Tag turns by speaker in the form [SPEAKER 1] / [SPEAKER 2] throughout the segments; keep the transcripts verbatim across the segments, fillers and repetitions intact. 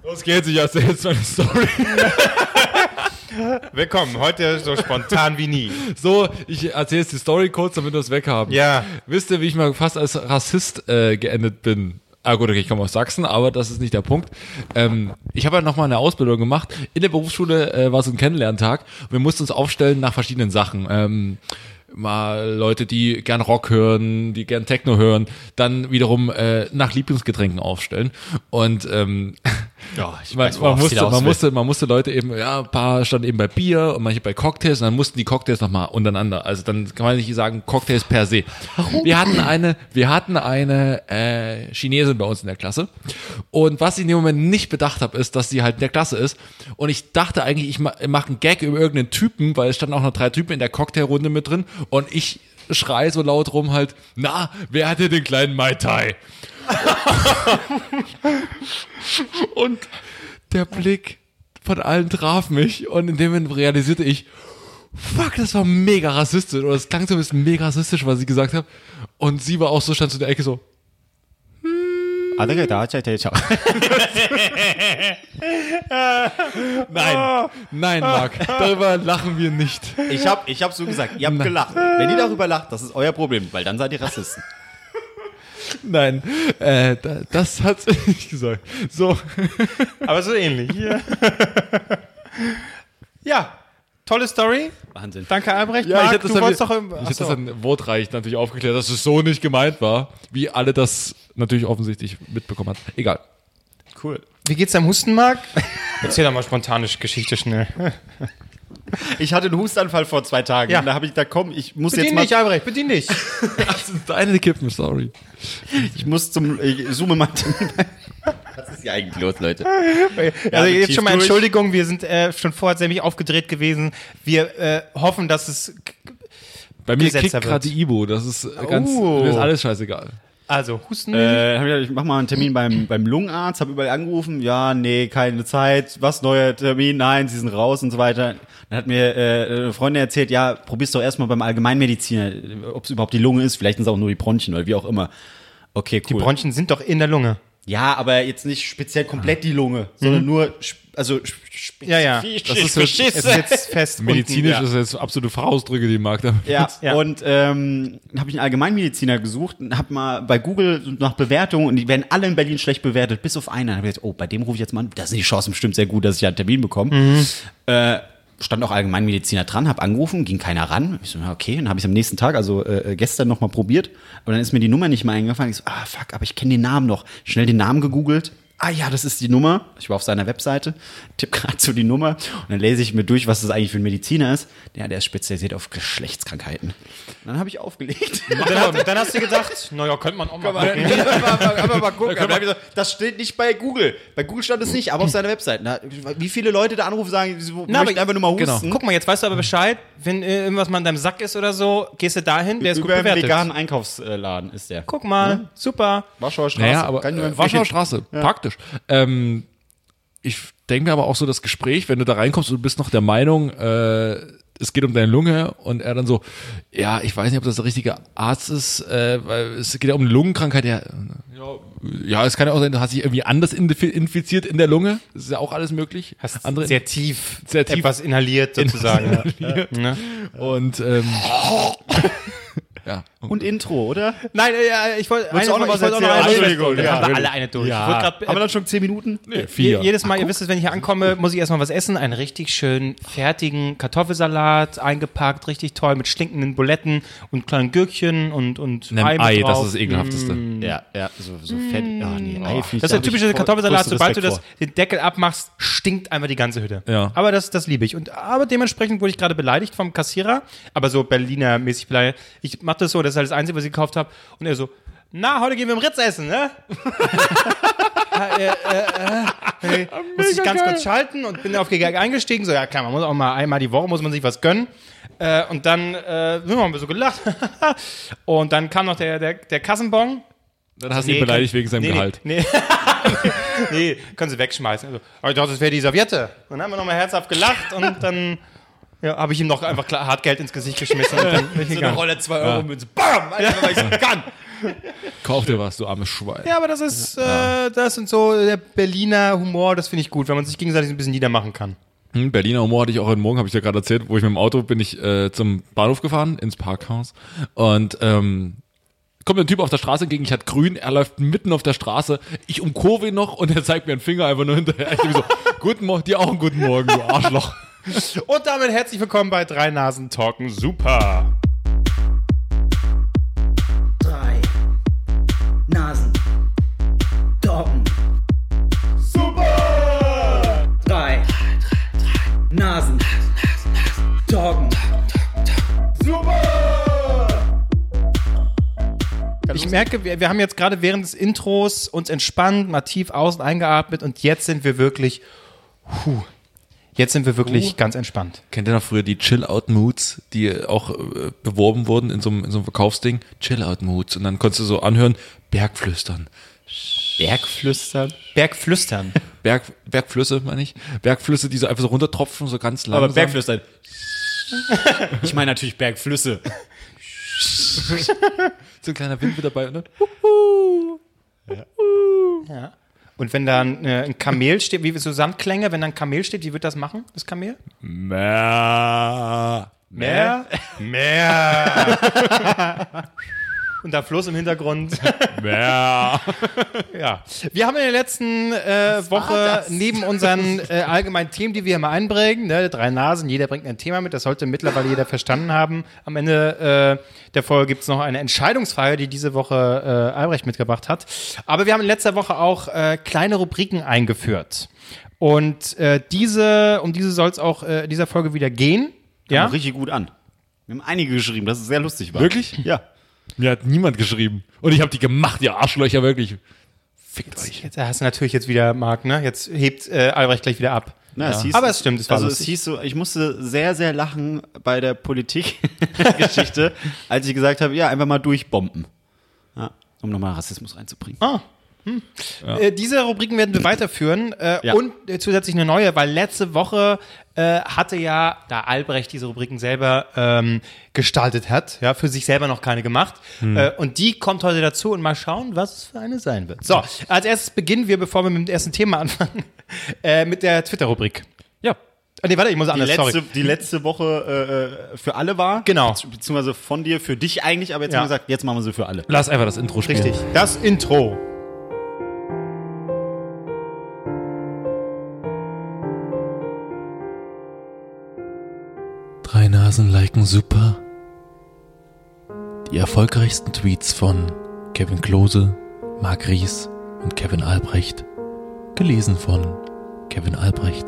[SPEAKER 1] Los geht's, ich erzähle jetzt meine Story.
[SPEAKER 2] Willkommen, heute so spontan wie nie.
[SPEAKER 1] So, ich erzähle jetzt die Story kurz, damit wir es weghaben.
[SPEAKER 2] Ja.
[SPEAKER 1] Wisst ihr, wie ich mal fast als Rassist äh, geendet bin? Ah gut, okay, ich komme aus Sachsen, aber das ist nicht der Punkt. Ähm, ich habe ja nochmal eine Ausbildung gemacht. In der Berufsschule äh, war so ein Kennenlerntag. Und wir mussten uns aufstellen nach verschiedenen Sachen. Ähm, mal Leute, die gern Rock hören, die gern Techno hören, dann wiederum äh, nach Lieblingsgetränken aufstellen. Und ähm,
[SPEAKER 3] Ja, ich
[SPEAKER 1] man,
[SPEAKER 3] weiß,
[SPEAKER 1] man,
[SPEAKER 3] worauf sie
[SPEAKER 1] musste,
[SPEAKER 3] raus
[SPEAKER 1] man,
[SPEAKER 3] will.
[SPEAKER 1] musste, man musste Leute eben, ja, ein paar standen eben bei Bier und manche bei Cocktails und dann mussten die Cocktails nochmal untereinander. Also dann kann man nicht sagen Cocktails per se. Warum? Wir hatten eine, wir hatten eine äh, Chinesin bei uns in der Klasse und was ich in dem Moment nicht bedacht habe, ist, dass sie halt in der Klasse ist und ich dachte eigentlich, ich ma- mache einen Gag über irgendeinen Typen, weil es standen auch noch drei Typen in der Cocktailrunde mit drin und ich schrei so laut rum halt, na, wer hatte den kleinen Mai Tai? Und der Blick von allen traf mich und in dem Moment realisierte ich, fuck, das war mega rassistisch oder es klang so ein bisschen mega rassistisch, was sie gesagt hat und sie war auch so, stand zu der Ecke so, nein, nein, Marc, darüber lachen wir nicht.
[SPEAKER 3] Ich hab, ich hab so gesagt, ihr habt gelacht. Wenn ihr darüber lacht, das ist euer Problem, weil dann seid ihr Rassisten.
[SPEAKER 1] Nein, äh, da- das hat sie nicht gesagt. So,
[SPEAKER 2] Aber so ähnlich. Ja, ja, tolle Story.
[SPEAKER 3] Wahnsinn.
[SPEAKER 2] Danke, Albrecht.
[SPEAKER 1] ja, ich
[SPEAKER 2] Marc,
[SPEAKER 1] hätte das,
[SPEAKER 2] du
[SPEAKER 1] dann,
[SPEAKER 2] wolltest
[SPEAKER 1] ich
[SPEAKER 2] doch... Im,
[SPEAKER 1] hätte das
[SPEAKER 2] Achso.
[SPEAKER 1] dann wortreich natürlich aufgeklärt, dass es so nicht gemeint war, wie alle das natürlich offensichtlich mitbekommen hat. Egal.
[SPEAKER 2] Cool. Wie geht's deinem Husten, Marc? Erzähl doch mal spontane Geschichte schnell.
[SPEAKER 3] Ich hatte einen Hustanfall vor zwei Tagen.
[SPEAKER 2] Ja.
[SPEAKER 3] Und da habe ich da komm, ich muss
[SPEAKER 2] Bedien
[SPEAKER 3] jetzt mal,
[SPEAKER 2] dich, Albrecht, bedien dich.
[SPEAKER 1] Das ist deine Kippen, sorry.
[SPEAKER 3] ich muss zum, ich zoome mal. Was ist hier eigentlich los, Leute?
[SPEAKER 2] Also jetzt
[SPEAKER 3] tief
[SPEAKER 2] schon mal
[SPEAKER 3] durch.
[SPEAKER 2] Entschuldigung, wir sind äh, schon vorher ziemlich aufgedreht gewesen. Wir äh, hoffen, dass es...
[SPEAKER 1] Bei mir
[SPEAKER 2] Gesetzer
[SPEAKER 1] kickt gerade
[SPEAKER 2] wird.
[SPEAKER 1] die Ibo, das ist ganz,
[SPEAKER 2] Oh.
[SPEAKER 1] mir ist alles scheißegal.
[SPEAKER 2] Also, Husten...
[SPEAKER 3] Äh, hab ich, gedacht, ich mach mal einen Termin beim, beim Lungenarzt, habe überall angerufen, ja, nee, keine Zeit, was, neuer Termin, nein, sie sind raus und so weiter. Dann hat mir äh, eine Freundin erzählt, ja, probier's doch erstmal beim Allgemeinmediziner, ob es überhaupt die Lunge ist, vielleicht sind es auch nur die Bronchien oder wie auch immer. Okay,
[SPEAKER 2] Die
[SPEAKER 3] cool.
[SPEAKER 2] Bronchien sind doch in der Lunge.
[SPEAKER 3] Ja, aber jetzt nicht speziell komplett die Lunge, sondern nur, sp- also sp-
[SPEAKER 2] Ja, ja.
[SPEAKER 1] Das ist jetzt,
[SPEAKER 2] Es sitzt fest
[SPEAKER 1] medizinisch
[SPEAKER 2] unten.
[SPEAKER 1] ist jetzt absolute Fachausdrücke, die mag damit.
[SPEAKER 3] Ja,
[SPEAKER 2] Ja.
[SPEAKER 3] und ähm, habe ich einen Allgemeinmediziner gesucht und habe mal bei Google nach Bewertungen und die werden alle in Berlin schlecht bewertet, bis auf einen. Dann habe ich gedacht, oh, bei dem rufe ich jetzt mal an. Da sind die Chancen bestimmt sehr gut, dass ich einen Termin bekomme.
[SPEAKER 2] Mhm.
[SPEAKER 3] Äh, stand auch Allgemeinmediziner dran, habe angerufen, ging keiner ran. Ich so, ja, okay, dann habe ich es am nächsten Tag, also äh, gestern noch mal probiert. Aber dann ist mir die Nummer nicht mehr eingefallen. Ich so, ah, fuck, aber ich kenne den Namen noch. Schnell den Namen gegoogelt. Ah ja, das ist die Nummer. Ich war auf seiner Webseite, tipp gerade so die Nummer und dann lese ich mir durch, was das eigentlich für ein Mediziner ist. Ja, der ist spezialisiert auf Geschlechtskrankheiten. Und dann habe ich aufgelegt.
[SPEAKER 2] Dann, hat, dann hast du gedacht, naja, könnte man auch mal machen.
[SPEAKER 3] Aber mal gucken. Aber gesagt, das steht nicht bei Google. Bei Google stand es nicht, aber auf seiner Webseite. Na, wie viele Leute da anrufen, sagen, sie
[SPEAKER 2] Na,
[SPEAKER 3] möchten einfach nur mal husten.
[SPEAKER 2] Genau. Guck mal, jetzt weißt du aber Bescheid, wenn äh, irgendwas mal in deinem Sack ist oder so, gehst du dahin, der ist gut
[SPEAKER 3] Über einen
[SPEAKER 2] bewertet.
[SPEAKER 3] veganen Einkaufsladen ist der.
[SPEAKER 2] Guck mal, super.
[SPEAKER 3] Warschauer Straße.
[SPEAKER 1] Naja, aber
[SPEAKER 3] Kann ich nur
[SPEAKER 1] äh,
[SPEAKER 3] empfehlen.
[SPEAKER 1] Warschauer Straße, praktisch. Ähm, ich denke mir aber auch so das Gespräch, wenn du da reinkommst und du bist noch der Meinung, äh, es geht um deine Lunge und er dann so, ja, ich weiß nicht, ob das der richtige Arzt ist, äh, weil es geht ja um eine Lungenkrankheit. Ja, ja, ja, es kann ja auch sein, du hast dich irgendwie anders infi- infiziert in der Lunge. Das ist ja auch alles möglich.
[SPEAKER 2] Hast
[SPEAKER 1] Andere
[SPEAKER 2] sehr tief,
[SPEAKER 1] Sehr tief
[SPEAKER 2] etwas inhaliert sozusagen.
[SPEAKER 1] inhaliert.
[SPEAKER 2] Ne?
[SPEAKER 1] und ähm, ja.
[SPEAKER 3] Und Intro, oder?
[SPEAKER 2] Nein, äh, ja, ich wollte
[SPEAKER 3] Wolltest du auch noch was
[SPEAKER 2] ich wollte
[SPEAKER 3] erzählen?
[SPEAKER 2] eine-
[SPEAKER 3] Entschuldigung,
[SPEAKER 2] Dann
[SPEAKER 3] ja.
[SPEAKER 2] haben wir alle eine durch.
[SPEAKER 1] Ja.
[SPEAKER 2] Ich wollte grad, äh,
[SPEAKER 3] Haben wir dann schon zehn Minuten?
[SPEAKER 1] Nee, vier.
[SPEAKER 2] Je, jedes Mal, ihr wisst es, wenn ich hier ankomme, muss ich erstmal was essen. Einen richtig schönen, fertigen Kartoffelsalat, eingepackt, richtig toll, mit stinkenden Buletten und kleinen Gürkchen und, und
[SPEAKER 1] Einem
[SPEAKER 2] Ei, mit
[SPEAKER 1] Ei, das
[SPEAKER 2] drauf.
[SPEAKER 1] ist das Ekelhafteste.
[SPEAKER 3] Ja, ja, so, so fett. Ah, nee, Ei, find ich-
[SPEAKER 2] Das ist
[SPEAKER 3] da
[SPEAKER 2] der
[SPEAKER 3] hab
[SPEAKER 2] typische
[SPEAKER 3] ich voll-
[SPEAKER 2] Kartoffelsalat,
[SPEAKER 3] größten
[SPEAKER 2] sobald du
[SPEAKER 3] Respekt
[SPEAKER 2] das,
[SPEAKER 3] vor.
[SPEAKER 2] den Deckel abmachst, stinkt einfach die ganze Hütte.
[SPEAKER 1] Ja.
[SPEAKER 2] Aber das, das liebe ich. Und, aber dementsprechend wurde ich gerade beleidigt vom Kassierer, aber so Berliner mäßig beleidigt. Ich mache das so, das ist halt das Einzige, was ich gekauft habe. Und er so, na, heute gehen wir im Ritz essen, ne? äh, äh, äh, hey, muss ich ganz kurz schalten und bin auf Gag eingestiegen. So, ja klar, man muss auch mal einmal die Woche muss man sich was gönnen. Äh, und dann äh, haben wir so gelacht. Und dann kam noch der, der, der Kassenbon.
[SPEAKER 1] Dann hast du ihn beleidigt
[SPEAKER 2] kann-
[SPEAKER 1] wegen seinem
[SPEAKER 2] nee,
[SPEAKER 1] Gehalt.
[SPEAKER 2] Nee, nee, nee, können sie wegschmeißen. Also, aber ich dachte, das wäre die Serviette. Dann haben wir nochmal herzhaft gelacht und dann Ja, habe ich ihm noch einfach klar Hartgeld ins Gesicht geschmissen. Und dann bin ich
[SPEAKER 3] So eine
[SPEAKER 2] gegangen.
[SPEAKER 3] Rolle zwei Euro Münze. Bam! Alter, weil ich kann.
[SPEAKER 1] Kauf dir was, du armes Schwein.
[SPEAKER 2] Ja, aber das ist, äh, das sind so der Berliner Humor, das finde ich gut, wenn man sich gegenseitig ein bisschen niedermachen kann.
[SPEAKER 1] Hm, Berliner Humor hatte ich auch heute Morgen, habe ich ja gerade erzählt, wo ich mit dem Auto bin ich äh, zum Bahnhof gefahren, ins Parkhaus. Und ähm, kommt mir ein Typ auf der Straße entgegen, ich hatte grün, er läuft mitten auf der Straße, ich umkurve ihn noch und er zeigt mir einen Finger einfach nur hinterher. Ich bin so, guten Morgen, dir auch einen guten Morgen, du Arschloch.
[SPEAKER 2] Und damit herzlich willkommen bei Drei Nasen Talken Super.
[SPEAKER 4] Drei Nasen Talken Super. Drei Nasen Talken
[SPEAKER 2] Ich merke, wir, wir haben jetzt gerade während des Intros uns entspannt, mal tief aus- und eingeatmet und jetzt sind wir wirklich, puh, jetzt sind wir wirklich uh. ganz entspannt.
[SPEAKER 1] Kennt ihr noch früher die Chill-Out-Moods, die auch äh, beworben wurden in so, einem, in so einem Verkaufsding? Chill-Out-Moods. Und dann konntest du so anhören, Bergflüstern.
[SPEAKER 3] Bergflüstern?
[SPEAKER 2] Bergflüstern.
[SPEAKER 1] Berg, Bergflüsse, meine ich. Bergflüsse, die so einfach so runtertropfen, so ganz langsam.
[SPEAKER 3] Aber Bergflüstern. Ich meine natürlich Bergflüsse.
[SPEAKER 1] So ein kleiner Wind mit dabei, ne?
[SPEAKER 2] Ja. Und wenn da ein, äh, ein Kamel steht, wie so Sandklänge, wenn da ein Kamel steht, wie wird das machen, das Kamel?
[SPEAKER 1] Mehr.
[SPEAKER 2] Mehr? Mehr. Und der Fluss im Hintergrund.
[SPEAKER 1] Mehr.
[SPEAKER 2] Ja. Wir haben in der letzten äh, Woche neben unseren äh, allgemeinen Themen, die wir immer einbringen, ne, drei Nasen, jeder bringt ein Thema mit, das sollte mittlerweile jeder verstanden haben. Am Ende äh, der Folge gibt es noch eine Entscheidungsfrage, die diese Woche äh, Albrecht mitgebracht hat. Aber wir haben in letzter Woche auch äh, kleine Rubriken eingeführt. Und äh, diese, um diese soll es auch äh, in dieser Folge wieder gehen.
[SPEAKER 3] Ja?
[SPEAKER 2] Ja.
[SPEAKER 3] Richtig gut an. Wir haben einige geschrieben, dass es sehr lustig war.
[SPEAKER 1] Wirklich?
[SPEAKER 3] Ja.
[SPEAKER 1] Mir hat niemand geschrieben. Und ich habe die gemacht, ihr Arschlöcher, wirklich. Fickt euch.
[SPEAKER 2] Jetzt hast du natürlich jetzt wieder, Marc, ne? Jetzt hebt äh, Albrecht gleich wieder ab.
[SPEAKER 3] Na, es hieß,
[SPEAKER 2] Aber es stimmt, es war
[SPEAKER 3] Also
[SPEAKER 2] lustig.
[SPEAKER 3] es hieß so, ich musste sehr, sehr lachen bei der Politikgeschichte, als ich gesagt habe, ja, einfach mal durchbomben. Ja, um nochmal Rassismus reinzubringen.
[SPEAKER 2] Ah. Hm. Ja. Äh, diese Rubriken werden wir weiterführen äh,
[SPEAKER 3] Ja.
[SPEAKER 2] und äh, zusätzlich eine neue, weil letzte Woche äh, hatte ja, da Albrecht diese Rubriken selber ähm, gestaltet hat, ja, für sich selber noch keine gemacht. Hm. Äh, und die kommt heute dazu und mal schauen, was es für eine sein wird. So, als erstes beginnen wir, bevor wir mit dem ersten Thema anfangen, äh, mit der Twitter-Rubrik.
[SPEAKER 1] Ja.
[SPEAKER 2] Oh, nee, warte, ich muss
[SPEAKER 3] Die
[SPEAKER 2] anders,
[SPEAKER 3] letzte,
[SPEAKER 2] sorry.
[SPEAKER 3] die letzte Woche äh, für alle war.
[SPEAKER 2] Genau.
[SPEAKER 3] Beziehungsweise von dir, für dich eigentlich, aber jetzt
[SPEAKER 2] Ja.
[SPEAKER 3] haben wir gesagt, jetzt machen wir sie für alle.
[SPEAKER 1] Lass einfach das Intro spielen.
[SPEAKER 2] Richtig, das Intro.
[SPEAKER 1] Drei Nasen liken super. Die erfolgreichsten Tweets von Kevin Klose, Marc Ries und Kevin Albrecht. Gelesen von Kevin Albrecht.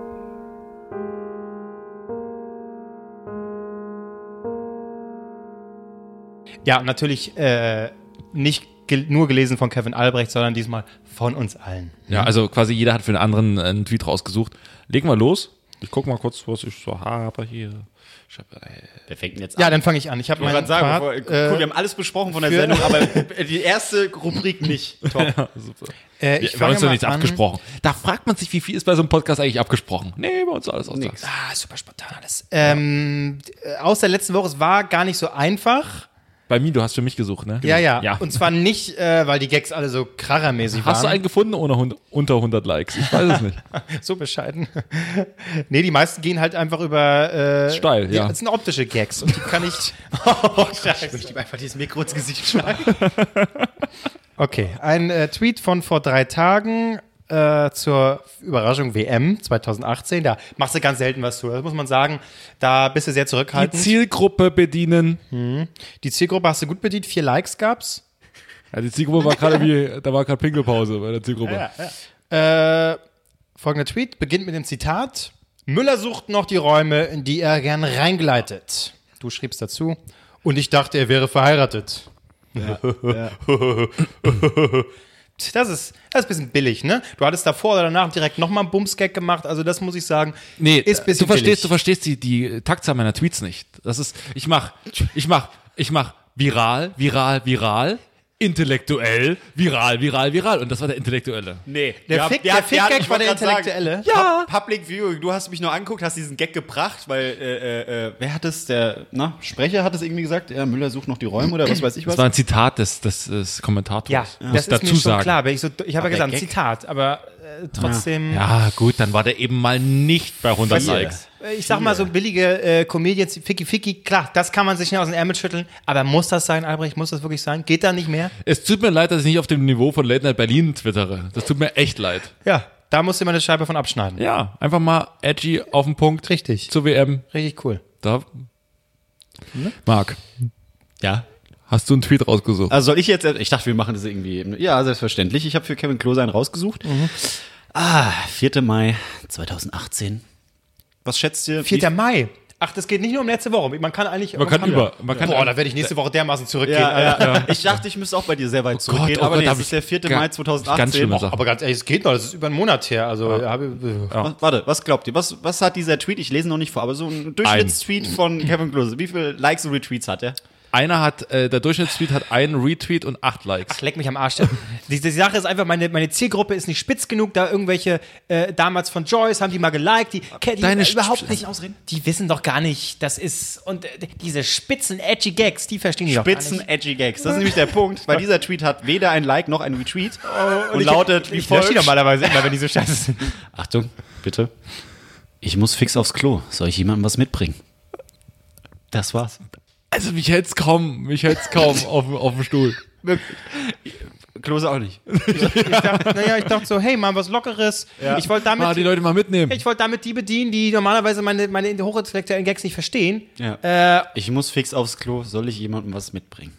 [SPEAKER 2] Ja, natürlich äh, nicht gel- nur gelesen von Kevin Albrecht, sondern diesmal von uns allen.
[SPEAKER 1] Ja, also quasi jeder hat für den anderen einen Tweet rausgesucht. Legen wir los. Ich guck mal kurz, was ich so habe hier. Ich hab, äh,
[SPEAKER 3] Wer fängt denn jetzt
[SPEAKER 2] Ja, dann fange ich an. Ich habe
[SPEAKER 3] Ich wollte
[SPEAKER 2] meinen
[SPEAKER 3] gerade sagen,
[SPEAKER 2] Part,
[SPEAKER 3] bevor, cool,
[SPEAKER 2] äh,
[SPEAKER 3] wir haben alles besprochen von der
[SPEAKER 2] für-
[SPEAKER 3] Sendung, aber die erste Rubrik nicht. Top.
[SPEAKER 1] super.
[SPEAKER 2] äh,
[SPEAKER 1] Wir
[SPEAKER 2] ich
[SPEAKER 1] haben
[SPEAKER 2] fange
[SPEAKER 1] uns doch
[SPEAKER 2] mal
[SPEAKER 1] nichts
[SPEAKER 2] an.
[SPEAKER 1] abgesprochen. Da fragt man sich, wie viel ist bei so einem Podcast eigentlich abgesprochen? Nee, bei uns alles aus.
[SPEAKER 3] Nix.
[SPEAKER 2] Ah, super spontan alles. Ähm, äh, aus der letzten Woche, es war gar nicht so einfach.
[SPEAKER 1] Bei mir, du hast für mich gesucht, ne?
[SPEAKER 2] Ja, ja,
[SPEAKER 1] ja.
[SPEAKER 2] Und zwar nicht, äh, weil die Gags alle so krarermäßig waren.
[SPEAKER 1] Hast du einen gefunden ohne hund- unter hundert Likes? Ich weiß es nicht.
[SPEAKER 2] So bescheiden. Nee, die meisten gehen halt einfach über äh,
[SPEAKER 1] Steil,
[SPEAKER 2] die,
[SPEAKER 1] ja.
[SPEAKER 2] Das sind optische Gags und die kann ich. Oh, Scheiße.
[SPEAKER 3] Ich möchte ihm einfach dieses Mikro ins Gesicht schlagen.
[SPEAKER 2] Okay, ein äh, Tweet von vor drei Tagen äh, zur Überraschung W M zwanzig achtzehn. Da machst du ganz selten was zu. Das muss man sagen. Da bist du sehr
[SPEAKER 1] Die
[SPEAKER 2] zurückhaltend.
[SPEAKER 1] Zielgruppe bedienen.
[SPEAKER 2] Die Zielgruppe hast du gut bedient. Vier Likes gab's.
[SPEAKER 1] Ja, die Zielgruppe war gerade wie, da war gerade Pinkelpause bei der Zielgruppe.
[SPEAKER 2] Äh, folgender Tweet beginnt mit dem Zitat: Müller sucht noch die Räume, in die er gern reingleitet. Du schriebst dazu. Und ich dachte, er wäre verheiratet. Das ist, das ist ein bisschen billig, ne? Du hattest davor oder danach direkt nochmal einen Bumsgag gemacht, also das muss ich sagen,
[SPEAKER 1] Nee,
[SPEAKER 2] ist ein bisschen
[SPEAKER 1] du verstehst,
[SPEAKER 2] billig.
[SPEAKER 1] du verstehst die, die Taktzahl meiner Tweets nicht. Das ist, ich mach, ich mach, ich mach viral, viral, viral, intellektuell, viral, viral, viral. Und das war der Intellektuelle.
[SPEAKER 3] Nee.
[SPEAKER 2] Der Fick- der Fick-Gag war der Intellektuelle?
[SPEAKER 1] Ja.
[SPEAKER 3] Public Viewing, du hast mich nur angeguckt, hast diesen Gag gebracht, weil, äh, äh, wer hat es, der, na, Sprecher hat es irgendwie gesagt, ja, Müller sucht noch die Räume oder was weiß ich was.
[SPEAKER 1] Das war ein Zitat des, des, des Kommentators.
[SPEAKER 2] Ja,
[SPEAKER 1] Muss
[SPEAKER 2] das ist
[SPEAKER 1] dazu
[SPEAKER 2] mir schon
[SPEAKER 1] sagen.
[SPEAKER 2] klar. Weil ich so, ich habe ja
[SPEAKER 3] Aber
[SPEAKER 2] gesagt,
[SPEAKER 3] Gag?
[SPEAKER 2] Zitat, aber äh, trotzdem.
[SPEAKER 1] Ja, gut, dann war der eben mal nicht bei hundert
[SPEAKER 2] Weißt du,
[SPEAKER 1] Likes.
[SPEAKER 2] Ich sag mal, so billige äh, Comedians, Ficky Ficky, klar, das kann man sich nicht aus dem Ärmel schütteln, aber muss das sein, Albrecht? Muss das wirklich sein? Geht da nicht mehr?
[SPEAKER 1] Es tut mir leid, dass ich nicht auf dem Niveau von Late Night Berlin twittere. Das tut mir echt leid.
[SPEAKER 2] Ja, da musst du mal eine Scheibe von abschneiden.
[SPEAKER 1] Ja, einfach mal edgy auf den Punkt.
[SPEAKER 2] Richtig.
[SPEAKER 1] Zur W M.
[SPEAKER 2] Richtig cool.
[SPEAKER 1] Da. Marc,
[SPEAKER 3] Ja.
[SPEAKER 1] hast du einen Tweet rausgesucht?
[SPEAKER 3] Also soll ich jetzt, ich dachte, wir machen das irgendwie, ja, selbstverständlich. Ich habe für Kevin Klose einen rausgesucht. Ah, vierter Mai zweitausendachtzehn. Was schätzt ihr?
[SPEAKER 2] vierter Mai. Ach, das geht nicht nur um letzte Woche. Man kann eigentlich.
[SPEAKER 1] Man kann über. Man kann
[SPEAKER 2] Boah, da werde ich nächste Woche dermaßen zurückgehen.
[SPEAKER 3] Ja,
[SPEAKER 2] Alter.
[SPEAKER 3] ja, ja. Ich dachte, ich müsste auch bei dir sehr weit zurückgehen,
[SPEAKER 1] oh
[SPEAKER 3] aber
[SPEAKER 1] Gott,
[SPEAKER 3] nee,
[SPEAKER 1] hab
[SPEAKER 3] es
[SPEAKER 1] ich
[SPEAKER 3] ist der vierte
[SPEAKER 1] ga-
[SPEAKER 3] Mai
[SPEAKER 1] ganz
[SPEAKER 3] zweitausendachtzehn.
[SPEAKER 1] schlimme Sache.
[SPEAKER 2] Aber ganz ehrlich, es geht noch. Das ist über einen Monat her. Also, hab ich,
[SPEAKER 3] Was, warte, was glaubt ihr? Was, was hat dieser Tweet? Ich lese noch nicht vor, aber so ein Durchschnittstweet von Kevin Klose. Wie viele Likes und Retweets hat er?
[SPEAKER 1] Einer hat, äh, der Durchschnittstweet hat einen Retweet und acht Likes.
[SPEAKER 2] Ach, leck mich am Arsch. Die, die Sache ist einfach, meine, meine Zielgruppe ist nicht spitz genug. Da irgendwelche, äh, damals von Joyce, haben die mal geliked. Die, die
[SPEAKER 1] Deine
[SPEAKER 2] äh, überhaupt
[SPEAKER 1] Sch-
[SPEAKER 2] nicht ausreden. Die wissen doch gar nicht, das ist, und äh, diese spitzen, edgy Gags, die verstehen die doch gar
[SPEAKER 3] Spitzen,
[SPEAKER 2] nicht.
[SPEAKER 3] edgy Gags. Das ist nämlich der Punkt, weil dieser Tweet hat weder ein Like noch ein Retweet und,
[SPEAKER 2] ich-
[SPEAKER 3] lautet wie
[SPEAKER 2] Ich lösche die
[SPEAKER 3] folgt.
[SPEAKER 2] normalerweise immer, wenn die so scheiße sind.
[SPEAKER 3] Achtung, bitte. Ich muss fix aufs Klo. Soll ich jemandem was mitbringen? Das war's.
[SPEAKER 1] Also mich hält's kaum, mich hält's kaum auf, auf dem Stuhl.
[SPEAKER 3] Klose auch nicht.
[SPEAKER 2] Ich dachte, naja, ich dachte so, hey, mal was Lockeres. Ich wollte damit,
[SPEAKER 1] Mal die Leute mal mitnehmen.
[SPEAKER 2] ich wollte damit die bedienen, die normalerweise meine, meine hochintellektuellen Gags nicht verstehen.
[SPEAKER 3] Ja.
[SPEAKER 2] Äh,
[SPEAKER 3] Ich muss fix aufs Klo. Soll ich jemandem was mitbringen?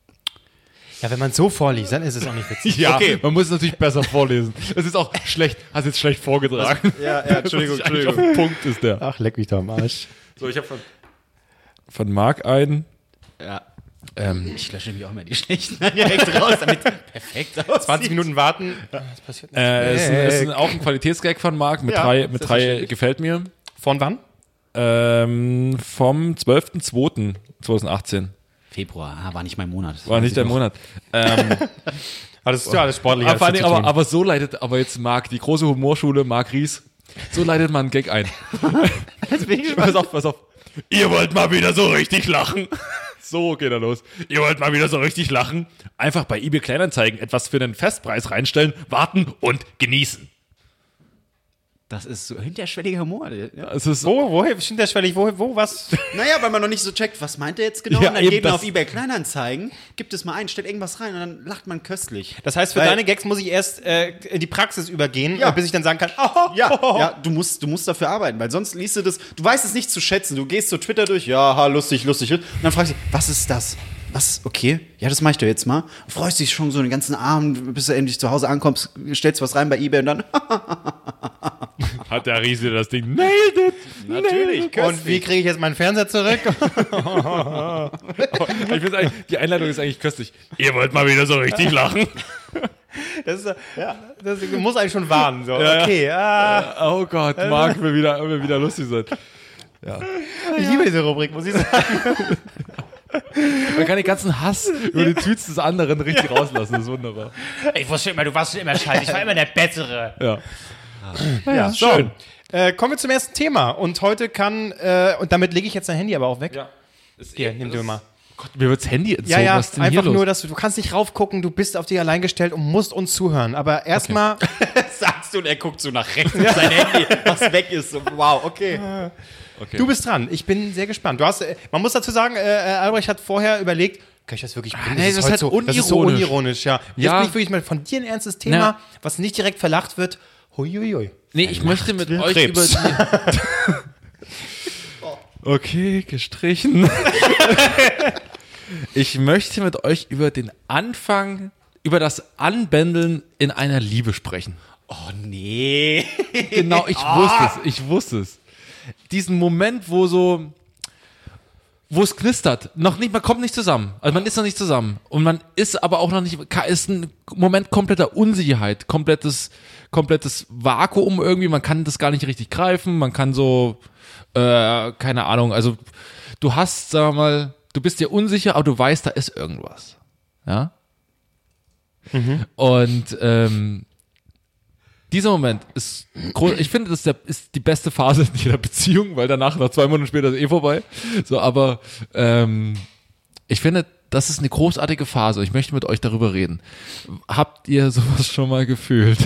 [SPEAKER 2] ja, wenn man so vorliest, dann ist es auch nicht witzig.
[SPEAKER 1] Ja,
[SPEAKER 3] Okay.
[SPEAKER 1] man muss es natürlich besser vorlesen. Das ist auch schlecht, hast jetzt schlecht vorgetragen.
[SPEAKER 3] Ja, ja, Entschuldigung,
[SPEAKER 1] Eigentlich auf den Punkt ist der.
[SPEAKER 2] Ach, leck mich da am Arsch.
[SPEAKER 1] So, ich habe von, von Marc einen.
[SPEAKER 3] Ja.
[SPEAKER 1] Ähm,
[SPEAKER 3] Ich lösche nämlich auch immer die schlechten direkt raus, damit perfekt aussieht.
[SPEAKER 2] zwanzig Minuten warten. Das passiert nicht.
[SPEAKER 1] äh, es ist, ein- es ist auch ein Qualitätsgag von Marc mit
[SPEAKER 3] Ja,
[SPEAKER 1] drei, mit drei
[SPEAKER 3] selbstverständlich.
[SPEAKER 1] gefällt mir.
[SPEAKER 2] Von wann?
[SPEAKER 1] Ähm, vom zwölften zweiten zweitausendachtzehn.
[SPEAKER 3] Februar, ah, war nicht mein Monat.
[SPEAKER 1] War nicht der Monat. Ähm,
[SPEAKER 2] Ah, das ist ja alles sportlich.
[SPEAKER 1] aber, vor allen Dingen, aber, aber so leitet aber jetzt Marc, die große Humorschule, Marc Ries, so leitet man einen Gag ein.
[SPEAKER 3] Jetzt bin ich
[SPEAKER 1] Pass auf, pass auf. Ihr wollt mal wieder so richtig lachen. So geht er los. Ihr wollt mal wieder so richtig lachen. Einfach bei eBay Kleinanzeigen etwas für den Festpreis reinstellen, warten und genießen.
[SPEAKER 3] Das ist so hinterschwelliger Humor. Ja.
[SPEAKER 1] Es ist
[SPEAKER 2] Wo, woher stimmt der schwellig? Wo, wo, was?
[SPEAKER 3] Naja, weil man noch nicht so checkt, was meint er jetzt genau?
[SPEAKER 1] Ja,
[SPEAKER 3] und dann
[SPEAKER 1] eben
[SPEAKER 3] geht man
[SPEAKER 1] das-
[SPEAKER 3] auf eBay Kleinanzeigen, gibt es mal ein, stellt irgendwas rein und dann lacht man köstlich.
[SPEAKER 2] Das heißt, für
[SPEAKER 3] Weil-
[SPEAKER 2] deine Gags muss ich erst äh, in die Praxis übergehen,
[SPEAKER 3] Ja.
[SPEAKER 2] bis ich dann sagen kann, oh,
[SPEAKER 3] Ja, ja, du musst, du musst dafür arbeiten, weil sonst liest du das, du weißt es nicht zu schätzen. Du gehst so Twitter durch, ja, ha, lustig, lustig, und dann fragst du dich, was ist das? Was? Okay, ja, das mach ich doch jetzt mal. Du freust dich schon so den ganzen Abend, bis du endlich zu Hause ankommst, stellst was rein bei eBay und dann,
[SPEAKER 1] hat der Riese das Ding. Nailed it.
[SPEAKER 3] natürlich,
[SPEAKER 2] Und wie kriege ich jetzt meinen Fernseher zurück?
[SPEAKER 1] Ich find's eigentlich, die Einleitung ist eigentlich köstlich. Ihr wollt mal wieder so richtig lachen.
[SPEAKER 2] Das, ist, ja. das muss eigentlich schon warnen. So. Okay, ah,
[SPEAKER 1] Oh Gott, Marc will wieder, will wieder lustig sein.
[SPEAKER 2] ich liebe diese Rubrik, muss ich sagen.
[SPEAKER 1] Man kann den ganzen Hass über die Tweets des anderen richtig rauslassen. Das ist wunderbar.
[SPEAKER 2] Ich wusste immer, du warst schon immer scheiße. Ich war immer der Bessere.
[SPEAKER 1] Ja.
[SPEAKER 2] Ja,
[SPEAKER 1] schön.
[SPEAKER 2] schön. Äh, kommen wir zum ersten Thema. Und heute kann, äh, und damit lege ich jetzt dein Handy aber auch weg.
[SPEAKER 1] Ja.
[SPEAKER 2] Hier, nimm du mal.
[SPEAKER 1] Gott, mir wird's Handy entzogen.
[SPEAKER 2] Ja, ja,
[SPEAKER 1] Was ist denn
[SPEAKER 2] einfach
[SPEAKER 1] hier
[SPEAKER 2] nur,
[SPEAKER 1] los?
[SPEAKER 2] dass du, du kannst nicht raufgucken, du bist auf dich allein gestellt und musst uns zuhören. Aber erstmal,
[SPEAKER 3] sagst du und er guckt so nach rechts in sein Handy, was weg ist. So, wow, okay.
[SPEAKER 1] Okay.
[SPEAKER 2] du bist dran. Ich bin sehr gespannt. Du hast, äh, man muss dazu sagen, äh, Albrecht hat vorher überlegt, kann ich das wirklich bringen?
[SPEAKER 1] nee, das ist
[SPEAKER 2] heute
[SPEAKER 1] halt
[SPEAKER 2] so, das ist so
[SPEAKER 1] unironisch.
[SPEAKER 2] unironisch, ja. Jetzt
[SPEAKER 1] Ja.
[SPEAKER 2] bin ich wirklich mal von dir ein ernstes Thema,
[SPEAKER 1] Ja.
[SPEAKER 2] was nicht direkt verlacht wird. Huiuiui.
[SPEAKER 1] Nee, ich möchte mit euch
[SPEAKER 3] Krebs.
[SPEAKER 1] über die... Okay, gestrichen. Ich möchte mit euch über den Anfang, über das Anbändeln in einer Liebe sprechen.
[SPEAKER 3] Oh nee.
[SPEAKER 1] Genau, ich wusste es, ich wusste es. Diesen Moment, wo so, wo es knistert, noch nicht, man kommt nicht zusammen. Also man ist noch nicht zusammen. Und man ist aber auch noch nicht, ist ein Moment kompletter Unsicherheit, komplettes, komplettes Vakuum irgendwie, man kann das gar nicht richtig greifen, man kann so, äh, keine Ahnung, also du hast, sag mal, du bist dir unsicher, aber du weißt, da ist irgendwas. Ja? Und, ähm, dieser Moment ist, groß, ich finde, das ist, der, ist die beste Phase in jeder Beziehung, weil danach, nach zwei Monaten später, ist eh vorbei. So, aber ähm, ich finde, das ist eine großartige Phase. Ich möchte mit euch darüber reden. Habt ihr sowas schon mal gefühlt?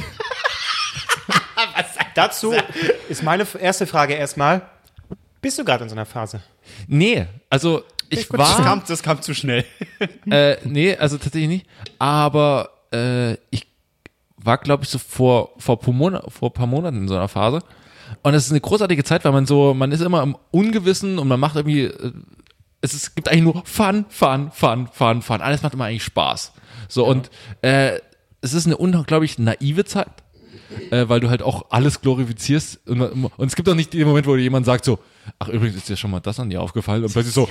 [SPEAKER 2] Dazu ist meine erste Frage erstmal, bist du gerade in so einer Phase?
[SPEAKER 1] Nee, also ich
[SPEAKER 3] Das
[SPEAKER 1] war,
[SPEAKER 3] kam, das kam zu schnell.
[SPEAKER 1] äh, nee, also tatsächlich nicht, aber äh, ich war, glaube ich, so vor, vor, paar Monat, vor ein paar Monaten in so einer Phase und es ist eine großartige Zeit, weil man so, man ist immer im Ungewissen und man macht irgendwie, äh, es ist, gibt eigentlich nur Fun, Fun, Fun, Fun, Fun, alles macht immer eigentlich Spaß. So, und äh, es ist eine unglaublich naive Zeit, äh, weil du halt auch alles glorifizierst und, und es gibt auch nicht den Moment, wo jemand sagt so, ach übrigens ist dir schon mal das an dir aufgefallen und plötzlich so,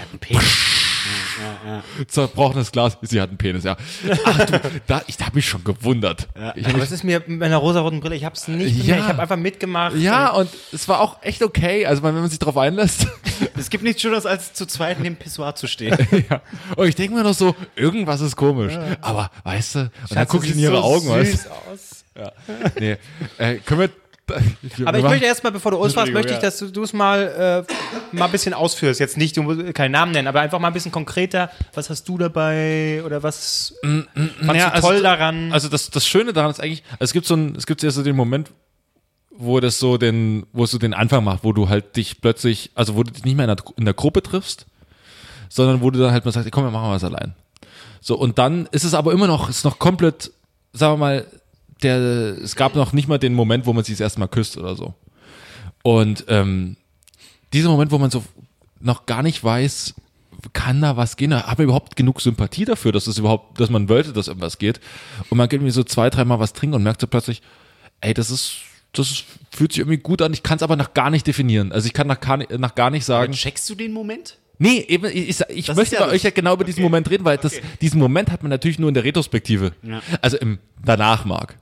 [SPEAKER 1] zerbrochenes Glas, sie hat einen Penis, ja. Ach du, da, ich habe mich schon gewundert. Ja. Ich hab
[SPEAKER 2] Aber
[SPEAKER 1] mich,
[SPEAKER 2] es ist mir mit meiner rosaroten Brille, ich hab's nicht
[SPEAKER 1] Ja.
[SPEAKER 2] mehr, ich habe einfach mitgemacht.
[SPEAKER 1] ja, und es war auch echt okay, also wenn man sich drauf einlässt.
[SPEAKER 3] Es gibt nichts Schöneres, als zu zweit neben Pissoir zu stehen.
[SPEAKER 1] Ja. Und ich denke mir noch so, irgendwas ist komisch. Aber weißt du, und dann gucke ich in ihre Augen, weißt du.
[SPEAKER 2] aus.
[SPEAKER 1] Ja. Nee, äh, können wir.
[SPEAKER 2] Aber ich möchte erstmal, bevor du ausfährst,
[SPEAKER 1] Entschuldigung,
[SPEAKER 2] möchte ich,
[SPEAKER 1] ja.
[SPEAKER 2] dass du du es mal, äh, mal ein bisschen ausführst. Jetzt nicht, du musst keinen Namen nennen, aber einfach mal ein bisschen konkreter. Was hast du dabei oder was fandst
[SPEAKER 1] ja,
[SPEAKER 2] du
[SPEAKER 1] also-
[SPEAKER 2] toll daran?
[SPEAKER 1] Also das, das Schöne daran ist eigentlich, also es gibt so ein, es gibt ja so den Moment, wo das so den, wo es so den Anfang macht, wo du halt dich plötzlich, also wo du dich nicht mehr in der, in der Gruppe triffst, sondern wo du dann halt mal sagst, komm, wir machen was allein. So, und dann ist es aber immer noch, ist noch komplett, sagen wir mal, der, es gab noch nicht mal den Moment, wo man sich das erste Mal küsst oder so. Und ähm, dieser Moment, wo man so noch gar nicht weiß, kann da was gehen, hat man überhaupt genug Sympathie dafür, dass es überhaupt, dass man wollte, dass irgendwas geht. Und man geht irgendwie so zwei, dreimal was trinken und merkt so plötzlich, ey, das ist, das ist, fühlt sich irgendwie gut an, ich kann es aber noch gar nicht definieren. Also ich kann nach gar nicht, nach gar nicht sagen.
[SPEAKER 3] Checkst du den Moment?
[SPEAKER 1] Nee, eben, ich, ich, ich
[SPEAKER 3] Das
[SPEAKER 1] möchte
[SPEAKER 3] ist ja
[SPEAKER 1] bei euch ja genau über diesen Moment reden, weil das, diesen Moment hat man natürlich nur in der Retrospektive.
[SPEAKER 3] Ja.
[SPEAKER 1] Also im danach mag.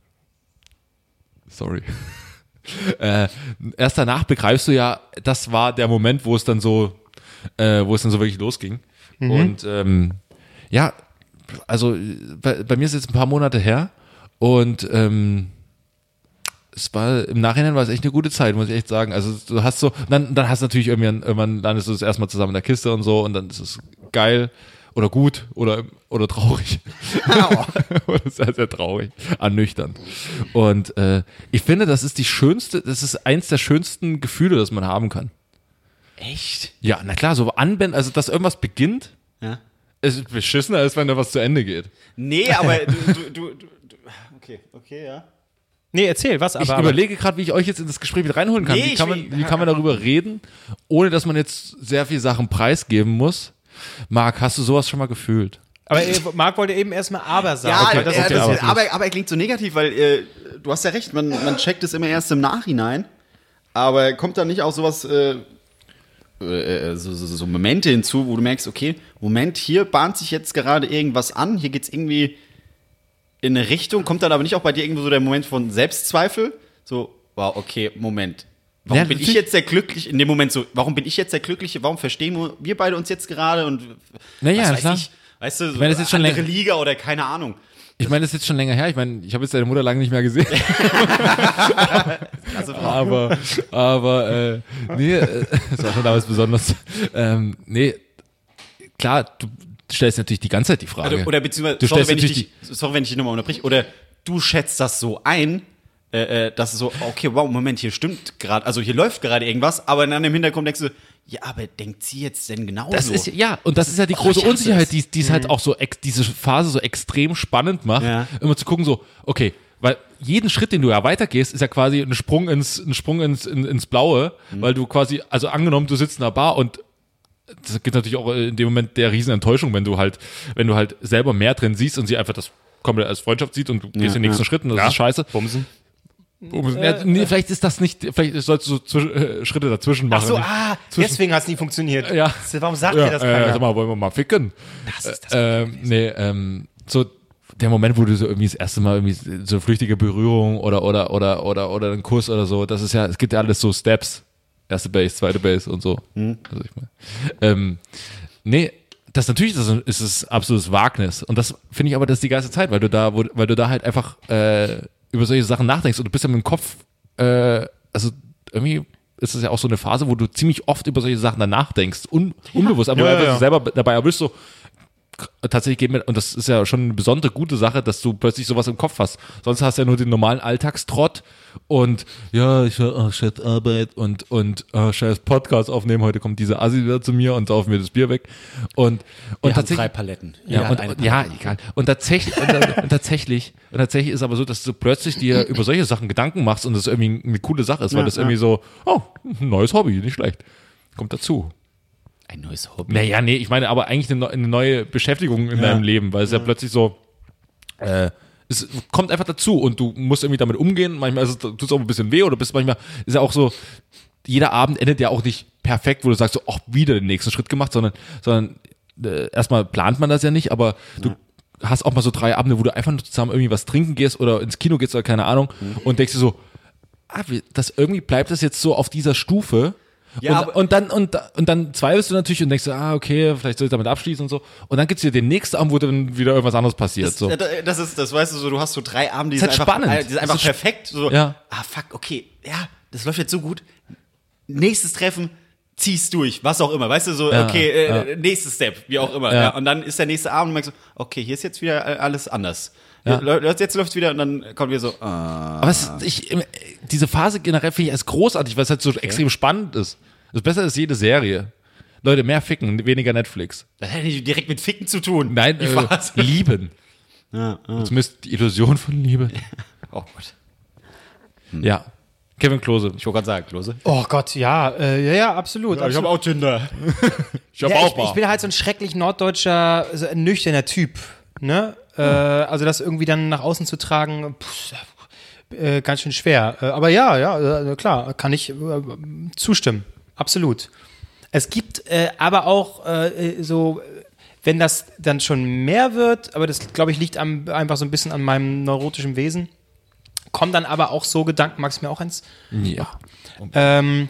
[SPEAKER 1] Sorry. äh, erst danach begreifst du ja, das war der Moment, wo es dann so, äh, wo es dann so wirklich losging.
[SPEAKER 2] Mhm.
[SPEAKER 1] Und ähm, ja, also bei, bei mir ist es jetzt ein paar Monate her und ähm, es war, im Nachhinein war es echt eine gute Zeit, muss ich echt sagen. Also du hast so, dann, dann hast du natürlich irgendwann, irgendwann landest du das erstmal zusammen in der Kiste und so und dann ist es geil oder gut oder, oder traurig. Oder sehr, sehr traurig, ernüchternd. Und äh, ich finde, das ist die schönste, das ist eins der schönsten Gefühle, das man haben kann.
[SPEAKER 3] Echt?
[SPEAKER 1] Ja, na klar, so anbinden, also dass irgendwas beginnt,
[SPEAKER 3] Ja.
[SPEAKER 1] ist beschissener, als wenn da was zu Ende geht.
[SPEAKER 3] Nee, aber du, du, du, du, du okay, okay, ja.
[SPEAKER 2] Nee, erzähl, was aber.
[SPEAKER 1] Ich
[SPEAKER 2] aber
[SPEAKER 1] überlege gerade, wie ich euch jetzt in das Gespräch mit reinholen kann.
[SPEAKER 3] Nee,
[SPEAKER 1] wie, kann
[SPEAKER 3] ich
[SPEAKER 1] man,
[SPEAKER 3] will-
[SPEAKER 1] wie kann man darüber reden, ohne dass man jetzt sehr viel Sachen preisgeben muss? Marc, hast du sowas schon mal gefühlt?
[SPEAKER 2] aber äh, Marc wollte eben erstmal aber sagen.
[SPEAKER 3] Ja,
[SPEAKER 2] Okay,
[SPEAKER 3] ja,
[SPEAKER 2] das
[SPEAKER 3] das
[SPEAKER 2] ist
[SPEAKER 3] ist,
[SPEAKER 2] aber.
[SPEAKER 3] aber, aber er klingt so negativ, weil äh, du hast ja recht, man, man checkt es immer erst im Nachhinein, aber kommt dann nicht auch sowas, äh, äh, so, so, so Momente hinzu, wo du merkst, okay, Moment, hier bahnt sich jetzt gerade irgendwas an, hier geht's irgendwie in eine Richtung, kommt dann aber nicht auch bei dir irgendwo so der Moment von Selbstzweifel, so, wow, okay, Moment. Warum
[SPEAKER 1] Ja,
[SPEAKER 3] bin ich
[SPEAKER 1] natürlich.
[SPEAKER 3] jetzt der Glückliche, in dem Moment so, warum bin ich jetzt der Glückliche, warum verstehen wir beide uns jetzt gerade und
[SPEAKER 1] Naja,
[SPEAKER 3] was weiß
[SPEAKER 1] klar.
[SPEAKER 3] ich, weißt du, so
[SPEAKER 1] meine, das ist schon
[SPEAKER 3] andere
[SPEAKER 1] länger-
[SPEAKER 3] Liga oder keine Ahnung.
[SPEAKER 1] Ich meine, das ist jetzt schon länger her. Ich meine, ich habe jetzt deine Mutter lange nicht mehr gesehen. aber, aber, äh, nee, äh, das war schon damals besonders. Ähm, nee, klar, du stellst natürlich die ganze Zeit die Frage.
[SPEAKER 3] Oder, oder beziehungsweise,
[SPEAKER 1] du
[SPEAKER 3] sorry,
[SPEAKER 1] stellst
[SPEAKER 3] wenn ich
[SPEAKER 1] natürlich
[SPEAKER 3] dich, sorry, wenn ich dich nochmal unterbrich, oder du schätzt das so ein, äh, äh, dass es so, okay, wow, Moment, hier stimmt gerade, also hier läuft gerade irgendwas, aber dann im Hintergrund denkst du, ja, aber denkt sie jetzt denn genauso?
[SPEAKER 1] Das ist ja, und das ist ja die
[SPEAKER 3] Oh,
[SPEAKER 1] große
[SPEAKER 3] ich hasse
[SPEAKER 1] Unsicherheit,
[SPEAKER 3] es.
[SPEAKER 1] die die es halt auch so ex, diese Phase so extrem spannend macht,
[SPEAKER 3] Ja.
[SPEAKER 1] immer zu gucken so, okay, weil jeden Schritt, den du ja weitergehst, ist ja quasi ein Sprung ins ein Sprung ins in, ins Blaue, weil du quasi, also angenommen, du sitzt in einer Bar und das gibt natürlich auch in dem Moment der Riesenenttäuschung, wenn du halt, wenn du halt selber mehr drin siehst und sie einfach das komplett als Freundschaft sieht und du gehst den nächsten
[SPEAKER 3] ja.
[SPEAKER 1] Schritt und das ist scheiße.
[SPEAKER 2] Bumsen.
[SPEAKER 1] Bumsen. Ja, nee, vielleicht ist das nicht, vielleicht sollst du so Zwisch- äh, Schritte dazwischen machen.
[SPEAKER 2] Ach so,
[SPEAKER 1] Nicht-
[SPEAKER 2] ah,
[SPEAKER 1] zwischen-
[SPEAKER 2] deswegen hat es nie funktioniert.
[SPEAKER 1] Ja.
[SPEAKER 2] Warum sagt
[SPEAKER 1] ja,
[SPEAKER 2] ihr das
[SPEAKER 1] äh,
[SPEAKER 2] keiner?
[SPEAKER 1] sag mal, wollen wir mal ficken?
[SPEAKER 2] Das ist das
[SPEAKER 1] Ähm, nee, ähm, so der Moment, wo du so irgendwie das erste Mal irgendwie so flüchtige Berührung oder oder oder oder oder ein Kuss oder so, das ist ja, es gibt ja alles so Steps, erste Base, zweite Base und so.
[SPEAKER 2] Hm.
[SPEAKER 1] Also ich mein, ähm, nee, das natürlich ist, es absolutes Wagnis und das finde ich aber das die ganze Zeit, weil du da, wo, weil du da halt einfach äh, über solche Sachen nachdenkst und du bist ja mit dem Kopf, äh, also irgendwie ist es ja auch so eine Phase, wo du ziemlich oft über solche Sachen dann nachdenkst, un, unbewusst, aber
[SPEAKER 2] Ja,
[SPEAKER 1] du
[SPEAKER 2] ja,
[SPEAKER 1] einfach
[SPEAKER 2] ja.
[SPEAKER 1] so selber dabei erwischst, so tatsächlich geht mir, und das ist ja schon eine besondere gute Sache, dass du plötzlich sowas im Kopf hast. Sonst hast du ja nur den normalen Alltagstrott und ja, ich oh, scheiß Arbeit und und oh, scheiß Podcast aufnehmen, heute kommt dieser Assi wieder zu mir und saufen mir das Bier weg. Und, und
[SPEAKER 3] Wir haben
[SPEAKER 1] tatsächlich
[SPEAKER 3] drei Paletten.
[SPEAKER 1] ja,
[SPEAKER 3] Jeder
[SPEAKER 1] und,
[SPEAKER 3] hat eine
[SPEAKER 1] und, ja,
[SPEAKER 3] Palette.
[SPEAKER 1] egal. Und tatsächlich, und, und, und tatsächlich, und tatsächlich ist aber so, dass du plötzlich dir über solche Sachen Gedanken machst und das irgendwie eine coole Sache ist, weil
[SPEAKER 2] Ja,
[SPEAKER 1] das
[SPEAKER 2] ja.
[SPEAKER 1] irgendwie so, oh, ein neues Hobby, nicht schlecht. Kommt dazu.
[SPEAKER 3] Ein neues Hobby.
[SPEAKER 1] Naja, nee, ich meine aber eigentlich eine, neu- eine neue Beschäftigung in deinem Leben, weil es ja, plötzlich so, äh, es kommt einfach dazu und du musst irgendwie damit umgehen. Manchmal ist es, tut es auch ein bisschen weh oder bist manchmal, ist ja auch so, jeder Abend endet ja auch nicht perfekt, wo du sagst, so, ach, wieder den nächsten Schritt gemacht, sondern, sondern äh, erstmal plant man das ja nicht, aber du hast auch mal so drei Abende, wo du einfach nur zusammen irgendwie was trinken gehst oder ins Kino gehst oder keine Ahnung und denkst dir so, ah, wie- das irgendwie bleibt das jetzt so auf dieser Stufe.
[SPEAKER 3] Ja,
[SPEAKER 1] und,
[SPEAKER 3] aber-
[SPEAKER 1] und dann und, und dann zweifelst du natürlich und denkst so, ah, okay, vielleicht soll ich damit abschließen und so. Und dann gibt's hier den nächsten Abend, wo dann wieder irgendwas anderes passiert.
[SPEAKER 3] Das,
[SPEAKER 1] so.
[SPEAKER 3] das ist, das weißt du so, du hast so drei Abende, die
[SPEAKER 1] Das ist
[SPEAKER 3] sind
[SPEAKER 1] halt
[SPEAKER 3] einfach,
[SPEAKER 1] spannend.
[SPEAKER 3] äh, die sind
[SPEAKER 1] Das
[SPEAKER 3] einfach
[SPEAKER 1] ist
[SPEAKER 3] perfekt. So,
[SPEAKER 1] Ja.
[SPEAKER 3] ah, fuck, okay, ja, das läuft jetzt so gut. Nächstes Treffen, zieh's durch, was auch immer, weißt du, so,
[SPEAKER 1] Ja,
[SPEAKER 3] okay, äh,
[SPEAKER 1] ja.
[SPEAKER 3] nächstes Step, wie auch immer.
[SPEAKER 1] Ja.
[SPEAKER 3] Ja. Und dann ist der nächste Abend und merkst so, okay, hier ist jetzt wieder äh, alles anders.
[SPEAKER 1] Ja.
[SPEAKER 3] Ja. Jetzt läuft's wieder und dann kommt wieder so, ah.
[SPEAKER 1] Aber es, ich, diese Phase generell finde ich als großartig, weil es halt so extrem spannend ist. Das ist besser als jede Serie. Leute, mehr ficken, weniger Netflix.
[SPEAKER 3] Das hätte nicht direkt mit Ficken zu tun.
[SPEAKER 1] Nein,
[SPEAKER 3] Die
[SPEAKER 1] äh,
[SPEAKER 3] Phase.
[SPEAKER 1] lieben.
[SPEAKER 3] Ja, ja.
[SPEAKER 1] Zumindest die Illusion von Liebe.
[SPEAKER 3] Oh Gott.
[SPEAKER 1] Ja. Kevin Klose.
[SPEAKER 3] Ich wollte gerade sagen, Klose.
[SPEAKER 2] Oh Gott, ja, äh, ja, ja, absolut. absolut.
[SPEAKER 3] auch Tinder.
[SPEAKER 1] Ich hab
[SPEAKER 2] Ja, ich, ich bin halt so ein schrecklich norddeutscher, so ein nüchterner Typ. Ne? Äh, also das irgendwie dann nach außen zu tragen, pff, äh, ganz schön schwer. Äh, aber ja, ja, äh, klar, kann ich äh, zustimmen. Absolut. Es gibt äh, aber auch äh, so, wenn das dann schon mehr wird, aber das, glaube ich, liegt am, einfach so ein bisschen an meinem neurotischen Wesen, kommen dann aber auch so Gedanken, magst du mir auch eins?
[SPEAKER 1] Ja.
[SPEAKER 2] Ähm,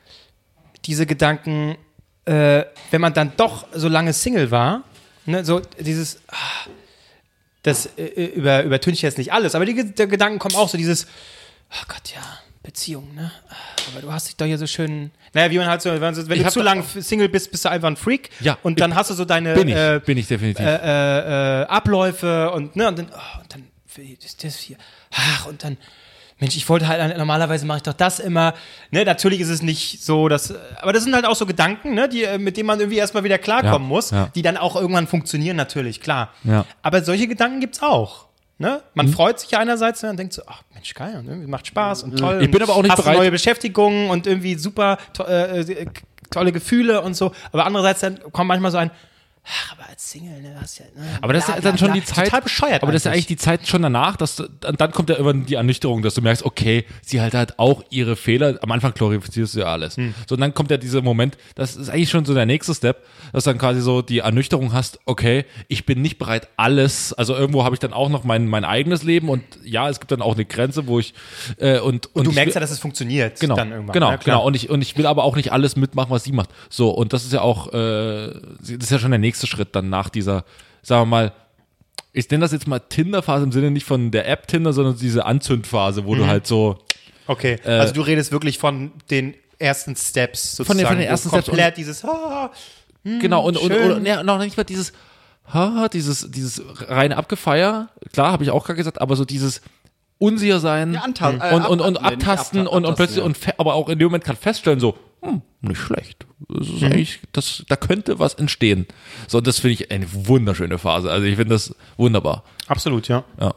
[SPEAKER 2] diese Gedanken, äh, wenn man dann doch so lange Single war, ne, so dieses, ah, das äh, über, übertöne ich jetzt nicht alles, aber die, Ge- der Gedanken kommen auch so dieses, oh Gott, ja, Beziehung, ne? Aber du hast dich doch hier so schön, naja, wie man halt so, wenn, wenn
[SPEAKER 1] Ich
[SPEAKER 2] du
[SPEAKER 1] hab
[SPEAKER 2] zu
[SPEAKER 1] da-
[SPEAKER 2] lange Single bist, bist du einfach ein Freak.
[SPEAKER 1] Ja,
[SPEAKER 2] und dann hast du so deine
[SPEAKER 1] Bin ich,
[SPEAKER 2] äh,
[SPEAKER 1] bin ich definitiv.
[SPEAKER 2] äh, äh, äh, Abläufe und, ne, und dann, oh, und dann ist das hier, ach, und dann, Mensch, ich wollte halt, normalerweise mache ich doch das immer, ne, natürlich ist es nicht so, dass, aber das sind halt auch so Gedanken, ne, die, mit denen man irgendwie erstmal wieder klarkommen
[SPEAKER 1] Ja,
[SPEAKER 2] muss,
[SPEAKER 1] ja.
[SPEAKER 2] die dann auch irgendwann funktionieren, natürlich, klar.
[SPEAKER 1] Ja.
[SPEAKER 2] Aber solche Gedanken gibt's auch, ne, man freut sich einerseits und denkt so, ach, Mensch, geil, und irgendwie macht Spaß und toll.
[SPEAKER 1] Ich bin aber auch nicht
[SPEAKER 2] hast
[SPEAKER 1] bereit-
[SPEAKER 2] neue Beschäftigungen und irgendwie super to äh, äh, tolle Gefühle und so, aber andererseits dann kommt manchmal so ein, ach, aber als Single, ne, hast ja, ne,
[SPEAKER 1] Aber das
[SPEAKER 2] bla,
[SPEAKER 1] ist dann
[SPEAKER 2] bla,
[SPEAKER 1] schon
[SPEAKER 2] bla.
[SPEAKER 1] die Zeit.
[SPEAKER 2] Total bescheuert.
[SPEAKER 1] Aber das ist ja eigentlich die Zeit schon danach, dass du, und dann kommt ja irgendwann die Ernüchterung, dass du merkst, okay, sie halt hat auch ihre Fehler. Am Anfang glorifizierst du ja alles.
[SPEAKER 2] Hm.
[SPEAKER 1] So, und dann kommt ja dieser Moment, das ist eigentlich schon so der nächste Step, dass du dann quasi so die Ernüchterung hast, okay, ich bin nicht bereit, alles, also irgendwo habe ich dann auch noch mein, mein eigenes Leben und ja, es gibt dann auch eine Grenze, wo ich, äh, und, und
[SPEAKER 2] Du
[SPEAKER 1] ich
[SPEAKER 2] merkst
[SPEAKER 1] will-
[SPEAKER 2] ja, dass es funktioniert
[SPEAKER 1] Genau,
[SPEAKER 2] dann irgendwann.
[SPEAKER 1] genau,
[SPEAKER 2] ja, klar.
[SPEAKER 1] genau. Und ich, und ich will aber auch nicht alles mitmachen, was sie macht. So, und das ist ja auch, äh, das ist ja schon der nächste Schritt dann nach dieser, sagen wir mal, ich nenne das jetzt mal Tinder-Phase im Sinne nicht von der App Tinder, sondern diese Anzündphase, wo
[SPEAKER 2] Mhm.
[SPEAKER 1] du halt so,
[SPEAKER 2] Okay, also du redest wirklich von den ersten Steps sozusagen.
[SPEAKER 1] Von den- von den
[SPEAKER 2] wo
[SPEAKER 1] ersten Steps
[SPEAKER 2] komplett dieses, ah,
[SPEAKER 1] genau, und, und,
[SPEAKER 2] schön.
[SPEAKER 1] und, ne, noch nicht mal dieses, ha, dieses, dieses reine Abgefeier, klar, habe ich auch gerade gesagt, aber so dieses unsicher sein
[SPEAKER 3] Ja, anta-
[SPEAKER 1] und,
[SPEAKER 3] äh,
[SPEAKER 1] und, und, und
[SPEAKER 3] ab- nee, nicht
[SPEAKER 1] abtasten
[SPEAKER 3] abta-
[SPEAKER 1] und, und
[SPEAKER 3] abtasten,
[SPEAKER 1] plötzlich,
[SPEAKER 3] ja.
[SPEAKER 1] und fe- aber auch in dem Moment kann feststellen, so, hm, nicht schlecht. Das ist eigentlich, das, da könnte was entstehen. So, und das finde ich eine wunderschöne Phase. Also ich finde das wunderbar.
[SPEAKER 2] Absolut, ja.
[SPEAKER 1] Ja.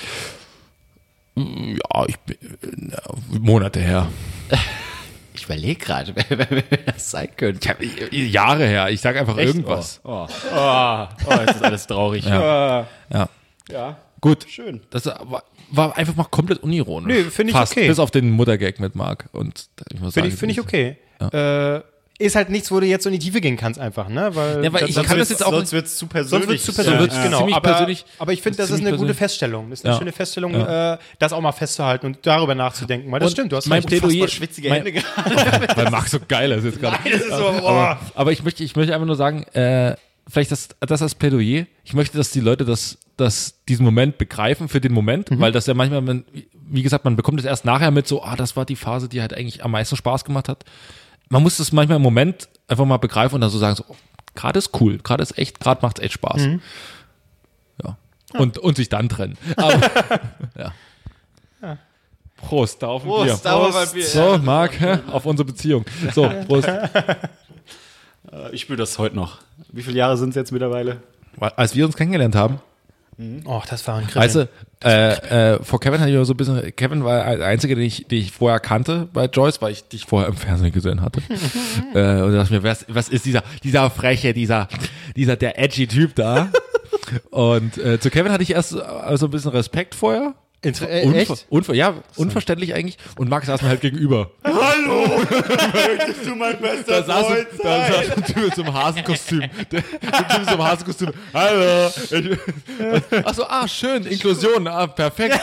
[SPEAKER 1] Ja, ich bin, ja, Monate her.
[SPEAKER 3] Ich überlege gerade, wer, wer, wer das sein könnte.
[SPEAKER 1] Jahre her. Ich sage einfach irgendwas.
[SPEAKER 3] Oh, oh, oh, jetzt ist alles traurig.
[SPEAKER 1] Ja. Ja.
[SPEAKER 3] Ja.
[SPEAKER 1] Gut.
[SPEAKER 3] Schön.
[SPEAKER 1] Das war, war einfach mal komplett unironisch.
[SPEAKER 2] Nö, finde ich
[SPEAKER 1] Fast,
[SPEAKER 2] okay.
[SPEAKER 1] Bis auf den Muttergag mit Marc. Und ich muss
[SPEAKER 2] Finde
[SPEAKER 1] sagen,
[SPEAKER 2] ich, find ich okay. Äh, ist halt nichts, wo du jetzt so in die Tiefe gehen kannst einfach, ne? Weil
[SPEAKER 1] Ja, weil ich
[SPEAKER 2] sonst
[SPEAKER 1] kann
[SPEAKER 2] wird's-
[SPEAKER 1] das jetzt auch
[SPEAKER 3] Sonst wird es zu persönlich.
[SPEAKER 2] Sonst wird es zu
[SPEAKER 1] Ja,
[SPEAKER 2] persönlich,
[SPEAKER 1] ja.
[SPEAKER 2] genau.
[SPEAKER 1] Ziemlich
[SPEAKER 2] aber,
[SPEAKER 1] persönlich.
[SPEAKER 2] aber ich finde, das ist
[SPEAKER 1] Ziemlich
[SPEAKER 2] eine gute
[SPEAKER 1] persönlich.
[SPEAKER 2] Feststellung. Das ist eine
[SPEAKER 1] Ja.
[SPEAKER 2] schöne Feststellung,
[SPEAKER 1] Ja.
[SPEAKER 2] äh, das auch mal festzuhalten und darüber nachzudenken. Weil das
[SPEAKER 1] Und
[SPEAKER 2] stimmt, du hast
[SPEAKER 1] mein
[SPEAKER 2] recht.
[SPEAKER 1] Plädoyer,
[SPEAKER 3] schwitzige
[SPEAKER 1] mein,
[SPEAKER 3] Hände gerade.
[SPEAKER 1] weil Marc so geil ist jetzt gerade.
[SPEAKER 2] Das ist so,
[SPEAKER 1] aber,
[SPEAKER 2] boah.
[SPEAKER 1] aber ich möchte, ich möchte einfach nur sagen, äh, vielleicht das, das als Plädoyer. Ich möchte, dass die Leute das das, diesen Moment begreifen für den Moment, mhm. weil das ja manchmal, man, wie gesagt, man bekommt es erst nachher mit so, ah, das war die Phase, die halt eigentlich am meisten Spaß gemacht hat. Man muss das manchmal im Moment einfach mal begreifen und dann so sagen, so, oh, gerade ist cool, gerade ist echt, gerade macht es echt Spaß. Mhm. Ja. Und, und sich dann trennen. Aber, ja. ja. Prost, da auf ein Bier.
[SPEAKER 3] Prost, da auf ein Bier.
[SPEAKER 1] So, Marc, auf unsere Beziehung. So, Prost.
[SPEAKER 3] Ich spüre das heute noch. Wie viele Jahre sind es jetzt mittlerweile?
[SPEAKER 1] Als wir uns kennengelernt haben,
[SPEAKER 2] oh, das war ein Kribbeln.
[SPEAKER 1] Weißt du, äh, äh, vor Kevin hatte ich auch so ein bisschen, Kevin war der Einzige, den ich, den ich vorher kannte bei Joyce, weil ich dich vorher im Fernsehen gesehen hatte. äh, und da dachte ich mir, was, was ist dieser, dieser freche, dieser, dieser, der edgy Typ da? Und äh, zu Kevin hatte ich erst äh, so ein bisschen Respekt vorher.
[SPEAKER 2] Inter äh,
[SPEAKER 1] Unver
[SPEAKER 2] echt?
[SPEAKER 1] Unver ja, unverständlich eigentlich. Und Max saß mir halt gegenüber.
[SPEAKER 3] Hallo! Möchtest du mein bester
[SPEAKER 1] Da saß,
[SPEAKER 3] Freund
[SPEAKER 1] ein, da saß ein Typ mit so einem Hasenkostüm. Der, der Typ mit so einem Hasenkostüm. Hallo! Achso, ah, schön, Inklusion, ah, perfekt.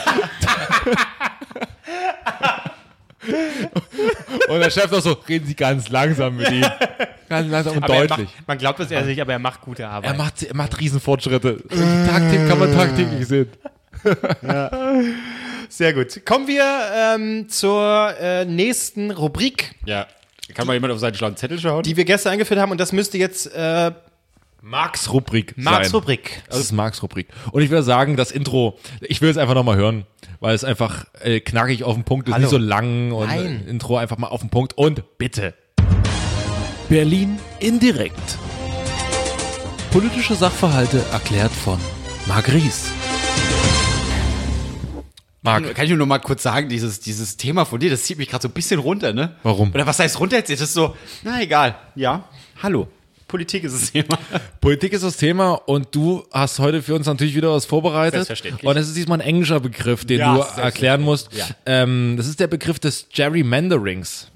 [SPEAKER 1] Und der Chef noch so, reden Sie ganz langsam mit ihm. Ganz langsam und
[SPEAKER 2] aber
[SPEAKER 1] deutlich.
[SPEAKER 2] Macht, man glaubt es eher nicht, aber er macht gute Arbeit.
[SPEAKER 1] Er macht, er macht Riesenfortschritte. Tagtäglich kann man tagtäglich sehen.
[SPEAKER 2] Ja. Sehr gut. Kommen wir ähm, zur äh, nächsten Rubrik,
[SPEAKER 3] Ja. Kann mal jemand auf seinen schlauen Zettel schauen?
[SPEAKER 2] die wir gestern eingeführt haben. Und das müsste jetzt äh,
[SPEAKER 1] Marks Rubrik
[SPEAKER 2] Marks
[SPEAKER 1] sein.
[SPEAKER 2] Rubrik.
[SPEAKER 1] Das ist Marks Rubrik. Und ich würde sagen, das Intro, ich will es einfach nochmal hören, weil es einfach äh, knackig auf den Punkt ist,
[SPEAKER 2] Hallo.
[SPEAKER 1] nicht so lang und
[SPEAKER 2] Nein.
[SPEAKER 1] äh, Intro einfach mal auf den Punkt. Und bitte. Berlin indirekt. Politische Sachverhalte erklärt von Marc Ries. Marc,
[SPEAKER 3] Kann ich nur noch mal kurz sagen, dieses, dieses Thema von dir, das zieht mich gerade so ein bisschen runter, ne?
[SPEAKER 1] Warum?
[SPEAKER 3] Oder was heißt runter jetzt? Das ist so, na egal. Ja, hallo. Politik ist das Thema.
[SPEAKER 1] Politik ist das Thema und du hast heute für uns natürlich wieder was vorbereitet.
[SPEAKER 3] Selbstverständlich.
[SPEAKER 1] Und es ist diesmal ein englischer Begriff, den
[SPEAKER 3] Ja,
[SPEAKER 1] du
[SPEAKER 3] selbstverständlich.
[SPEAKER 1] erklären musst.
[SPEAKER 3] Ja.
[SPEAKER 1] Ähm, das ist der Begriff des Gerrymanderings.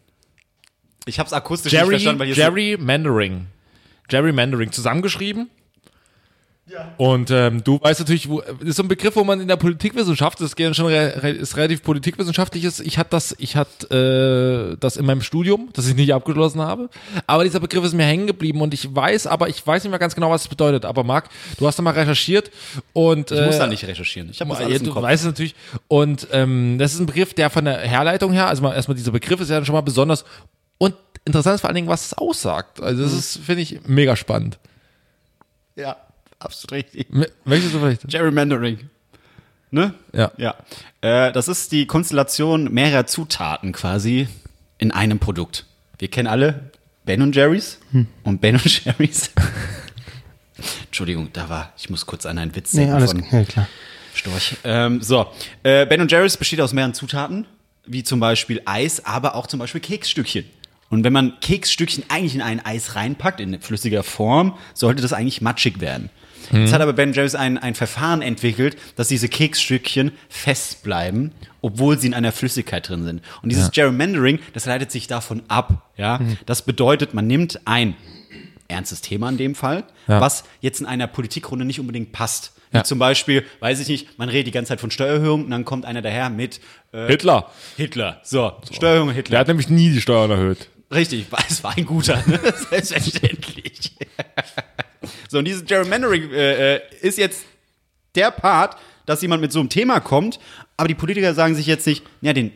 [SPEAKER 3] Ich hab's akustisch nicht
[SPEAKER 1] Jerry,
[SPEAKER 3] verstanden, weil hier
[SPEAKER 1] Gerrymandering. Gerrymandering zusammengeschrieben. Ja. Und ähm, du weißt natürlich, wo, das ist so ein Begriff, wo man in der Politikwissenschaft, das geht schon re, re, ist relativ politikwissenschaftlich ist. Ich hatte das, ich hatte äh, das in meinem Studium, das ich nicht abgeschlossen habe. Aber dieser Begriff ist mir hängen geblieben und ich weiß, aber ich weiß nicht mehr ganz genau, was es bedeutet. Aber Marc, du hast da mal recherchiert und
[SPEAKER 3] Ich muss
[SPEAKER 1] äh,
[SPEAKER 3] da nicht recherchieren. Ich habe das
[SPEAKER 1] ja,
[SPEAKER 3] alles im
[SPEAKER 1] du
[SPEAKER 3] Kopf.
[SPEAKER 1] weißt es natürlich. Und ähm, das ist ein Begriff, der von der Herleitung her, also mal, erstmal dieser Begriff ist ja schon mal besonders und interessant ist vor allen Dingen, was es aussagt. Also das ist, finde ich, mega spannend.
[SPEAKER 3] Ja, absolut richtig.
[SPEAKER 1] M- Möchtest du vielleicht?
[SPEAKER 3] Gerrymandering. Ne?
[SPEAKER 1] Ja.
[SPEAKER 3] Ja. Äh, das ist die Konstellation mehrerer Zutaten quasi in einem Produkt. Wir kennen alle Ben und Jerry's
[SPEAKER 2] Hm.
[SPEAKER 3] und Ben und Jerry's. Entschuldigung, da war, ich muss kurz an einen Witz
[SPEAKER 2] Nee,
[SPEAKER 3] denken
[SPEAKER 2] alles
[SPEAKER 3] von
[SPEAKER 2] ja, klar.
[SPEAKER 3] Storch. Ähm, so, äh, Ben und Jerry's besteht aus mehreren Zutaten, wie zum Beispiel Eis, aber auch zum Beispiel Keksstückchen. Und wenn man Keksstückchen eigentlich in ein Eis reinpackt, in flüssiger Form, sollte das eigentlich matschig werden.
[SPEAKER 1] Mhm.
[SPEAKER 3] Jetzt hat aber Ben Jerry's ein, ein Verfahren entwickelt, dass diese Keksstückchen fest bleiben, obwohl sie in einer Flüssigkeit drin sind. Und dieses
[SPEAKER 1] Ja.
[SPEAKER 3] Gerrymandering, das leitet sich davon ab. Ja?
[SPEAKER 1] Mhm.
[SPEAKER 3] Das bedeutet, man nimmt ein ernstes Thema in dem Fall,
[SPEAKER 1] Ja.
[SPEAKER 3] was jetzt in einer Politikrunde nicht unbedingt passt. Wie
[SPEAKER 1] Ja.
[SPEAKER 3] zum Beispiel, weiß ich nicht, man redet die ganze Zeit von Steuererhöhung und dann kommt einer daher mit äh,
[SPEAKER 1] Hitler.
[SPEAKER 3] Hitler. So, Steuererhöhung und
[SPEAKER 1] Der
[SPEAKER 3] Hitler.
[SPEAKER 1] hat nämlich nie die Steuern erhöht.
[SPEAKER 3] Richtig, es war ein guter, ne? Selbstverständlich. So, und dieses Gerrymandering äh, äh, ist jetzt der Part, dass jemand mit so einem Thema kommt, aber die Politiker sagen sich jetzt nicht, ja, den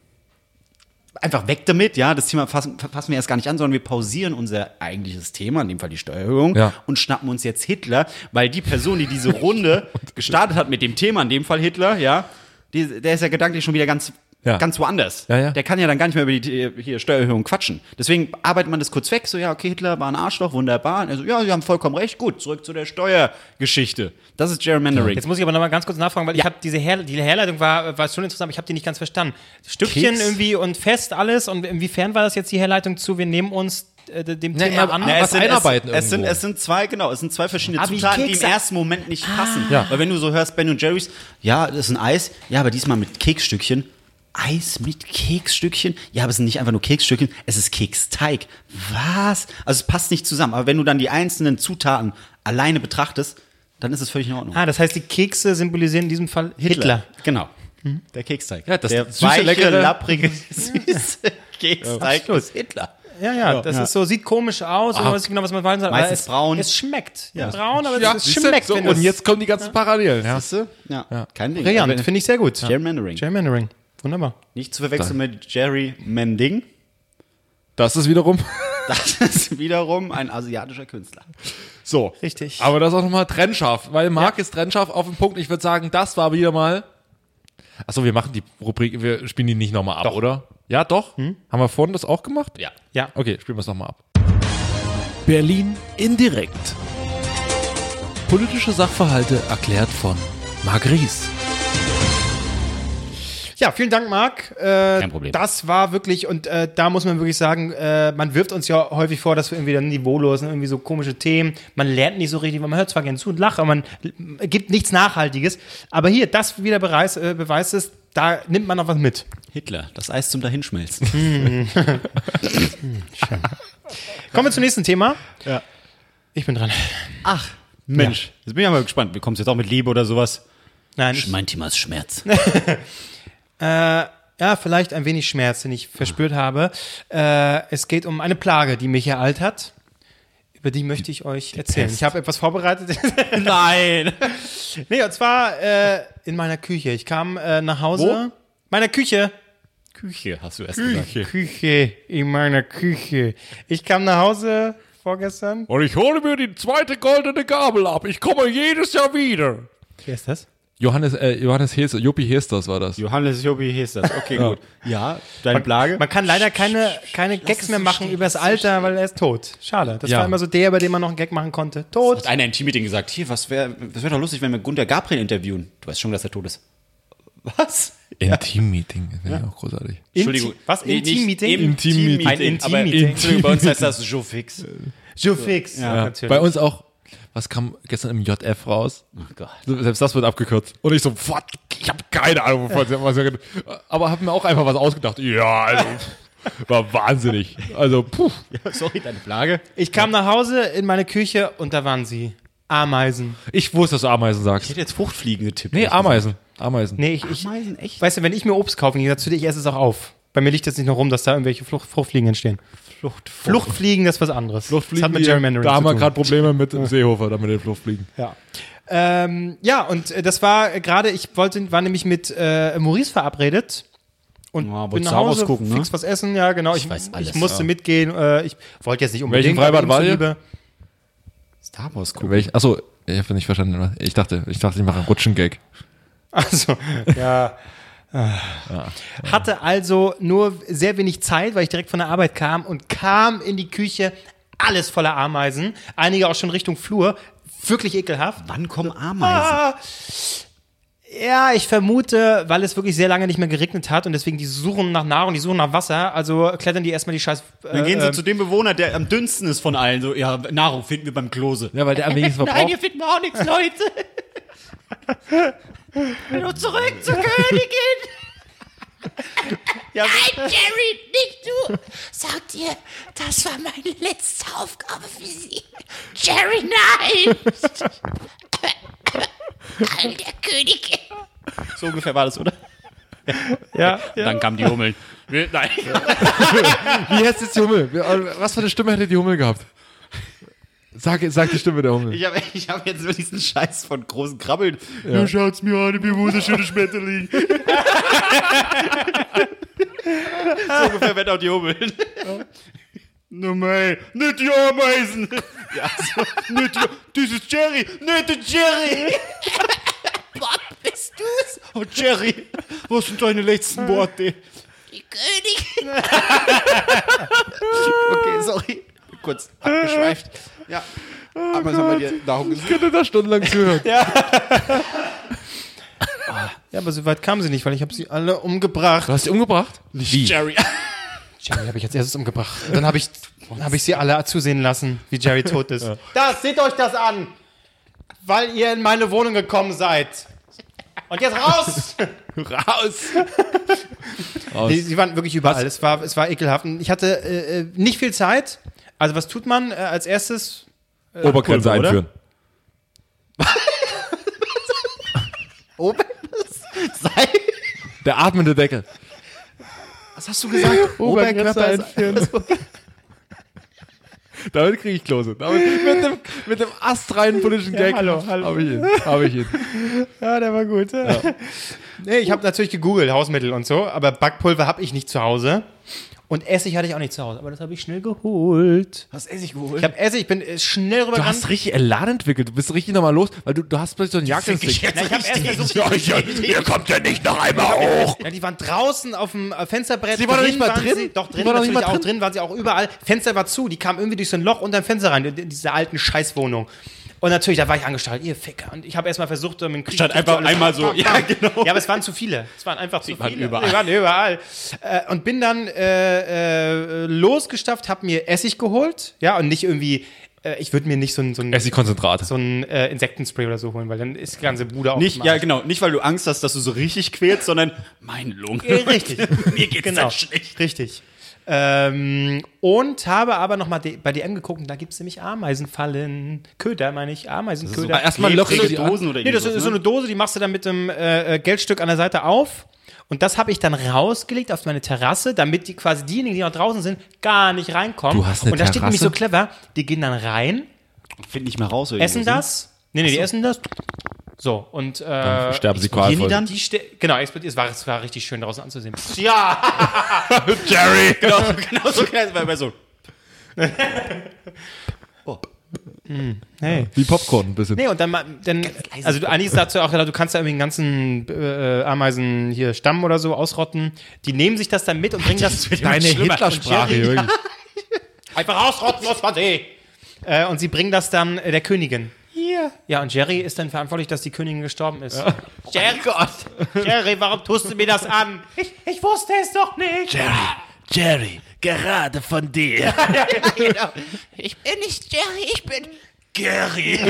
[SPEAKER 3] einfach weg damit, ja, das Thema fassen, fassen wir erst gar nicht an, sondern wir pausieren unser eigentliches Thema, in dem Fall die Steuererhöhung,
[SPEAKER 1] Ja.
[SPEAKER 3] und schnappen uns jetzt Hitler, weil die Person, die diese Runde gestartet hat mit dem Thema, in dem Fall Hitler, ja, die, der ist ja gedanklich schon wieder ganz,
[SPEAKER 1] Ja.
[SPEAKER 3] ganz woanders.
[SPEAKER 1] Ja, ja.
[SPEAKER 3] Der kann ja dann gar nicht mehr über die äh, hier Steuererhöhung quatschen. Deswegen arbeitet man das kurz weg, so, ja, okay, Hitler war ein Arschloch, wunderbar. Also, ja, Sie haben vollkommen recht, gut, zurück zu der Steuergeschichte. Das ist Gerrymandering.
[SPEAKER 2] Jetzt muss ich aber noch mal ganz kurz nachfragen, weil ich
[SPEAKER 3] Ja.
[SPEAKER 2] habe diese Her die Herleitung war, war schon interessant, aber ich habe die nicht ganz verstanden. Stückchen
[SPEAKER 3] Keks.
[SPEAKER 2] irgendwie und fest alles und inwiefern war das jetzt die Herleitung zu, wir nehmen uns äh, dem
[SPEAKER 1] Nee,
[SPEAKER 2] Thema
[SPEAKER 1] aber-
[SPEAKER 2] an?
[SPEAKER 1] Na, was einarbeiten
[SPEAKER 3] es, es, sind,
[SPEAKER 1] irgendwo.
[SPEAKER 3] es sind zwei, genau, es sind zwei verschiedene
[SPEAKER 2] Ah, wie
[SPEAKER 3] Zutaten, die im
[SPEAKER 2] Kekse.
[SPEAKER 3] ersten Moment nicht passen.
[SPEAKER 1] Ja.
[SPEAKER 3] Weil wenn du so hörst, Ben und Jerry's, ja, das ist ein Eis, ja, aber diesmal mit Keksstückchen. Eis mit Keksstückchen? Ja, aber es sind nicht einfach nur Keksstückchen, es ist Keksteig. Was? Also es passt nicht zusammen. Aber wenn du dann die einzelnen Zutaten alleine betrachtest, dann ist es völlig in Ordnung.
[SPEAKER 2] Ah, das heißt, die Kekse symbolisieren in diesem Fall Hitler.
[SPEAKER 3] Genau. Der Keksteig.
[SPEAKER 1] Ja, das
[SPEAKER 3] der
[SPEAKER 1] süße,
[SPEAKER 3] weiche,
[SPEAKER 1] leckere-
[SPEAKER 3] lapprige, süße Keksteig ist Hitler.
[SPEAKER 2] Ja, ja, das
[SPEAKER 3] Ja.
[SPEAKER 2] ist so, sieht komisch aus, und
[SPEAKER 1] Ah.
[SPEAKER 2] weiß nicht genau, was man wollen soll.
[SPEAKER 3] Meistens
[SPEAKER 2] aber es,
[SPEAKER 3] braun.
[SPEAKER 2] Es schmeckt. Ja, braun, aber
[SPEAKER 1] Ja,
[SPEAKER 2] es
[SPEAKER 1] siehste?
[SPEAKER 2] schmeckt.
[SPEAKER 1] so,
[SPEAKER 2] wenn
[SPEAKER 1] und
[SPEAKER 2] das-
[SPEAKER 1] jetzt kommen die ganzen Parallelen. Ja.
[SPEAKER 3] Weißt du? Ja. Kein Ding.
[SPEAKER 2] Brillant,
[SPEAKER 3] Aber
[SPEAKER 2] finde ich sehr gut.
[SPEAKER 3] Gerrymandering.
[SPEAKER 2] Gerrymandering. Wunderbar.
[SPEAKER 3] Nicht zu verwechseln mit Jerry Mending.
[SPEAKER 1] Das ist wiederum
[SPEAKER 3] Das ist wiederum ein asiatischer Künstler.
[SPEAKER 1] so.
[SPEAKER 2] Richtig.
[SPEAKER 1] Aber das ist auch nochmal trennscharf, weil Marc ist trennscharf auf den Punkt. Ich würde sagen, das war wieder mal. Achso, wir machen die Rubrik, wir spielen die nicht nochmal ab,
[SPEAKER 2] Doch.
[SPEAKER 1] oder? Ja, doch. Haben wir vorhin das auch gemacht?
[SPEAKER 3] Ja.
[SPEAKER 2] Ja.
[SPEAKER 1] Okay, spielen wir es nochmal ab. Berlin indirekt. Politische Sachverhalte erklärt von Marc Ries.
[SPEAKER 2] Ja, vielen Dank, Marc. Äh,
[SPEAKER 3] Kein Problem.
[SPEAKER 2] Das war wirklich, und äh, da muss man wirklich sagen, äh, man wirft uns ja häufig vor, dass wir irgendwie dann niveaulos sind, irgendwie so komische Themen. Man lernt nicht so richtig, man hört zwar gerne zu und lacht, aber man äh, gibt nichts Nachhaltiges. Aber hier, das wieder beweis, äh, beweist es, da nimmt man noch was mit.
[SPEAKER 3] Hitler, das Eis zum Dahinschmelzen.
[SPEAKER 2] Kommen wir zum nächsten Thema.
[SPEAKER 3] Ja.
[SPEAKER 2] Ich bin dran.
[SPEAKER 3] Ach, Mensch. Jetzt bin ich aber gespannt. Wie kommst du jetzt auch mit Liebe oder sowas?
[SPEAKER 2] Nein, ich,
[SPEAKER 3] Mein Thema ist Schmerz.
[SPEAKER 2] äh, ja, vielleicht ein wenig Schmerz, den ich verspürt habe. Äh, es geht um eine Plage, die mich ereilt hat. Über die möchte ich euch erzählen.
[SPEAKER 3] Pest.
[SPEAKER 2] Ich habe etwas vorbereitet.
[SPEAKER 3] Nein.
[SPEAKER 2] Nee, und zwar äh, in meiner Küche. Ich kam äh, nach Hause. Meiner Küche.
[SPEAKER 3] Küche, hast du erst gesagt.
[SPEAKER 2] Küche. In meiner Küche. Ich kam nach Hause vorgestern.
[SPEAKER 1] Und ich hole mir die zweite goldene Gabel ab. Ich komme jedes Jahr wieder.
[SPEAKER 2] Wer ist das?
[SPEAKER 1] Johannes, äh, Johannes Hester, Juppie Hesters war das.
[SPEAKER 3] Johannes Jobi hieß das. Okay, gut. Ja, deine Plage.
[SPEAKER 2] Man kann leider keine, keine Gags mehr machen über das Alter, weil er ist tot. Schade. Das
[SPEAKER 1] Ja.
[SPEAKER 2] war immer so der, über den man noch einen Gag machen konnte. Tot.
[SPEAKER 3] Hat einer im Teammeeting gesagt, hier, was wäre was wär doch lustig, wenn wir Gunter Gabriel interviewen. Du weißt schon, dass er tot ist. Was?
[SPEAKER 1] Intim-Meeting, finde ich auch großartig.
[SPEAKER 3] Entschuldigung.
[SPEAKER 2] Was?
[SPEAKER 3] Nee, nicht
[SPEAKER 2] Intim-Meeting?
[SPEAKER 3] im
[SPEAKER 1] Intim-Meeting.
[SPEAKER 3] Ein
[SPEAKER 2] Intim-Meeting.
[SPEAKER 3] Aber, Entschuldigung, bei uns heißt das Joe Fix.
[SPEAKER 2] Joe Fix.
[SPEAKER 3] Ja,
[SPEAKER 2] natürlich.
[SPEAKER 1] Bei uns auch, was kam gestern im J F raus?
[SPEAKER 3] Oh Gott.
[SPEAKER 1] Selbst das wird abgekürzt. Und ich so, what? Ich habe keine Ahnung, wovon sie was redet. Aber habe mir auch einfach was ausgedacht. Ja, also, war wahnsinnig. Also, puh.
[SPEAKER 3] Sorry, deine Plage.
[SPEAKER 2] Ich kam nach Hause in meine Küche und da waren sie. Ameisen.
[SPEAKER 1] Ich wusste, dass du Ameisen
[SPEAKER 3] Ich
[SPEAKER 1] sagst.
[SPEAKER 3] hätte jetzt Fruchtfliegen getippt.
[SPEAKER 1] Nee, Ameisen. Ameisen.
[SPEAKER 2] Nee, ich, ich
[SPEAKER 3] Ameisen, echt?
[SPEAKER 2] weißt du, wenn ich mir Obst kaufe, ich zu dir, ich esse es auch auf. Bei mir liegt es nicht nur rum, dass da irgendwelche Flucht, Fruchtfliegen entstehen.
[SPEAKER 3] Flucht.
[SPEAKER 2] Fluchtfliegen, das ist was anderes.
[SPEAKER 1] Fluchtfliegen,
[SPEAKER 2] das hat mit
[SPEAKER 1] die-
[SPEAKER 2] Gerrymandering
[SPEAKER 1] da haben
[SPEAKER 2] zu
[SPEAKER 1] wir
[SPEAKER 2] tun.
[SPEAKER 1] gerade Probleme mit dem Seehofer, da mit den Fluchtfliegen.
[SPEAKER 2] Ja. Ähm, ja, und äh, das war äh, gerade, ich wollte, war nämlich mit äh, Maurice verabredet und
[SPEAKER 3] Ja,
[SPEAKER 2] bin
[SPEAKER 3] wolltest
[SPEAKER 2] nach
[SPEAKER 3] Star Wars
[SPEAKER 2] Hause,
[SPEAKER 3] gucken, ne?
[SPEAKER 2] fix was essen, ja genau. Ich,
[SPEAKER 3] Ich weiß alles,
[SPEAKER 2] ich musste
[SPEAKER 3] ja.
[SPEAKER 2] mitgehen, äh, ich wollte jetzt nicht unbedingt.
[SPEAKER 1] Welchen Freibad
[SPEAKER 2] aber ihm
[SPEAKER 1] war ihr?
[SPEAKER 2] zuliebe-
[SPEAKER 3] Star Wars gucken.
[SPEAKER 1] Welch, achso, ich habe nicht verstanden. Ich dachte, ich dachte, ich mache einen Rutschengag.
[SPEAKER 2] Also, ja. Hatte also nur sehr wenig Zeit, weil ich direkt von der Arbeit kam und kam in die Küche, alles voller Ameisen, einige auch schon Richtung Flur, wirklich ekelhaft.
[SPEAKER 3] Wann kommen Ameisen?
[SPEAKER 2] Ah, ja, ich vermute, weil es wirklich sehr lange nicht mehr geregnet hat und deswegen die suchen nach Nahrung, die suchen nach Wasser, also klettern die erstmal die scheiß... Äh,
[SPEAKER 3] Dann gehen sie
[SPEAKER 2] äh,
[SPEAKER 3] zu dem Bewohner, der am dünnsten ist von allen. So, ja, Nahrung finden wir beim Klose.
[SPEAKER 1] Ja, weil der am wenigsten verbraucht.
[SPEAKER 3] finden wir auch nichts, Leute. Nur zurück zur Königin.
[SPEAKER 2] ja,
[SPEAKER 5] Jerry, nicht du! Sag dir, das war meine letzte Aufgabe für Sie. Jerry, nein! All der Königin.
[SPEAKER 3] So ungefähr war das, oder?
[SPEAKER 2] ja, ja.
[SPEAKER 3] Dann kamen die Hummeln. Wir, nein.
[SPEAKER 1] Wie heißt jetzt die Hummel? Was für eine Stimme hätte die Hummel gehabt? Sag, sag die Stimme der Hummel.
[SPEAKER 3] Ich habe ich hab jetzt nur diesen Scheiß von großen Krabbeln. Ja. Schaut's mir an, wie wunderschöne Schmetterling. So ungefähr werden auch die Hummeln. No mei, nicht die Ameisen. Ja, so, nicht die, das ist Jerry, nicht der Jerry.
[SPEAKER 5] Bob, bist du's?
[SPEAKER 3] Oh Jerry, was sind deine letzten Worte?
[SPEAKER 5] Die Königin.
[SPEAKER 3] Okay, sorry. Kurz abgeschweift. Ja. Aber was haben wir dir darum gesagt?
[SPEAKER 1] Ich könnte da stundenlang zuhören.
[SPEAKER 2] ja, aber so weit kamen sie nicht, weil ich habe sie alle umgebracht.
[SPEAKER 1] Du hast sie umgebracht?
[SPEAKER 3] Wie? Jerry.
[SPEAKER 2] Jerry habe ich als erstes umgebracht. Und dann habe ich, dann hab ich sie alle zusehen lassen, wie Jerry tot ist. Das, seht euch das an! Weil ihr in meine Wohnung gekommen seid. Und jetzt raus!
[SPEAKER 1] Raus!
[SPEAKER 2] Nee, sie waren wirklich überall. Es war, es war ekelhaft. Und ich hatte äh, äh, nicht viel Zeit. Also was tut man äh, als erstes?
[SPEAKER 1] Obergrenze
[SPEAKER 3] Pulver, oder?
[SPEAKER 1] einführen.
[SPEAKER 2] Oben?
[SPEAKER 3] Sei.
[SPEAKER 1] Der atmende Deckel.
[SPEAKER 3] Was hast du gesagt?
[SPEAKER 1] Obergrenze einführen. Damit kriege ich Klose. Damit, mit, dem, mit dem astreinen politischen Gag
[SPEAKER 2] hallo, hallo.
[SPEAKER 1] habe ich ihn. Hab ich ihn.
[SPEAKER 2] Ja, der war gut. Ja. Nee, ich habe natürlich gegoogelt, Hausmittel und so, aber Backpulver habe ich nicht zu Hause. Und Essig hatte ich auch nicht zu Hause, aber das habe ich schnell geholt.
[SPEAKER 3] Hast Essig geholt?
[SPEAKER 2] Ich habe Essig, ich bin äh, schnell rüber
[SPEAKER 1] Du hast richtig Elan entwickelt. Du bist richtig nochmal los, weil du, du hast plötzlich so einen Jagdinstinkt.
[SPEAKER 2] Na, ich habe erst versucht,
[SPEAKER 1] Ihr kommt ja nicht noch einmal hoch.
[SPEAKER 2] ja, die waren draußen auf dem äh, Fensterbrett.
[SPEAKER 1] Sie waren doch nicht mal
[SPEAKER 2] waren
[SPEAKER 1] drin?
[SPEAKER 2] Sie, doch,
[SPEAKER 1] Die
[SPEAKER 2] drin
[SPEAKER 1] waren doch nicht
[SPEAKER 2] natürlich
[SPEAKER 1] mal
[SPEAKER 2] auch
[SPEAKER 1] drin?
[SPEAKER 2] drin, waren sie auch überall. Fenster war zu, die kamen irgendwie durch so ein Loch unter dem Fenster rein, in diese alten Scheißwohnung. Und natürlich, da war ich angestellt, ihr Ficker. Und ich habe erstmal versucht, mit dem Krieg...
[SPEAKER 3] Statt einfach einmal so, ja, genau.
[SPEAKER 2] Ja, aber es waren zu viele. Es waren einfach zu
[SPEAKER 3] waren
[SPEAKER 2] viele.
[SPEAKER 3] überall.
[SPEAKER 2] Die waren überall. Äh, und bin dann äh, äh, losgestafft, habe mir Essig geholt. Ja, und nicht irgendwie... Äh, ich würde mir nicht so ein... So ein
[SPEAKER 1] Essigkonzentrat.
[SPEAKER 2] so ein äh, Insektenspray oder so holen, weil dann ist die ganze Bude auch
[SPEAKER 3] Nicht,
[SPEAKER 2] im
[SPEAKER 3] ja,
[SPEAKER 2] Arsch.
[SPEAKER 3] genau. Nicht, weil du Angst hast, dass du so richtig quälst, sondern meine Lunge.
[SPEAKER 2] Äh, Richtig.
[SPEAKER 3] Mir geht's
[SPEAKER 2] Genau,
[SPEAKER 3] dann schlecht.
[SPEAKER 2] richtig. Ähm, und habe aber nochmal bei D M geguckt und da gibt es nämlich Ameisenfallen. Köder, meine ich, Ameisenköder.
[SPEAKER 1] Aber erstmal lockere
[SPEAKER 3] Klebrige
[SPEAKER 1] die an.
[SPEAKER 3] Dosen oder
[SPEAKER 2] Nee, das
[SPEAKER 3] irgendwas,
[SPEAKER 2] ist so
[SPEAKER 3] ne?
[SPEAKER 2] eine Dose, die machst du dann mit dem äh, äh, Geldstück an der Seite auf. Und das habe ich dann rausgelegt auf meine Terrasse, damit die quasi diejenigen, die noch draußen sind, gar nicht reinkommen.
[SPEAKER 1] Du hast eine
[SPEAKER 2] und da steht nämlich
[SPEAKER 1] Terrasse?
[SPEAKER 2] so clever, die gehen dann rein,
[SPEAKER 3] Find nicht mehr raus. oder
[SPEAKER 2] essen
[SPEAKER 3] irgendwas,
[SPEAKER 2] das. Nee, nee, die essen das. So, und äh,
[SPEAKER 1] Sterben sie
[SPEAKER 3] explodieren die
[SPEAKER 1] qualvoll.
[SPEAKER 3] dann?
[SPEAKER 2] die ste- genau, explodiert. Es war, es war richtig schön draußen anzusehen. Ja!
[SPEAKER 1] Jerry!
[SPEAKER 3] Genau, genau so klein, weil bei so.
[SPEAKER 2] Hey.
[SPEAKER 1] Wie Popcorn ein bisschen.
[SPEAKER 2] Nee, und dann, ma- dann also du, eigentlich ist dazu auch, du kannst ja irgendwie den ganzen äh, Ameisen hier Stamm oder so ausrotten. Die nehmen sich das dann mit und bringen das
[SPEAKER 1] Deine
[SPEAKER 3] schlimmer.
[SPEAKER 1] Hitlersprache hier, wirklich.
[SPEAKER 2] einfach ausrotten muss man sie. Äh, und sie bringen das dann äh, der Königin. Hier. Ja, und Jerry ist dann verantwortlich, dass die Königin gestorben ist. Jerry, Gott. Jerry, warum tust du mir das an? Ich, ich wusste es doch nicht.
[SPEAKER 1] Jerry, Jerry, gerade von dir.
[SPEAKER 5] Genau. Ich bin nicht Jerry, ich bin
[SPEAKER 1] Gary.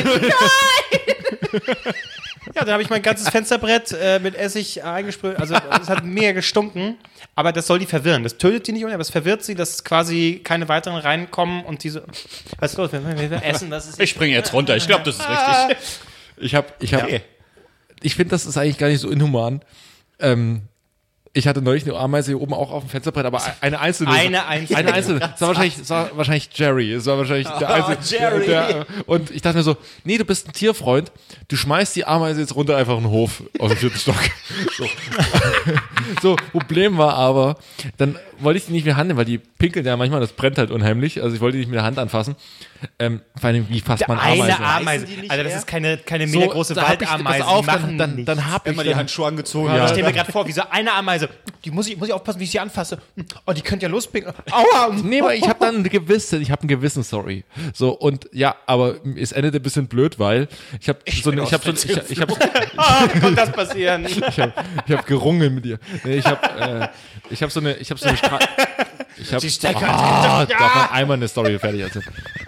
[SPEAKER 2] Ja, dann habe ich mein ganzes Fensterbrett äh, mit Essig eingesprüht. Also es hat mega gestunken. Aber das soll die verwirren. Das tötet die nicht, aber es verwirrt sie, dass quasi keine weiteren reinkommen und diese. Was ist los? Wir, wir, wir essen, das ist.
[SPEAKER 3] Ich springe jetzt runter. Ich glaube, das ist richtig.
[SPEAKER 1] Ich hab, ich hab, ich finde, das ist eigentlich gar nicht so inhuman. Ähm, ich hatte neulich eine Ameise hier oben auch auf dem Fensterbrett, aber eine einzelne.
[SPEAKER 2] Eine einzelne.
[SPEAKER 1] Eine einzelne. Das war wahrscheinlich, das war wahrscheinlich Jerry. Es war wahrscheinlich der einzelne.
[SPEAKER 3] Jerry.
[SPEAKER 1] Der, und ich dachte mir so, nee, du bist ein Tierfreund. Du schmeißt die Ameise jetzt runter einfach in den Hof aus dem vierten Stock. So. So, Problem war aber, dann wollte ich die nicht mehr handeln, weil die pinkeln ja manchmal, das brennt halt unheimlich. Also ich wollte die nicht mit der Hand anfassen. Ähm, vor allem, wie fasst man
[SPEAKER 2] Eine
[SPEAKER 1] Ameise?
[SPEAKER 2] Ameise.
[SPEAKER 3] die nicht
[SPEAKER 2] Alter, das
[SPEAKER 3] her?
[SPEAKER 2] ist keine, keine
[SPEAKER 1] So,
[SPEAKER 2] mega große
[SPEAKER 1] da hab ich-
[SPEAKER 2] Waldameise.
[SPEAKER 1] pass auf,
[SPEAKER 2] die machen
[SPEAKER 1] dann, dann,
[SPEAKER 2] nichts.
[SPEAKER 1] dann hab ich
[SPEAKER 3] Immer die
[SPEAKER 1] dann,
[SPEAKER 3] Handschuhe angezogen.
[SPEAKER 2] Ja, ich
[SPEAKER 3] hat.
[SPEAKER 2] stelle mir gerade vor, wie so eine Ameise. Die muss ich, muss ich aufpassen, wie ich sie anfasse. Oh, die könnte ja lospinkeln. Aua!
[SPEAKER 1] Nee, aber ich habe dann ein Gewissen, ich habe ein Gewissen, sorry. So, und ja, aber es endete ein bisschen blöd, weil ich habe so eine, ich habe so, ich, ich habe
[SPEAKER 2] Oh, wie konnte das passieren?
[SPEAKER 1] ich habe ich hab gerungen mit dir. Nee, ich habe äh, ich habe so eine, ich habe so eine Stra ich habe ah, darf man einmal eine Story fertig erzählen.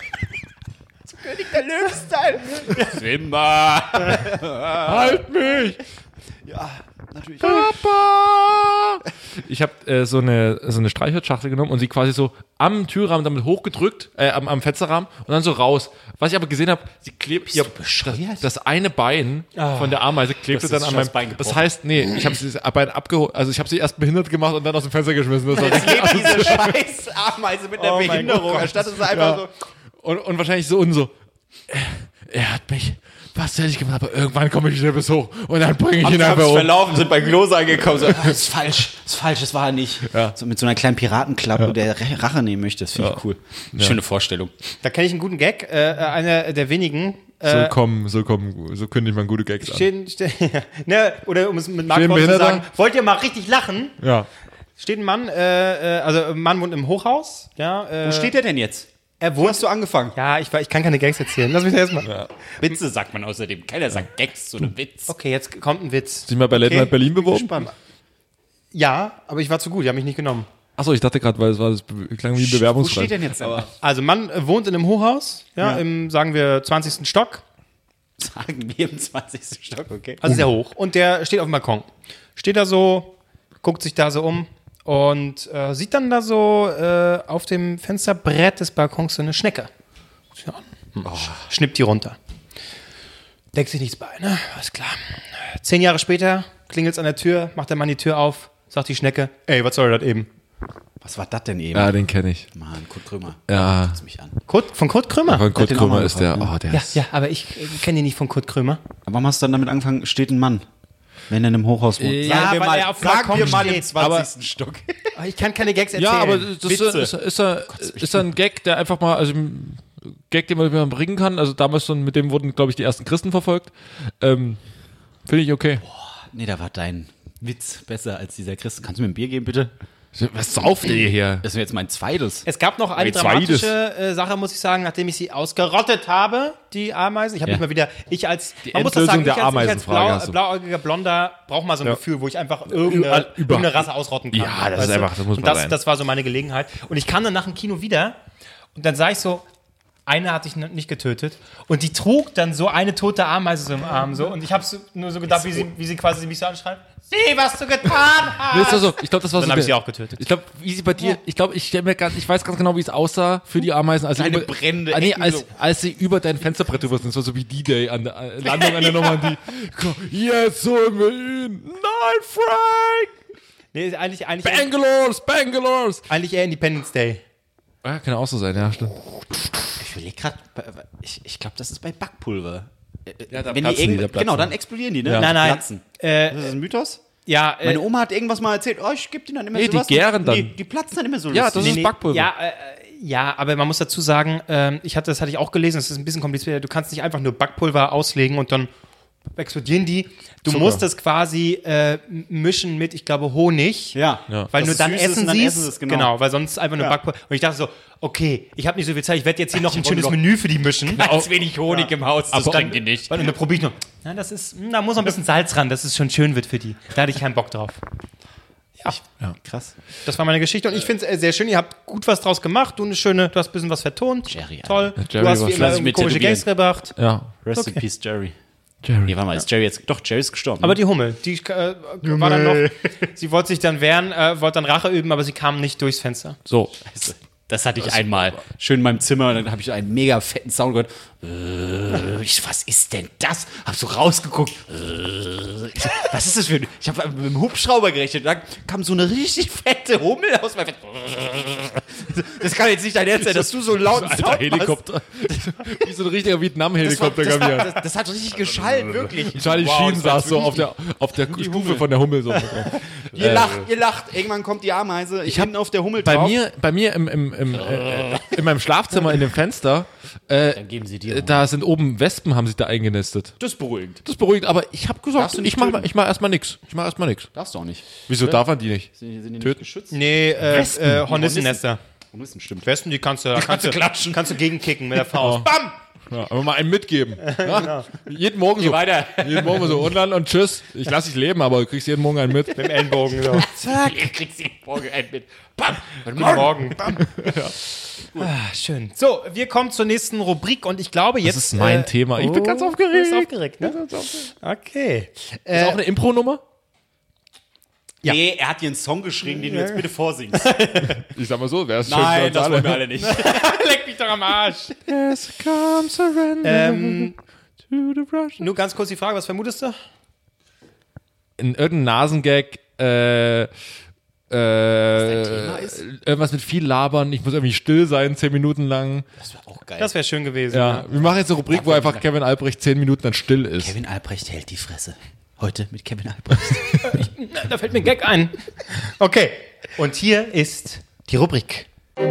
[SPEAKER 2] Der Löwenstein.
[SPEAKER 3] Simba.
[SPEAKER 1] Halt mich!
[SPEAKER 3] Ja, natürlich.
[SPEAKER 1] Papa! Ich habe äh, so eine so eine Streichholzschachtel genommen und sie quasi so am Türrahmen damit hochgedrückt, äh, am, am Fensterrahmen und dann so raus. Was ich aber gesehen habe, sie klebt ihr das, das eine Bein von der Ameise klebte
[SPEAKER 3] Das
[SPEAKER 1] dann
[SPEAKER 3] ist
[SPEAKER 1] an
[SPEAKER 3] schon
[SPEAKER 1] meinem
[SPEAKER 3] das Bein gebrochen.
[SPEAKER 1] Das heißt, nee, ich habe das Bein abgeholt, also ich habe sie erst behindert gemacht und dann aus dem Fenster geschmissen. Das war richtig
[SPEAKER 3] Diese scheiß Ameise mit einer
[SPEAKER 2] Oh mein
[SPEAKER 3] Behinderung.
[SPEAKER 2] Gott.
[SPEAKER 3] Anstatt es einfach so.
[SPEAKER 1] und, und wahrscheinlich so und so. Er, er hat mich fast fertig gemacht, aber irgendwann komme ich wieder bis hoch und dann bringe ich
[SPEAKER 3] Haben
[SPEAKER 1] ihn
[SPEAKER 3] sie
[SPEAKER 1] einfach
[SPEAKER 3] sich
[SPEAKER 1] um.
[SPEAKER 3] verlaufen, sind bei Klose angekommen. So, ah, das ist falsch, das ist falsch, das war er nicht.
[SPEAKER 1] Ja.
[SPEAKER 3] So mit so einer kleinen Piratenklappe, wo der Re- Rache nehmen möchte. Das finde ich cool. Schöne Vorstellung.
[SPEAKER 2] Da kenne ich einen guten Gag. Äh, einer der wenigen.
[SPEAKER 1] So
[SPEAKER 2] Äh,
[SPEAKER 1] kommen, so kommen, so kündigt man gute Gags an.
[SPEAKER 2] stehen, stehen, ne, oder um es mit Mark
[SPEAKER 1] Stehen
[SPEAKER 2] Wolf zu
[SPEAKER 1] Behinderter?
[SPEAKER 2] sagen, wollt ihr mal richtig lachen?
[SPEAKER 1] Ja.
[SPEAKER 2] Steht ein Mann, äh, äh, also ein Mann wohnt im Hochhaus. Ja, äh,
[SPEAKER 3] Wo steht der denn jetzt?
[SPEAKER 2] er
[SPEAKER 3] Wo
[SPEAKER 2] wohnt.
[SPEAKER 3] hast du angefangen?
[SPEAKER 2] Ja, ich, war- ich kann keine Gags erzählen. Lass mich das erstmal.
[SPEAKER 3] Witze sagt man außerdem. Keiner sagt Gags, so ein Witz.
[SPEAKER 2] Okay, jetzt kommt ein Witz.
[SPEAKER 1] Sind wir bei Late Night Berlin beworben?
[SPEAKER 2] Ja, aber ich war zu gut, die haben mich nicht genommen.
[SPEAKER 1] Achso, ich dachte gerade, weil es war das be- klang wie ein
[SPEAKER 3] Wo
[SPEAKER 1] Bewerbungsschreiben.
[SPEAKER 3] steht denn jetzt? Aber
[SPEAKER 2] Also Mann äh, wohnt in einem Hochhaus, ja,
[SPEAKER 3] Ja.
[SPEAKER 2] im, sagen wir, zwanzigsten Stock.
[SPEAKER 3] sagen wir im zwanzigsten Stock, okay.
[SPEAKER 2] Also sehr hoch. Und der steht auf dem Balkon. Steht da so, guckt sich da so um und äh, sieht dann da so äh, auf dem Fensterbrett des Balkons so eine Schnecke. Sieht sie an. Schnippt die runter. Denkt sich nichts bei, ne? Alles klar. Zehn Jahre später klingelt's an der Tür, macht der Mann die Tür auf, sagt die Schnecke, ey, was soll das eben?
[SPEAKER 3] Was war das denn eben?
[SPEAKER 1] Ja, den kenne ich.
[SPEAKER 3] Mann, Kurt Krömer.
[SPEAKER 1] Ja.
[SPEAKER 3] Guck's mich an.
[SPEAKER 2] Kurt, von Kurt Krömer?
[SPEAKER 1] Von Kurt
[SPEAKER 3] den auch
[SPEAKER 1] Krömer
[SPEAKER 3] mal
[SPEAKER 1] ist der,
[SPEAKER 3] gefragt,
[SPEAKER 1] oh, der
[SPEAKER 2] Ja,
[SPEAKER 1] ist,
[SPEAKER 2] ja, aber ich äh, kenne den nicht von Kurt Krömer.
[SPEAKER 3] Aber warum hast du dann damit angefangen, steht ein Mann, wenn er in einem Hochhaus wohnt?
[SPEAKER 2] Ja,
[SPEAKER 3] Sagen wir
[SPEAKER 2] weil
[SPEAKER 3] mal,
[SPEAKER 2] er auf dem
[SPEAKER 3] sagen
[SPEAKER 2] Balkon
[SPEAKER 3] wir mal im
[SPEAKER 2] steht.
[SPEAKER 3] zwanzigsten Stock.
[SPEAKER 2] Ich kann keine Gags erzählen.
[SPEAKER 1] ja, aber das ist,
[SPEAKER 3] Witze.
[SPEAKER 1] ist, ist, er, ist er ein Gag, der einfach mal, also ein Gag, den man bringen kann. Also damals schon, mit dem wurden, glaube ich, die ersten Christen verfolgt. Ähm, Finde ich okay.
[SPEAKER 3] Nee, da war dein Witz besser als dieser Christen. Kannst du mir ein Bier geben, bitte?
[SPEAKER 1] Was sauft ihr hier?
[SPEAKER 3] Das wäre jetzt mein zweites.
[SPEAKER 2] Es gab noch eine
[SPEAKER 1] Wie zweites.
[SPEAKER 2] dramatische äh, Sache, muss ich sagen, nachdem ich sie ausgerottet habe, die Ameisen. Ich habe
[SPEAKER 3] Ja.
[SPEAKER 2] mich mal wieder, ich als,
[SPEAKER 1] Die
[SPEAKER 2] man muss das
[SPEAKER 1] Endlösung
[SPEAKER 2] sagen,
[SPEAKER 1] der
[SPEAKER 2] ich als, ich als
[SPEAKER 1] Ameisenfrage hast
[SPEAKER 2] blau,
[SPEAKER 1] du.
[SPEAKER 2] blauäugiger Blonder brauche mal so ein
[SPEAKER 1] Ja.
[SPEAKER 2] Gefühl, wo ich einfach
[SPEAKER 1] Überall-
[SPEAKER 2] irgendeine,
[SPEAKER 1] überall.
[SPEAKER 2] irgendeine Rasse ausrotten kann.
[SPEAKER 1] Ja, das
[SPEAKER 2] weißt
[SPEAKER 1] ist
[SPEAKER 2] du?
[SPEAKER 1] einfach, das muss
[SPEAKER 2] Und
[SPEAKER 1] mal
[SPEAKER 2] das,
[SPEAKER 1] sein.
[SPEAKER 2] das war so meine Gelegenheit. Und ich kam dann nach dem Kino wieder und dann sah ich so, eine hatte ich noch nicht getötet und die trug dann so eine tote Ameise so im Arm so und ich habe so, nur so gedacht, wie sie, wie sie quasi mich so anschreibt. Sieh, was du getan hast!
[SPEAKER 1] Nee, ist doch so. Ich glaube, das war
[SPEAKER 2] Dann
[SPEAKER 1] so.
[SPEAKER 2] habe ich
[SPEAKER 1] der-
[SPEAKER 2] sie auch getötet.
[SPEAKER 1] Ich glaube, wie sie bei dir, ich glaube, ich stell mir ganz, ich weiß ganz genau, wie es aussah für die Ameisen, als sie
[SPEAKER 3] Kleine
[SPEAKER 1] über,
[SPEAKER 3] brennende
[SPEAKER 1] ah, nee,
[SPEAKER 3] Ecken
[SPEAKER 1] als,
[SPEAKER 3] so.
[SPEAKER 1] als sie über dein Fensterbrett drüber sind. Das war so wie D-Day an der äh, Landung an der Normandie. Jetzt holen wir ihn! Nein, Frank!
[SPEAKER 2] Nee, eigentlich, eigentlich, eher,
[SPEAKER 1] Bangalores, Bangalores!
[SPEAKER 2] eigentlich eher Independence Day.
[SPEAKER 1] Ja, kann auch so sein, ja, stimmt.
[SPEAKER 3] Ich überlege gerade, ich, ich glaube, das ist bei Backpulver.
[SPEAKER 1] Ja, da
[SPEAKER 3] Wenn
[SPEAKER 1] platzen
[SPEAKER 3] die irgend-
[SPEAKER 1] die, da platzen
[SPEAKER 3] genau,
[SPEAKER 1] die.
[SPEAKER 3] dann explodieren die, ne?
[SPEAKER 1] Ja.
[SPEAKER 2] Nein, nein.
[SPEAKER 3] Platzen.
[SPEAKER 2] Äh,
[SPEAKER 3] Ist das ein Mythos?
[SPEAKER 2] ja, äh,
[SPEAKER 3] Meine Oma hat irgendwas mal erzählt, oh, ich gebe die dann immer
[SPEAKER 1] Nee, die
[SPEAKER 3] sowas.
[SPEAKER 1] gären dann.
[SPEAKER 3] Nee, die platzen dann immer so
[SPEAKER 1] Ja,
[SPEAKER 3] lustig.
[SPEAKER 1] das ist Backpulver.
[SPEAKER 2] Ja, äh, ja, aber man muss dazu sagen, ähm, ich hatte, das hatte ich auch gelesen, das ist ein bisschen kompliziert. Du kannst nicht einfach nur Backpulver auslegen und dann explodieren die. Du
[SPEAKER 1] Zucker.
[SPEAKER 2] musst das quasi äh, mischen mit, ich glaube, Honig.
[SPEAKER 3] Ja.
[SPEAKER 1] Ja.
[SPEAKER 2] Weil
[SPEAKER 3] Dass
[SPEAKER 2] nur
[SPEAKER 3] es
[SPEAKER 2] dann
[SPEAKER 3] süß ist
[SPEAKER 2] essen
[SPEAKER 3] und dann
[SPEAKER 2] sie
[SPEAKER 3] essen sie
[SPEAKER 2] es.
[SPEAKER 3] es,
[SPEAKER 2] Genau.
[SPEAKER 3] genau.
[SPEAKER 2] weil sonst einfach nur
[SPEAKER 3] Ja.
[SPEAKER 2] Backpulver. Und ich dachte so, okay, ich habe nicht so viel Zeit, ich werde jetzt hier noch ein
[SPEAKER 3] Ich
[SPEAKER 2] schönes
[SPEAKER 3] wollte noch-
[SPEAKER 2] Menü für die mischen.
[SPEAKER 3] Ganz wenig Honig im Haus, das
[SPEAKER 2] Aber
[SPEAKER 3] bringt die nicht.
[SPEAKER 2] Und dann probiere ich noch. Na, das ist, hm, da muss noch ein bisschen Salz ran, dass es schon schön wird für die. Da hatte ich keinen Bock drauf. Ja,
[SPEAKER 3] Krass.
[SPEAKER 2] das war meine Geschichte und ich finde es sehr schön. Ihr habt gut was draus gemacht. Du eine schöne, du hast ein bisschen was vertont.
[SPEAKER 3] Jerry,
[SPEAKER 2] Toll.
[SPEAKER 1] Ja, Jerry
[SPEAKER 2] du hast
[SPEAKER 1] war
[SPEAKER 2] wie
[SPEAKER 1] schön.
[SPEAKER 2] immer
[SPEAKER 3] Lass ich mir
[SPEAKER 2] komische
[SPEAKER 3] tätowieren.
[SPEAKER 2] Gags gebracht.
[SPEAKER 1] Ja.
[SPEAKER 3] Rest in Peace, Jerry.
[SPEAKER 1] Jerry.
[SPEAKER 3] Nee, warte mal, ist Jerry jetzt, doch, Jerry ist gestorben.
[SPEAKER 2] Aber die Hummel, die äh, war dann noch. Sie wollte sich dann wehren, äh, wollte dann Rache üben, aber sie kam nicht durchs Fenster.
[SPEAKER 1] So.
[SPEAKER 3] das hatte ich einmal. Schön in meinem Zimmer, und dann habe ich einen mega fetten Sound gehört. Äh, ich, was ist denn das? Hab so rausgeguckt. Äh, ich, was ist das für ein... Ich habe mit dem Hubschrauber gerechnet. Da kam so eine richtig fette Hummel aus meinem Fenster. Das kann jetzt nicht dein Ernst sein, dass du so laut
[SPEAKER 1] Alter Helikopter. Wie so ein richtiger Vietnam-Helikopter
[SPEAKER 3] Das,
[SPEAKER 1] kam
[SPEAKER 3] war,
[SPEAKER 1] hier.
[SPEAKER 3] das, das hat richtig geschallt, wirklich.
[SPEAKER 1] Charlie
[SPEAKER 3] Wow,
[SPEAKER 1] Sheen
[SPEAKER 3] das war
[SPEAKER 1] saß so auf der, auf der Stufe von der Hummel. So.
[SPEAKER 3] Ihr lacht, ihr lacht. Irgendwann kommt die Ameise. Ich hinten auf der Hummel
[SPEAKER 1] Bei
[SPEAKER 3] drauf.
[SPEAKER 1] mir, bei mir im, im, im, äh, in meinem Schlafzimmer in dem Fenster, äh,
[SPEAKER 3] Dann geben sie dir.
[SPEAKER 1] äh, da sind oben Wespen, haben sich da eingenistet.
[SPEAKER 3] Das ist beruhigend.
[SPEAKER 1] Das beruhigt, aber ich habe gesagt,
[SPEAKER 3] Darfst du nicht
[SPEAKER 1] ich mache
[SPEAKER 3] töten?
[SPEAKER 1] ich mach erstmal nix. Ich mache erstmal nix.
[SPEAKER 3] Darfst du auch nicht.
[SPEAKER 1] Wieso darf man die nicht?
[SPEAKER 3] Sind die, sind die nicht
[SPEAKER 1] Töten.
[SPEAKER 3] geschützt?
[SPEAKER 2] Nee, äh,
[SPEAKER 3] Wespen.
[SPEAKER 2] äh, Hornissennester.
[SPEAKER 3] Hornissen, stimmt.
[SPEAKER 2] Westen, die kannst du, da kannst,
[SPEAKER 3] kannst du
[SPEAKER 2] du
[SPEAKER 3] klatschen.
[SPEAKER 2] Kannst du gegenkicken mit der Faust.
[SPEAKER 3] Bam!
[SPEAKER 1] Ja, aber mal einen mitgeben. Ja? Jeden Morgen so.
[SPEAKER 3] weiter.
[SPEAKER 1] Jeden Morgen so und dann und tschüss. Ich lass dich leben, aber du kriegst jeden Morgen einen mit.
[SPEAKER 2] Mit dem Ellenbogen. So.
[SPEAKER 3] Zack. Ihr kriegt sie morgen ein mit. Bam! Guten
[SPEAKER 2] Guten Morgen. Ah, schön. So, wir kommen zur nächsten Rubrik und ich glaube jetzt.
[SPEAKER 1] Das ist mein
[SPEAKER 2] äh,
[SPEAKER 1] Thema. Ich bin ganz
[SPEAKER 2] Du
[SPEAKER 1] aufgeregt.
[SPEAKER 2] bist aufgeregt, ne? Okay.
[SPEAKER 1] Ist
[SPEAKER 2] Äh,
[SPEAKER 1] auch eine Impro-Nummer?
[SPEAKER 2] Ja.
[SPEAKER 3] Nee, er hat dir einen Song geschrieben, den du jetzt bitte vorsingst.
[SPEAKER 1] Ich sag mal so, wäre es schön für
[SPEAKER 3] Nein,
[SPEAKER 1] uns
[SPEAKER 3] das
[SPEAKER 1] alle.
[SPEAKER 3] wollen wir alle nicht.
[SPEAKER 2] leck mich doch am Arsch.
[SPEAKER 1] Yes, come surrender
[SPEAKER 2] Ähm,
[SPEAKER 1] to the Russian.
[SPEAKER 2] nur ganz kurz die Frage, was vermutest du?
[SPEAKER 1] In irgendeinem Nasengag, äh, äh,
[SPEAKER 3] Thema ist?
[SPEAKER 1] irgendwas mit viel labern, ich muss irgendwie still sein, zehn Minuten lang.
[SPEAKER 3] Das war auch geil.
[SPEAKER 2] Das wäre schön gewesen.
[SPEAKER 1] Ja, wir machen jetzt eine Rubrik, wo einfach Kevin Albrecht zehn Minuten dann still ist.
[SPEAKER 3] Kevin Albrecht hält die Fresse. Heute mit Kevin Albrecht.
[SPEAKER 2] Na, da fällt mir ein Gag ein. Okay. Und hier ist die Rubrik.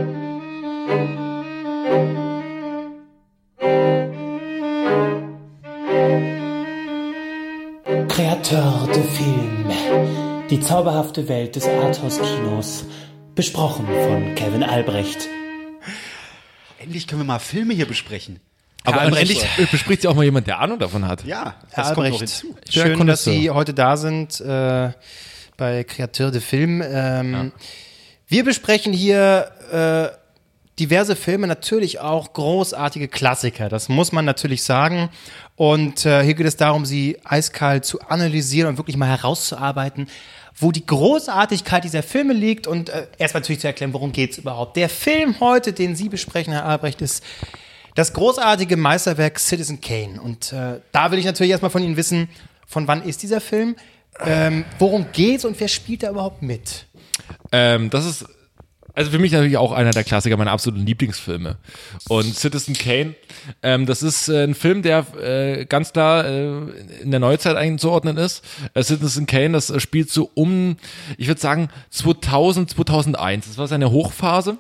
[SPEAKER 4] Créateur de Film. Die zauberhafte Welt des Arthouse-Kinos. Besprochen von Kevin Albrecht.
[SPEAKER 3] Endlich können wir mal Filme hier besprechen.
[SPEAKER 1] Aber
[SPEAKER 2] Herr Albrecht.
[SPEAKER 1] endlich bespricht sich auch mal jemand, der Ahnung davon hat.
[SPEAKER 3] Ja,
[SPEAKER 2] Herr
[SPEAKER 3] das kommt noch
[SPEAKER 2] Albrecht,
[SPEAKER 3] hinzu.
[SPEAKER 1] Ja,
[SPEAKER 2] schön, dass
[SPEAKER 1] Connoisseur.
[SPEAKER 2] Sie heute da sind äh, bei Créateur de Film. Ähm, Wir besprechen hier äh, diverse Filme, natürlich auch großartige Klassiker. Das muss man natürlich sagen. Und äh, hier geht es darum, sie eiskalt zu analysieren und wirklich mal herauszuarbeiten, wo die Großartigkeit dieser Filme liegt und äh, erstmal natürlich zu erklären, worum geht es überhaupt. Der Film heute, den Sie besprechen, Herr Albrecht, ist das großartige Meisterwerk Citizen Kane. Und äh, da will ich natürlich erstmal von Ihnen wissen, von wann ist dieser Film, ähm, worum geht's und wer spielt da überhaupt mit?
[SPEAKER 1] Ähm, das ist Also für mich natürlich auch einer der Klassiker, meiner absoluten Lieblingsfilme. Und Citizen Kane, ähm, das ist äh, ein Film, der äh, ganz klar äh, in der Neuzeit einzuordnen ist. Äh, Citizen Kane, das äh, spielt so um, ich würde sagen, zweitausend, zweitausendeins. Das war seine Hochphase.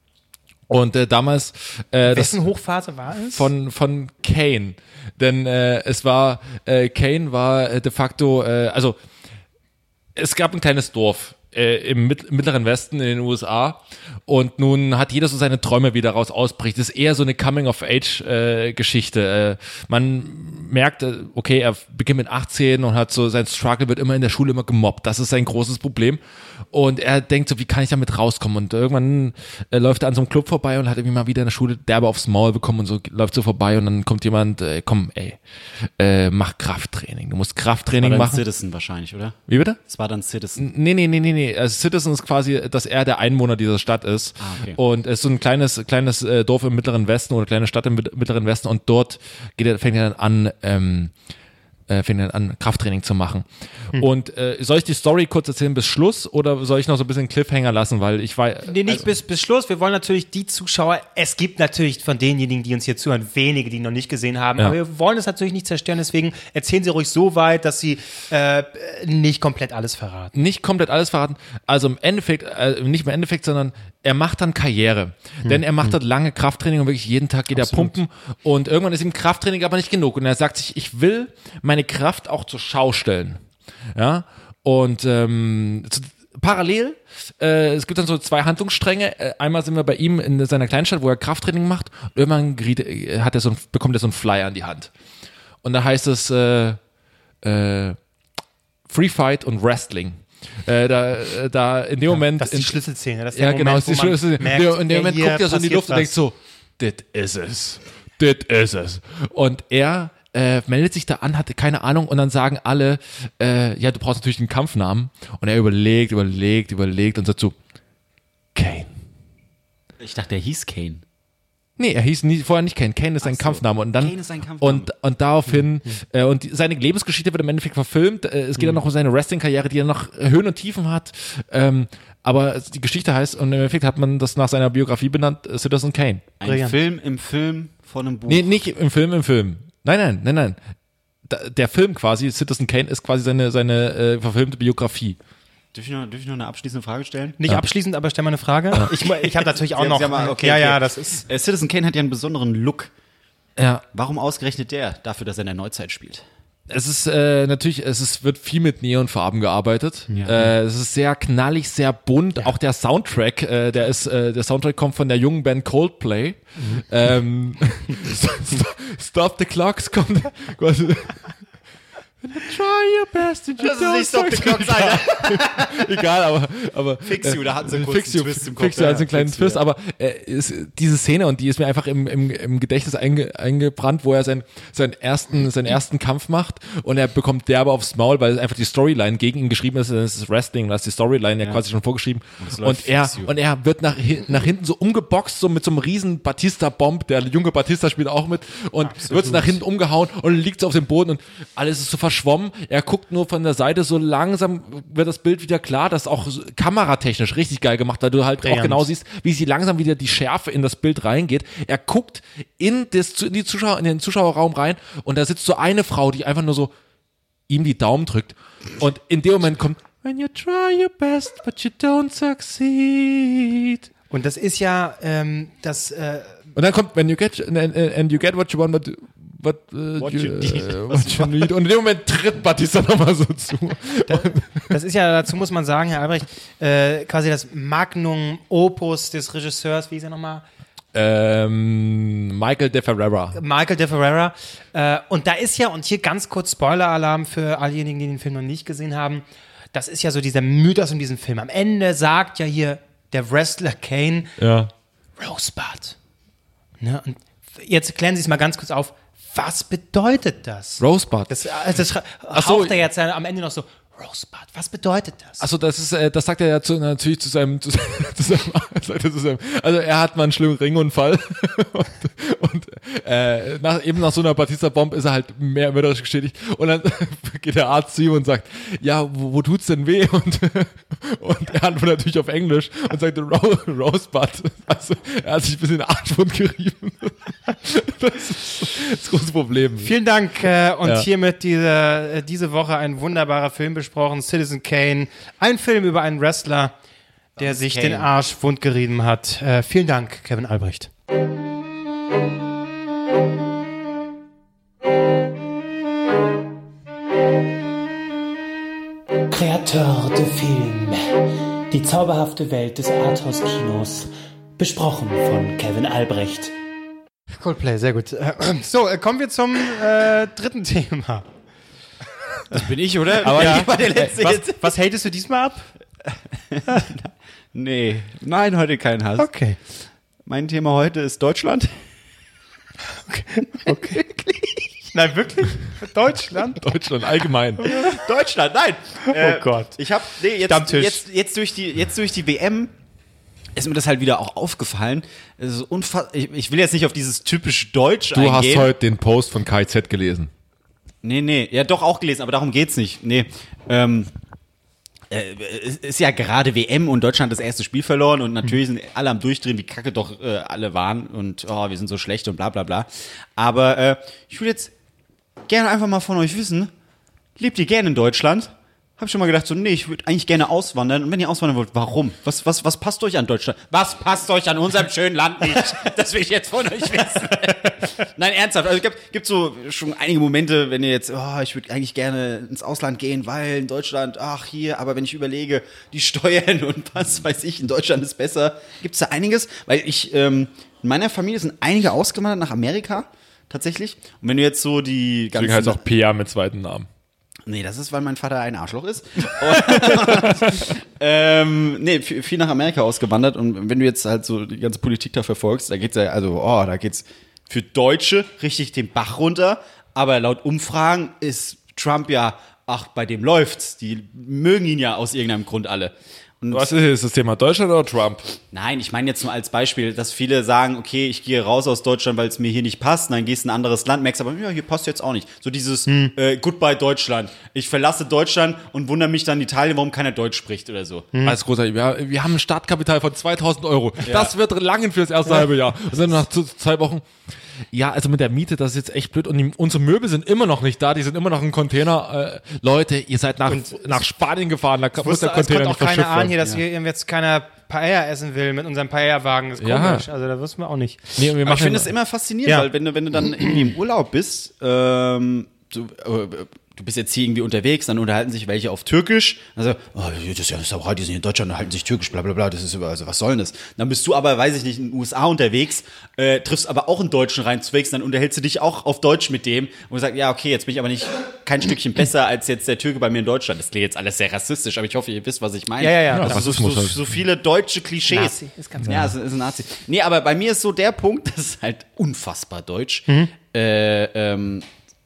[SPEAKER 1] Und äh, damals äh, das
[SPEAKER 2] Wessen Hochphase war es?
[SPEAKER 1] von von Kane, denn äh, es war äh, Kane war äh, de facto, äh, also es gab ein kleines Dorf äh, im, Mit- im mittleren Westen in den U S A und nun hat jeder so seine Träume, wie daraus ausbricht. Das ist eher so eine Coming-of-Age-Geschichte. Äh, man merkt, äh, okay, er beginnt mit achtzehn und hat so, sein Struggle wird immer in der Schule immer gemobbt. Das ist sein großes Problem. Und er denkt so, wie kann ich damit rauskommen? Und irgendwann äh, läuft er an so einem Club vorbei und hat irgendwie mal wieder in der Schule derbe aufs Maul bekommen und so läuft so vorbei und dann kommt jemand, äh, komm, ey, äh, mach Krafttraining. Du musst Krafttraining
[SPEAKER 3] War dann
[SPEAKER 1] machen.
[SPEAKER 3] Citizen wahrscheinlich, oder?
[SPEAKER 1] Wie bitte?
[SPEAKER 3] Es war dann Citizen.
[SPEAKER 1] Nee, nee, nee, nee, nee. Also Citizen ist quasi, dass er der Einwohner dieser Stadt ist.
[SPEAKER 3] Ah, okay.
[SPEAKER 1] Und es ist so ein kleines, kleines äh, Dorf im Mittleren Westen oder kleine Stadt im Mit- Mittleren Westen und dort geht er, fängt er dann an, ähm, äh, fängt er an, Krafttraining zu machen.
[SPEAKER 2] Hm.
[SPEAKER 1] Und äh, soll ich die Story kurz erzählen bis Schluss oder soll ich noch so ein bisschen Cliffhanger lassen, weil ich war.
[SPEAKER 2] Nee, nicht bis, bis Schluss. Wir wollen natürlich die Zuschauer, es gibt natürlich von denjenigen, die uns hier zuhören, wenige, die noch nicht gesehen haben,
[SPEAKER 1] Ja.
[SPEAKER 2] aber wir wollen es natürlich nicht zerstören, deswegen erzählen Sie ruhig so weit, dass Sie äh, nicht komplett alles verraten.
[SPEAKER 1] Nicht komplett alles verraten. Also im Endeffekt, äh, nicht im Endeffekt, sondern er macht dann Karriere.
[SPEAKER 2] Hm.
[SPEAKER 1] Denn er macht dort lange Krafttraining und wirklich jeden Tag geht er pumpen. Und irgendwann ist ihm Krafttraining aber nicht genug. Und er sagt sich, ich will meine Kraft auch zur Schau stellen. Ja. Und ähm, zu, parallel, äh, es gibt dann so zwei Handlungsstränge. Äh, einmal sind wir bei ihm in seiner Kleinstadt, wo er Krafttraining macht. Und irgendwann geriet, äh, hat er so ein, bekommt er so einen Flyer in die Hand. Und da heißt es äh, äh, Free Fight und Wrestling. Äh, da, äh, da in dem Moment.
[SPEAKER 2] Das ist die
[SPEAKER 1] in,
[SPEAKER 2] Schlüsselszene. Das ist
[SPEAKER 1] ja,
[SPEAKER 2] der
[SPEAKER 1] genau,
[SPEAKER 2] Moment,
[SPEAKER 1] das ist die
[SPEAKER 2] wo man
[SPEAKER 1] Schlüsselszene.
[SPEAKER 2] merkt,
[SPEAKER 1] Der- in dem
[SPEAKER 2] ey,
[SPEAKER 1] Moment
[SPEAKER 2] hier
[SPEAKER 1] guckt er so in die
[SPEAKER 2] passiert
[SPEAKER 1] Luft und denkt
[SPEAKER 2] was.
[SPEAKER 1] so, das ist es. Das ist es. Und er äh, meldet sich da an, hatte keine Ahnung und dann sagen alle, äh, ja, du brauchst natürlich einen Kampfnamen. Und er überlegt, überlegt, überlegt und sagt so, Kane.
[SPEAKER 3] Ich dachte, der hieß Kane.
[SPEAKER 1] Nee, er hieß nie, vorher nicht Kane. Kane ist sein
[SPEAKER 3] so.
[SPEAKER 1] Kampfname. Und dann,
[SPEAKER 3] Kane ist sein Kampfname.
[SPEAKER 1] Und, und daraufhin, äh, und die, seine Lebensgeschichte wird im Endeffekt verfilmt. Äh, es geht dann noch um seine Wrestling-Karriere, die er noch Höhen und Tiefen hat. Ähm, aber die Geschichte heißt, und im Endeffekt hat man das nach seiner Biografie benannt, äh, Citizen Kane.
[SPEAKER 3] Ein
[SPEAKER 2] Brillant.
[SPEAKER 3] Film im Film von einem Buch.
[SPEAKER 1] Nee, nicht im Film, im Film. Nein, nein, nein, nein. Da, der Film quasi, Citizen Kane, ist quasi seine, seine äh, verfilmte Biografie.
[SPEAKER 3] Dürf ich, noch, dürf ich noch eine abschließende Frage stellen?
[SPEAKER 2] Nicht abschließend, aber stell mal eine Frage. Ich, ich habe natürlich auch
[SPEAKER 3] Sie haben-
[SPEAKER 2] noch.
[SPEAKER 3] Sie haben mal- okay,
[SPEAKER 2] ja,
[SPEAKER 3] okay.
[SPEAKER 2] ja, das ist.
[SPEAKER 3] Äh, Citizen Kane hat ja einen besonderen Look.
[SPEAKER 1] Ja.
[SPEAKER 3] Warum ausgerechnet der? Dafür, dass er in der Neuzeit spielt.
[SPEAKER 1] Es ist äh, natürlich, es ist, wird viel mit Neonfarben gearbeitet. Äh, es ist sehr knallig, sehr bunt. Auch der Soundtrack, äh, der ist, äh, der Soundtrack kommt von der jungen Band Coldplay. Ähm, Stop the Clocks kommt. quasi- Try your best. and you
[SPEAKER 3] Das ist
[SPEAKER 1] don't
[SPEAKER 3] nicht Stop the
[SPEAKER 1] succeed.
[SPEAKER 3] Clocks, Alter.
[SPEAKER 1] Egal, aber, aber
[SPEAKER 3] Fix You, da hatten sie einen
[SPEAKER 1] äh,
[SPEAKER 3] kurzen
[SPEAKER 1] Fix You,
[SPEAKER 3] Twist im Kopf.
[SPEAKER 1] Fix You, also einen
[SPEAKER 3] Ja,
[SPEAKER 1] kleinen
[SPEAKER 3] Fix You,
[SPEAKER 1] Twist,
[SPEAKER 3] ja.
[SPEAKER 1] aber äh, ist, diese Szene, und die ist mir einfach im, im, im Gedächtnis einge, eingebrannt, wo er sein, seinen, ersten, seinen ersten Kampf macht und er bekommt derbe aufs Maul, weil einfach die Storyline gegen ihn geschrieben ist, das ist Wrestling, da ist die Storyline ja, quasi schon vorgeschrieben
[SPEAKER 3] es
[SPEAKER 1] und,
[SPEAKER 3] läuft
[SPEAKER 1] er,
[SPEAKER 3] Fix You.
[SPEAKER 1] und er wird nach, hin- nach hinten so umgeboxt, so mit so einem riesen Batista-Bomb, der junge Batista spielt auch mit und wird nach hinten umgehauen und liegt so auf dem Boden und alles ist so verschwommen, er guckt nur von der Seite, so langsam wird das Bild wieder klar, das ist auch so kameratechnisch richtig geil gemacht, weil du halt auch
[SPEAKER 2] Brillant.
[SPEAKER 1] genau siehst, wie sie langsam wieder die Schärfe in das Bild reingeht. Er guckt in, das, in, die Zuschauer, in den Zuschauerraum rein und da sitzt so eine Frau, die einfach nur so ihm die Daumen drückt und in dem Moment kommt When you try your best, but you don't succeed.
[SPEAKER 2] Und das ist ja, ähm, das, äh,
[SPEAKER 1] Und dann kommt When you get, and, and you get what you want, but What, uh,
[SPEAKER 3] What
[SPEAKER 1] you,
[SPEAKER 3] you need.
[SPEAKER 1] uh, what you need. Und in dem Moment tritt Batista nochmal so zu.
[SPEAKER 2] das ist ja, dazu muss man sagen, Herr Albrecht, äh, quasi das Magnum Opus des Regisseurs, wie ist er nochmal?
[SPEAKER 1] Ähm, Michael De Ferrera.
[SPEAKER 2] Michael De Ferrera. Äh, und da ist ja, und hier ganz kurz Spoiler-Alarm für all diejenigen, die den Film noch nicht gesehen haben, das ist ja so dieser Mythos in diesem Film. Am Ende sagt ja hier der Wrestler Kane,
[SPEAKER 1] Ja.
[SPEAKER 2] Rosebud. Ne? Und jetzt klären Sie es mal ganz kurz auf. Was bedeutet das?
[SPEAKER 1] Rosebud.
[SPEAKER 2] Das, also das
[SPEAKER 1] so.
[SPEAKER 2] haucht er jetzt am Ende noch so, Rosebud, was bedeutet das?
[SPEAKER 1] Achso, das ist, äh, das sagt er ja zu, natürlich zu seinem, zu, zu seinem, sagt er zu seinem, also er hat mal einen schlimmen Ringunfall und, und äh, nach, eben nach so einer Batista-Bomb ist er halt mehr mörderisch geschädigt und dann geht der Arzt zu ihm und sagt, ja, wo, wo tut's denn weh? Und, und er antwortet natürlich auf Englisch und sagt, Ro- Rosebud. Also er hat sich ein bisschen den Arschwund gerieben. Das ist das große Problem.
[SPEAKER 2] Vielen Dank äh, und
[SPEAKER 1] Ja.
[SPEAKER 2] hiermit diese, äh, diese Woche ein wunderbarer Film besprochen, Citizen Kane. Ein Film über einen Wrestler, der
[SPEAKER 3] ist
[SPEAKER 2] sich
[SPEAKER 3] Kane.
[SPEAKER 2] den Arsch wund gerieben hat. Äh, vielen Dank, Kevin Albrecht.
[SPEAKER 4] Créateur de Film. Die zauberhafte Welt des Arthouse-Kinos. Besprochen von Kevin Albrecht.
[SPEAKER 2] Coldplay, sehr gut. Äh, so, äh, kommen wir zum äh, dritten Thema.
[SPEAKER 3] Das bin ich, oder?
[SPEAKER 2] Aber
[SPEAKER 3] ja.
[SPEAKER 2] ja,
[SPEAKER 3] war der letzte
[SPEAKER 2] was,
[SPEAKER 3] jetzt.
[SPEAKER 2] was hatest du diesmal ab?
[SPEAKER 3] Nee, nein, heute kein Hass.
[SPEAKER 2] Okay.
[SPEAKER 3] Mein Thema heute ist Deutschland.
[SPEAKER 2] Okay. Nein, wirklich? Deutschland?
[SPEAKER 1] Deutschland allgemein.
[SPEAKER 3] Deutschland, nein. Äh,
[SPEAKER 2] Oh Gott.
[SPEAKER 3] Ich habe nee, jetzt,
[SPEAKER 2] Stammtisch.
[SPEAKER 3] jetzt, jetzt, durch die, jetzt durch die W M ist mir das halt wieder auch aufgefallen. Es ist unfass- ich, ich will jetzt nicht auf dieses typisch Deutsch
[SPEAKER 1] Du hast
[SPEAKER 3] eingehen.
[SPEAKER 1] heute den Post von K Z gelesen.
[SPEAKER 3] Nee, nee, ja doch auch gelesen, aber darum geht's nicht. Nee, ähm, äh, es ist ja gerade W M und Deutschland das erste Spiel verloren und natürlich sind alle am Durchdrehen, wie kacke doch äh, alle waren und oh, wir sind so schlecht und bla bla bla. Aber äh, ich würde jetzt gerne einfach mal von euch wissen, lebt ihr gerne in Deutschland? Hab schon mal gedacht, so, nee, ich würde eigentlich gerne auswandern. Und wenn ihr auswandern wollt, warum? Was, was, was passt euch an Deutschland? Was passt euch an unserem schönen Land nicht? Das will ich jetzt von euch wissen. Nein, ernsthaft. Also es gibt, gibt so schon einige Momente, wenn ihr jetzt, oh, ich würde eigentlich gerne ins Ausland gehen, weil in Deutschland, ach hier, aber wenn ich überlege, die Steuern und was weiß ich, in Deutschland ist besser. Gibt's da einiges? Weil ich, ähm, in meiner Familie sind einige ausgewandert nach Amerika, tatsächlich. Und wenn du jetzt so die
[SPEAKER 1] Deswegen heißt es auch P A mit zweiten Namen.
[SPEAKER 3] Nee, das ist, weil mein Vater ein Arschloch ist. Und, ähm, nee, viel, viel nach Amerika ausgewandert. Und wenn du jetzt halt so die ganze Politik da verfolgst, da geht's ja, also, oh, da geht's für Deutsche richtig den Bach runter. Aber laut Umfragen ist Trump ja, ach, bei dem läuft's. Die mögen ihn ja aus irgendeinem Grund alle. Und
[SPEAKER 1] Was ist jetzt das Thema? Deutschland oder Trump?
[SPEAKER 3] Nein, ich meine jetzt nur als Beispiel, dass viele sagen, okay, ich gehe raus aus Deutschland, weil es mir hier nicht passt, und dann gehst du in ein anderes Land, merkst aber, ja, hier passt jetzt auch nicht. So dieses äh, Goodbye Deutschland. Ich verlasse Deutschland und wundere mich dann in Italien, warum keiner Deutsch spricht oder so.
[SPEAKER 1] Alles großartig. Wir, wir haben ein Startkapital von zweitausend Euro. Das wird langen fürs erste halbe Jahr. Und dann nach z- zwei Wochen, ja, also mit der Miete, das ist jetzt echt blöd. Und die, unsere Möbel sind immer noch nicht da, die sind immer noch im Container. Äh, Leute, ihr seid nach, nach Spanien gefahren, da muss
[SPEAKER 2] Wusste,
[SPEAKER 1] der
[SPEAKER 2] es
[SPEAKER 1] Container
[SPEAKER 2] kommt
[SPEAKER 1] nicht
[SPEAKER 2] auch keiner
[SPEAKER 1] verschifft
[SPEAKER 2] an hier,
[SPEAKER 1] werden.
[SPEAKER 2] dass hier jetzt keiner Paella essen will mit unserem Paella-Wagen. Das ist
[SPEAKER 1] Ja.
[SPEAKER 2] komisch. Also da wussten wir auch nicht.
[SPEAKER 1] Nee, und wir
[SPEAKER 3] Aber
[SPEAKER 1] machen
[SPEAKER 3] ich finde es immer faszinierend,
[SPEAKER 2] Ja.
[SPEAKER 3] weil wenn du, wenn du dann irgendwie im Urlaub bist, ähm, du, äh, du bist jetzt hier irgendwie unterwegs, dann unterhalten sich welche auf Türkisch. Also, oh, das ist ja Sauerei, die sind hier in Deutschland, unterhalten sich Türkisch, bla bla bla, das ist über, also was soll denn das? Dann bist du aber, weiß ich nicht, in den U S A unterwegs, äh, triffst aber auch einen Deutschen rein zunächst, dann unterhältst du dich auch auf Deutsch mit dem und sagst, ja, okay, jetzt bin ich aber nicht kein Stückchen besser als jetzt der Türke bei mir in Deutschland. Das klingt jetzt alles sehr rassistisch, aber ich hoffe, ihr wisst, was ich meine.
[SPEAKER 2] Ja, ja, ja.
[SPEAKER 3] Also so,
[SPEAKER 1] Rassismus
[SPEAKER 3] so,
[SPEAKER 1] halt.
[SPEAKER 3] so viele deutsche Klischees.
[SPEAKER 2] Nazi, ist ganz
[SPEAKER 3] ja, es ist ein Nazi. Nee, aber bei mir ist so der Punkt, das ist halt unfassbar deutsch. Äh, ähm,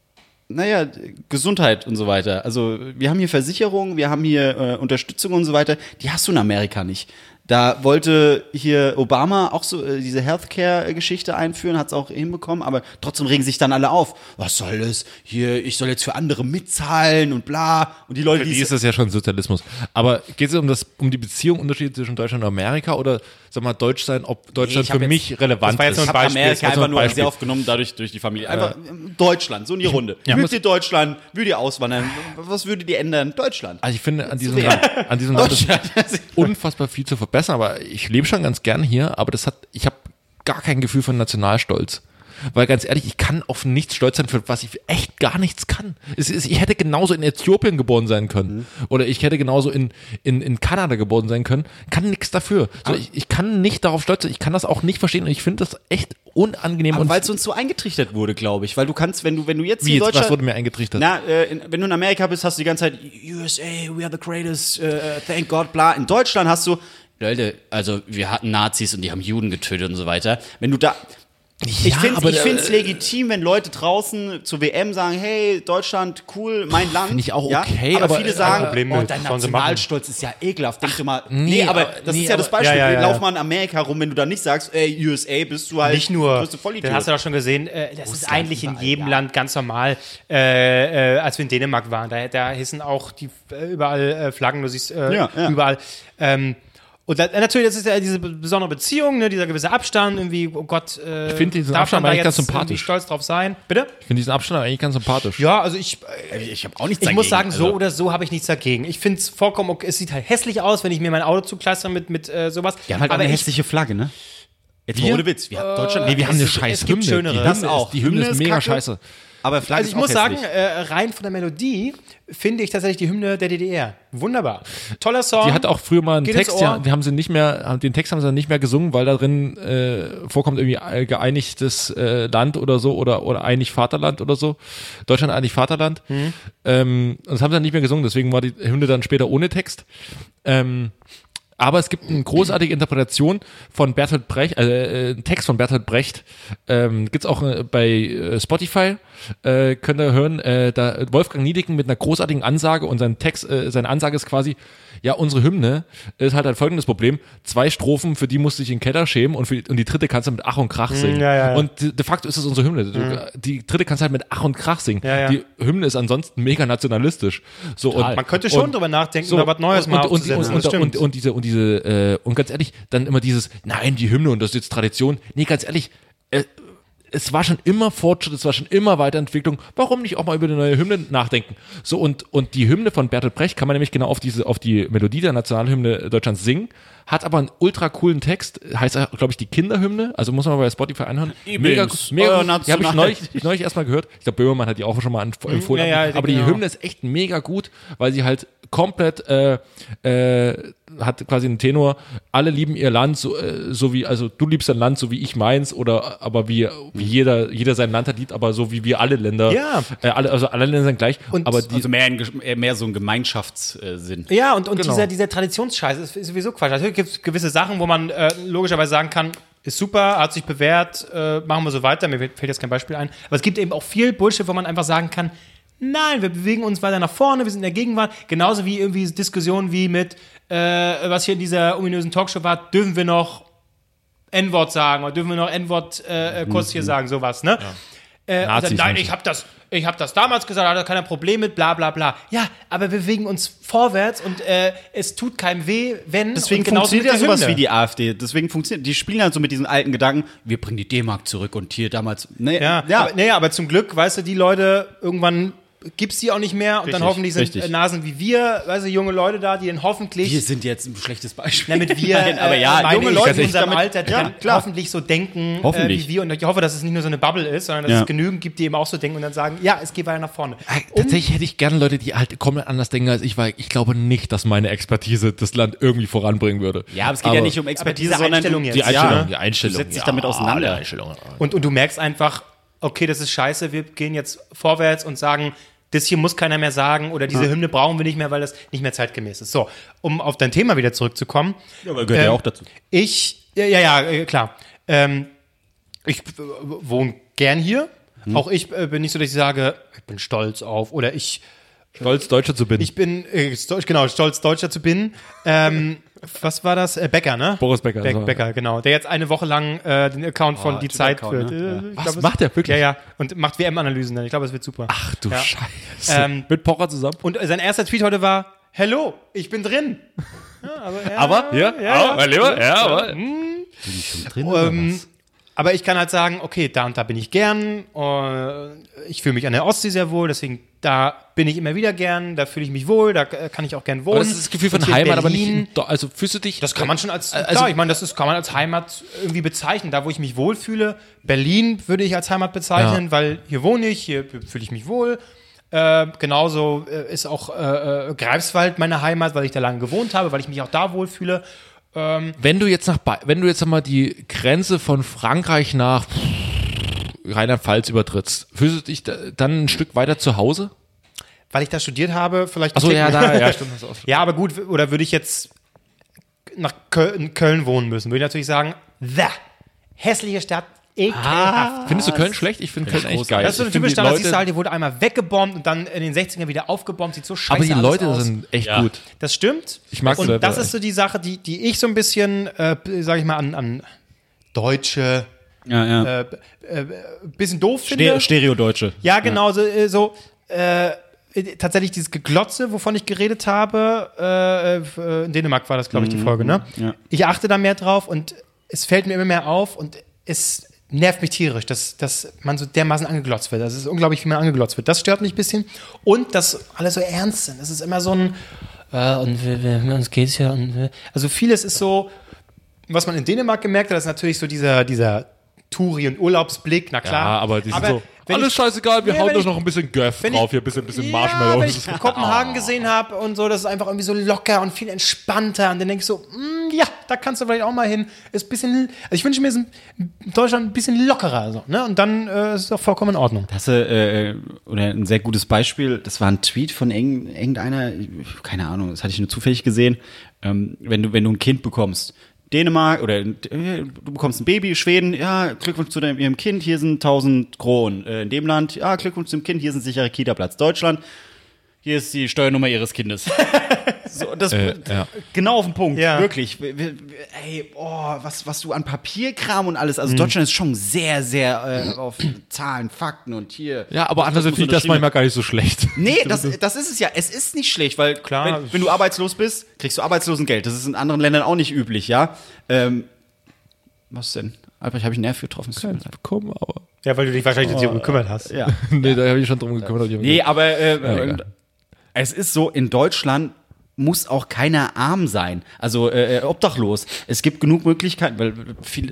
[SPEAKER 3] naja, Gesundheit und so weiter. Also wir haben hier Versicherungen, wir haben hier äh, Unterstützung und so weiter. Die hast du in Amerika nicht. Da wollte hier Obama auch so äh, diese Healthcare-Geschichte einführen, hat es auch hinbekommen, aber trotzdem regen sich dann alle auf. Was soll das? Hier, ich soll jetzt für andere mitzahlen und bla. Und die Leute,
[SPEAKER 1] Für
[SPEAKER 3] die
[SPEAKER 1] die ist das ja schon Sozialismus. Aber geht es um, das, um die Beziehung, Unterschiede zwischen Deutschland und Amerika oder, sag mal, Deutsch sein, ob Deutschland
[SPEAKER 3] ich hab
[SPEAKER 1] für
[SPEAKER 3] jetzt-
[SPEAKER 1] mich relevant
[SPEAKER 2] das war jetzt
[SPEAKER 1] ist?
[SPEAKER 2] so
[SPEAKER 3] Ich
[SPEAKER 2] ein
[SPEAKER 3] habe
[SPEAKER 2] Beispiel,
[SPEAKER 3] Amerika
[SPEAKER 1] das war so
[SPEAKER 3] einfach
[SPEAKER 1] ein
[SPEAKER 3] nur
[SPEAKER 1] Beispiel.
[SPEAKER 3] sehr aufgenommen, dadurch durch die Familie. Einfach ähm, Deutschland, so in die Runde. Würdet ihr Deutschland, würdet ihr auswandern? Was würdet ihr ändern? Deutschland.
[SPEAKER 1] Also ich finde, an diesem Land, an diesem Land ist unfassbar viel zu verbessern, aber ich lebe schon ganz gern hier, aber das hat, ich habe gar kein Gefühl von Nationalstolz. Weil ganz ehrlich, ich kann auf nichts stolz sein, für was ich echt gar nichts kann. Es ist, ich hätte genauso in Äthiopien geboren sein können. Oder ich hätte genauso in, in, in Kanada geboren sein können. Kann nichts dafür. So, ich, ich kann nicht darauf stolz sein. Ich kann das auch nicht verstehen. Und ich finde das echt unangenehm.
[SPEAKER 3] Aber
[SPEAKER 1] und
[SPEAKER 3] weil es uns so eingetrichtert wurde, glaube ich. Weil du kannst, wenn du, wenn du jetzt
[SPEAKER 1] wie
[SPEAKER 3] in
[SPEAKER 1] jetzt,
[SPEAKER 3] Deutschland...
[SPEAKER 1] was wurde mir eingetrichtert?
[SPEAKER 3] Na, äh, in, wenn du in Amerika bist, hast du die ganze Zeit U S A, we are the greatest, uh, thank God, bla. In Deutschland hast du, Leute, also wir hatten Nazis und die haben Juden getötet und so weiter. Wenn du da... Ich finde
[SPEAKER 1] aber,
[SPEAKER 3] es
[SPEAKER 1] äh,
[SPEAKER 3] legitim, wenn Leute draußen zur W M sagen, hey, Deutschland, cool, mein Land.
[SPEAKER 1] Find ich auch
[SPEAKER 3] ja?
[SPEAKER 1] okay,
[SPEAKER 3] aber,
[SPEAKER 1] aber,
[SPEAKER 3] viele
[SPEAKER 1] äh,
[SPEAKER 3] sagen,
[SPEAKER 2] Problem
[SPEAKER 3] oh,
[SPEAKER 2] mit,
[SPEAKER 3] dein
[SPEAKER 2] sollen sie
[SPEAKER 3] Nationalstolz ist ja ekelhaft. Denk doch mal, nee,
[SPEAKER 1] nee,
[SPEAKER 3] aber
[SPEAKER 1] aber-
[SPEAKER 3] das
[SPEAKER 1] nee,
[SPEAKER 3] ist ja das
[SPEAKER 1] aber-
[SPEAKER 3] Beispiel.
[SPEAKER 2] Ja, ja, ja,
[SPEAKER 3] Lauf
[SPEAKER 2] ja.
[SPEAKER 3] mal in Amerika rum, wenn du da nicht sagst, ey, U S A, bist du halt
[SPEAKER 2] Nicht nur,
[SPEAKER 3] der größte Vollidiot.
[SPEAKER 2] dann hast du doch schon gesehen, äh, das ist
[SPEAKER 3] Russland,
[SPEAKER 2] eigentlich in
[SPEAKER 3] überall,
[SPEAKER 2] jedem
[SPEAKER 3] ja.
[SPEAKER 2] Land ganz normal, äh, äh, als wir in Dänemark waren, da, da hissen auch die äh, überall äh, Flaggen, du siehst äh,
[SPEAKER 3] Ja, ja.
[SPEAKER 2] überall. Ähm, und da, natürlich, das ist ja diese besondere Beziehung, ne, dieser gewisse Abstand, irgendwie, oh Gott, äh,
[SPEAKER 1] Ich finde diesen
[SPEAKER 2] darf
[SPEAKER 1] Abstand
[SPEAKER 2] man da
[SPEAKER 1] eigentlich ganz
[SPEAKER 2] jetzt
[SPEAKER 1] sympathisch.
[SPEAKER 2] irgendwie stolz drauf sein? Bitte?
[SPEAKER 1] Ich finde diesen Abstand eigentlich ganz sympathisch.
[SPEAKER 2] Ja, also ich,
[SPEAKER 3] Ich habe auch nichts
[SPEAKER 2] ich
[SPEAKER 3] dagegen.
[SPEAKER 2] muss sagen, so
[SPEAKER 3] also.
[SPEAKER 2] oder so habe ich nichts dagegen. Ich finde es vollkommen okay. Es sieht halt hässlich aus, wenn ich mir mein Auto zukleistere mit, mit äh, sowas.
[SPEAKER 3] Wir haben halt auch
[SPEAKER 2] aber
[SPEAKER 3] eine
[SPEAKER 2] ich,
[SPEAKER 3] hässliche Flagge, ne? Jetzt mal
[SPEAKER 1] Wir?
[SPEAKER 3] ohne Witz. Wir haben Deutschland,
[SPEAKER 1] Nee, wir haben
[SPEAKER 2] es
[SPEAKER 1] eine
[SPEAKER 2] ist-
[SPEAKER 1] scheiß
[SPEAKER 2] es gibt
[SPEAKER 1] Hymne.
[SPEAKER 2] schönere.
[SPEAKER 1] Die
[SPEAKER 2] Das
[SPEAKER 1] Hymne
[SPEAKER 3] auch.
[SPEAKER 1] ist, die Hymne
[SPEAKER 3] Hymne
[SPEAKER 1] ist
[SPEAKER 3] ist
[SPEAKER 1] mega
[SPEAKER 3] kacke.
[SPEAKER 1] scheiße.
[SPEAKER 3] aber Flagge
[SPEAKER 2] Also ich
[SPEAKER 3] ist auch
[SPEAKER 2] muss sagen,
[SPEAKER 3] hässlich.
[SPEAKER 2] äh, rein von der Melodie finde ich tatsächlich die Hymne der D D R. Wunderbar. Toller Song.
[SPEAKER 1] Die hat auch früher mal einen
[SPEAKER 2] Geht ins
[SPEAKER 1] Text, ja,
[SPEAKER 2] Ohr.
[SPEAKER 1] die haben sie nicht mehr, haben- den Text haben sie dann nicht mehr gesungen, weil da drin äh, vorkommt irgendwie äh, geeinigtes äh, Land oder so oder oder einig Vaterland oder so. Deutschland einig Vaterland.
[SPEAKER 2] Mhm.
[SPEAKER 1] Ähm, und das haben sie dann nicht mehr gesungen, deswegen war die Hymne dann später ohne Text. Ähm, aber es gibt eine großartige Interpretation von Bertolt Brecht, äh, äh, einen Text von Bertolt Brecht. Ähm, gibt's auch äh, bei äh, Spotify. Äh, könnt ihr hören, äh, da Wolfgang Niedecken mit einer großartigen Ansage und sein Text, äh, seine Ansage ist quasi, ja, unsere Hymne ist halt ein folgendes Problem. Zwei Strophen, für die musst du dich in den Keller schämen und, für, und die dritte kannst du mit Ach und Krach singen.
[SPEAKER 2] ja, ja, ja.
[SPEAKER 1] Und de, de facto ist es unsere Hymne. Du, die dritte kannst du halt mit Ach und Krach singen.
[SPEAKER 2] Ja, ja.
[SPEAKER 1] Die Hymne ist ansonsten mega nationalistisch. So, und,
[SPEAKER 2] Man könnte schon
[SPEAKER 1] und,
[SPEAKER 2] drüber nachdenken,
[SPEAKER 1] so,
[SPEAKER 2] da was Neues
[SPEAKER 1] und,
[SPEAKER 2] mal
[SPEAKER 1] und, und,
[SPEAKER 2] aufzusetzen.
[SPEAKER 1] und,
[SPEAKER 2] Das
[SPEAKER 1] und,
[SPEAKER 2] stimmt.
[SPEAKER 1] und, und diese, und diese, äh, und ganz ehrlich, dann immer dieses, nein, die Hymne und das ist jetzt Tradition. Nee, ganz ehrlich, äh, es war schon immer Fortschritt, es war schon immer Weiterentwicklung. Warum nicht auch mal über eine neue Hymne nachdenken? So, und, und die Hymne von Bertolt Brecht kann man nämlich genau auf diese, auf die Melodie der Nationalhymne Deutschlands singen, hat aber einen ultra coolen Text, heißt, glaube ich, die Kinderhymne, also muss man mal bei Spotify anhören. Mega,
[SPEAKER 3] Übrigens,
[SPEAKER 1] mega
[SPEAKER 3] euer
[SPEAKER 1] gut. Die habe ich
[SPEAKER 3] National-
[SPEAKER 1] neulich, neulich erstmal gehört. Ich glaube, Böhmermann hat die auch schon mal an- empfohlen.
[SPEAKER 2] ja, ja,
[SPEAKER 1] aber die
[SPEAKER 2] genau.
[SPEAKER 1] Hymne ist echt mega gut, weil sie halt komplett äh, äh, hat quasi einen Tenor, alle lieben ihr Land, so, äh, so wie, also du liebst dein Land, so wie ich meins, oder aber wie, wie jeder, jeder sein Land hat liebt, aber so wie wir alle Länder,
[SPEAKER 2] Ja.
[SPEAKER 1] äh, alle, also alle Länder sind gleich,
[SPEAKER 2] Und-
[SPEAKER 1] aber die,
[SPEAKER 3] Also mehr, ein, Gesch- äh, mehr so ein Gemeinschaftssinn.
[SPEAKER 2] Ja, und, und
[SPEAKER 1] Genau.
[SPEAKER 2] dieser, dieser Traditionsscheiß ist, ist sowieso Quatsch. Natürlich gibt es gewisse Sachen, wo man äh, logischerweise sagen kann, ist super, hat sich bewährt, äh, machen wir so weiter. Mir fällt jetzt kein Beispiel ein. Aber es gibt eben auch viel Bullshit, wo man einfach sagen kann, nein, wir bewegen uns weiter nach vorne, wir sind in der Gegenwart. Genauso wie irgendwie Diskussionen wie mit, äh, was hier in dieser ominösen Talkshow war, dürfen wir noch N-Wort sagen oder dürfen wir noch N-Wort äh, äh, kurz hier sagen, sowas, ne? Äh, und
[SPEAKER 1] Nazis
[SPEAKER 2] dann, nein,
[SPEAKER 1] manche.
[SPEAKER 2] ich habe das, ich hab das damals gesagt, da hat er kein Problem mit, bla bla bla. Ja, aber wir bewegen uns vorwärts und äh, es tut keinem weh, wenn.
[SPEAKER 3] Deswegen
[SPEAKER 2] und genauso
[SPEAKER 3] funktioniert ja
[SPEAKER 2] mit der
[SPEAKER 3] sowas
[SPEAKER 2] Hymne.
[SPEAKER 3] wie die AfD. Deswegen funktioniert, die spielen halt so mit diesen alten Gedanken, wir bringen die D-Mark zurück und hier damals, ne,
[SPEAKER 2] Ja, ja. Aber, nee, aber zum Glück, weißt du, die Leute, irgendwann gibt's die auch nicht mehr und dann
[SPEAKER 3] Richtig,
[SPEAKER 2] hoffentlich sind
[SPEAKER 3] richtig.
[SPEAKER 2] äh, Nasen wie wir, weißt du, junge Leute da, die dann hoffentlich.
[SPEAKER 3] wir sind jetzt ein schlechtes Beispiel.
[SPEAKER 2] Na, mit wir,
[SPEAKER 3] Nein, aber
[SPEAKER 2] äh,
[SPEAKER 3] ja,
[SPEAKER 2] meine
[SPEAKER 3] junge
[SPEAKER 2] ich,
[SPEAKER 3] Leute
[SPEAKER 2] in
[SPEAKER 3] in
[SPEAKER 2] unserem
[SPEAKER 3] damit,
[SPEAKER 2] Alter, die
[SPEAKER 3] ja,
[SPEAKER 2] dann
[SPEAKER 3] klar.
[SPEAKER 2] hoffentlich so denken
[SPEAKER 3] Hoffentlich.
[SPEAKER 2] Äh, wie wir. Und ich hoffe, dass es nicht nur so eine Bubble ist, sondern dass
[SPEAKER 3] Ja.
[SPEAKER 2] es genügend gibt, die eben auch so denken und dann sagen, ja, es geht weiter nach vorne.
[SPEAKER 1] Äh, tatsächlich hätte ich gerne Leute, die halt komplett anders denken als ich, weil ich glaube nicht, dass meine Expertise das Land irgendwie voranbringen würde.
[SPEAKER 3] Ja, aber es geht ja nicht um Expertise,
[SPEAKER 2] diese
[SPEAKER 3] sondern
[SPEAKER 2] Einstellung
[SPEAKER 3] du,
[SPEAKER 2] jetzt,
[SPEAKER 1] die Einstellung,
[SPEAKER 2] ja.
[SPEAKER 1] die Einstellung.
[SPEAKER 3] Du setzt dich damit auseinander.
[SPEAKER 1] die Einstellung.
[SPEAKER 2] Und, und du merkst einfach, okay, das ist scheiße, wir gehen jetzt vorwärts und sagen, das hier muss keiner mehr sagen oder diese Hymne brauchen wir nicht mehr, weil das nicht mehr zeitgemäß ist. So, um auf dein Thema wieder zurückzukommen.
[SPEAKER 3] Ja, aber gehört ja
[SPEAKER 2] Ähm,
[SPEAKER 3] auch dazu.
[SPEAKER 2] Ich, ja, ja, ja äh, klar. Ähm, ich äh, wohne gern hier. Auch ich äh, bin nicht so, dass ich sage, ich bin stolz auf oder ich,
[SPEAKER 1] Stolz, Deutscher zu bin.
[SPEAKER 2] ich bin, äh, stolz, genau, stolz, Deutscher zu bin. Ähm, was war das? Äh, Becker, ne?
[SPEAKER 1] Boris Becker,
[SPEAKER 2] Be
[SPEAKER 1] das war-
[SPEAKER 2] Becker, genau. Der jetzt eine Woche lang äh, den Account von Die Zeit
[SPEAKER 3] Twitter-Account,
[SPEAKER 2] führt.
[SPEAKER 3] ne?
[SPEAKER 2] Äh, ich
[SPEAKER 1] Was,
[SPEAKER 2] glaub, es-
[SPEAKER 1] macht der wirklich?
[SPEAKER 2] Ja, ja. Und macht W M-Analysen dann. Ich glaube, es wird super.
[SPEAKER 1] Ach du
[SPEAKER 2] Ja.
[SPEAKER 1] Scheiße.
[SPEAKER 2] Ähm,
[SPEAKER 1] Mit Pocher zusammen?
[SPEAKER 2] Und äh, sein erster Tweet heute war, hello, ich bin drin. Ja, also, ja,
[SPEAKER 1] Aber, ja,
[SPEAKER 2] ja,
[SPEAKER 1] mein Lieber, ja, aber.
[SPEAKER 2] Ähm, aber ich kann halt sagen, okay, da und da bin ich gern. Äh, ich fühle mich an der Ostsee sehr wohl, deswegen da bin ich immer wieder gern, da fühle ich mich wohl, da äh, kann ich auch gern wohnen.
[SPEAKER 1] Aber das ist das Gefühl von
[SPEAKER 2] Und hier in
[SPEAKER 1] Heimat, aber nicht,
[SPEAKER 2] Berlin,
[SPEAKER 1] in, Do- also fühlst du dich.
[SPEAKER 2] das kann man schon als,
[SPEAKER 1] Also-
[SPEAKER 2] klar, ich meine, das ist, kann man als Heimat irgendwie bezeichnen, da wo ich mich wohlfühle. Berlin würde ich als Heimat bezeichnen,
[SPEAKER 1] Ja.
[SPEAKER 2] weil hier wohne ich, hier fühle ich mich wohl. Äh, genauso äh, ist auch äh, äh, Greifswald meine Heimat, weil ich da lange gewohnt habe, weil ich mich auch da wohlfühle.
[SPEAKER 1] Wenn du jetzt nach, Ba- wenn du jetzt mal die Grenze von Frankreich nach Rheinland-Pfalz übertrittst, fühlst du dich da, dann ein Stück weiter zu Hause?
[SPEAKER 2] Weil ich da studiert habe, vielleicht.
[SPEAKER 1] Achso,
[SPEAKER 2] ein
[SPEAKER 1] ja,
[SPEAKER 2] Ticken.
[SPEAKER 1] da, ja, stimmt. Das auch.
[SPEAKER 2] Ja, aber gut, oder würde ich jetzt nach Köln, Köln wohnen müssen, würde ich natürlich sagen, the hässliche Stadt, ekelhaft.
[SPEAKER 1] Findest du Köln schlecht? Ich finde Köln echt geil.
[SPEAKER 2] Das ist so eine
[SPEAKER 1] Ich find
[SPEAKER 2] typische
[SPEAKER 1] die
[SPEAKER 2] Stadt, da
[SPEAKER 1] Leute-
[SPEAKER 2] siehst du halt, die wurde einmal weggebombt und dann in den sechzigern wieder aufgebombt, sieht so scheiße
[SPEAKER 1] Aber die
[SPEAKER 2] alles
[SPEAKER 1] Leute
[SPEAKER 2] aus.
[SPEAKER 1] sind echt
[SPEAKER 3] Ja.
[SPEAKER 1] gut.
[SPEAKER 2] Das stimmt.
[SPEAKER 1] Ich mag die
[SPEAKER 2] Und
[SPEAKER 1] Leute
[SPEAKER 2] das
[SPEAKER 1] echt.
[SPEAKER 2] ist so die Sache, die, die ich so ein bisschen, äh, sag ich mal, an, an Deutsche
[SPEAKER 3] Ja, ja.
[SPEAKER 2] äh, äh, bisschen doof
[SPEAKER 3] Ste
[SPEAKER 2] finde.
[SPEAKER 3] Stereodeutsche.
[SPEAKER 2] Ja, genau, so, äh, so äh, tatsächlich dieses Geglotze, wovon ich geredet habe, äh, äh, in Dänemark war das, glaube ich, die Folge, ne?
[SPEAKER 3] Ja.
[SPEAKER 2] Ich achte da mehr drauf und es fällt mir immer mehr auf und es nervt mich tierisch, dass, dass man so dermaßen angeglotzt wird. Das ist unglaublich, wie man angeglotzt wird. Das stört mich ein bisschen. Und dass alle so ernst sind. Das ist immer so ein, äh, und wir, wir, uns geht's ja. Und wir. Also vieles ist so, was man in Dänemark gemerkt hat, ist natürlich so dieser, dieser Touri- und Urlaubsblick, na klar.
[SPEAKER 1] Ja, aber die sind so,
[SPEAKER 2] wenn
[SPEAKER 1] alles
[SPEAKER 2] ich-
[SPEAKER 1] scheißegal, wir
[SPEAKER 2] Nee,
[SPEAKER 1] hauen
[SPEAKER 2] wenn
[SPEAKER 1] da
[SPEAKER 2] ich-
[SPEAKER 1] noch ein bisschen Göff
[SPEAKER 2] wenn
[SPEAKER 1] drauf,
[SPEAKER 2] ich-
[SPEAKER 1] hier ein bisschen, bisschen
[SPEAKER 2] Ja,
[SPEAKER 1] Marshmallows.
[SPEAKER 2] wenn ich Kopenhagen gesehen habe und so, das ist einfach irgendwie so locker und viel entspannter. Und dann denke ich so, mm, ja, da kannst du vielleicht auch mal hin. Ist ein bisschen, also ich wünsche mir, es in Deutschland ein bisschen lockerer. So, ne? Und dann äh, ist es auch vollkommen in Ordnung.
[SPEAKER 3] Das ist äh, oder ein sehr gutes Beispiel. Das war ein Tweet von irgend- irgendeiner, keine Ahnung, das hatte ich nur zufällig gesehen. Ähm, wenn du wenn du ein Kind bekommst, Dänemark oder äh, du bekommst ein Baby, Schweden, ja, Glückwunsch zu deinem, ihrem Kind, hier sind tausend Kronen. Äh, in dem Land, ja, Glückwunsch zum Kind, hier ist ein sicherer Kita-Platz. Deutschland, hier ist die Steuernummer ihres Kindes. So, das,
[SPEAKER 1] Äh, ja.
[SPEAKER 3] Genau auf den Punkt,
[SPEAKER 2] Ja.
[SPEAKER 3] wirklich. Wir- wir- Ey, oh, was, was du an Papierkram und alles, also Deutschland ist schon sehr, sehr äh, auf Zahlen, Fakten und hier.
[SPEAKER 1] Ja, aber andererseits
[SPEAKER 3] muss
[SPEAKER 1] finde ich das
[SPEAKER 3] unterschrieben
[SPEAKER 1] manchmal gar nicht so schlecht.
[SPEAKER 3] Nee, das, das ist es ja. Es ist nicht schlecht, weil
[SPEAKER 2] Klar.
[SPEAKER 3] wenn, wenn du arbeitslos bist, kriegst du Arbeitslosengeld. Das ist in anderen Ländern auch nicht üblich, ja. Ähm, was denn? Albrecht, habe ich einen Nerv getroffen? Es tut mir leid.
[SPEAKER 1] Komm, aber.
[SPEAKER 2] Ja, weil du dich wahrscheinlich darum gekümmert hast.
[SPEAKER 3] Ja.
[SPEAKER 1] Nee, da habe ich schon drum gekümmert.
[SPEAKER 3] Nee, aber äh,
[SPEAKER 1] egal.
[SPEAKER 3] es ist so, in Deutschland muss auch keiner arm sein, also äh, obdachlos. Es gibt genug Möglichkeiten, weil viele,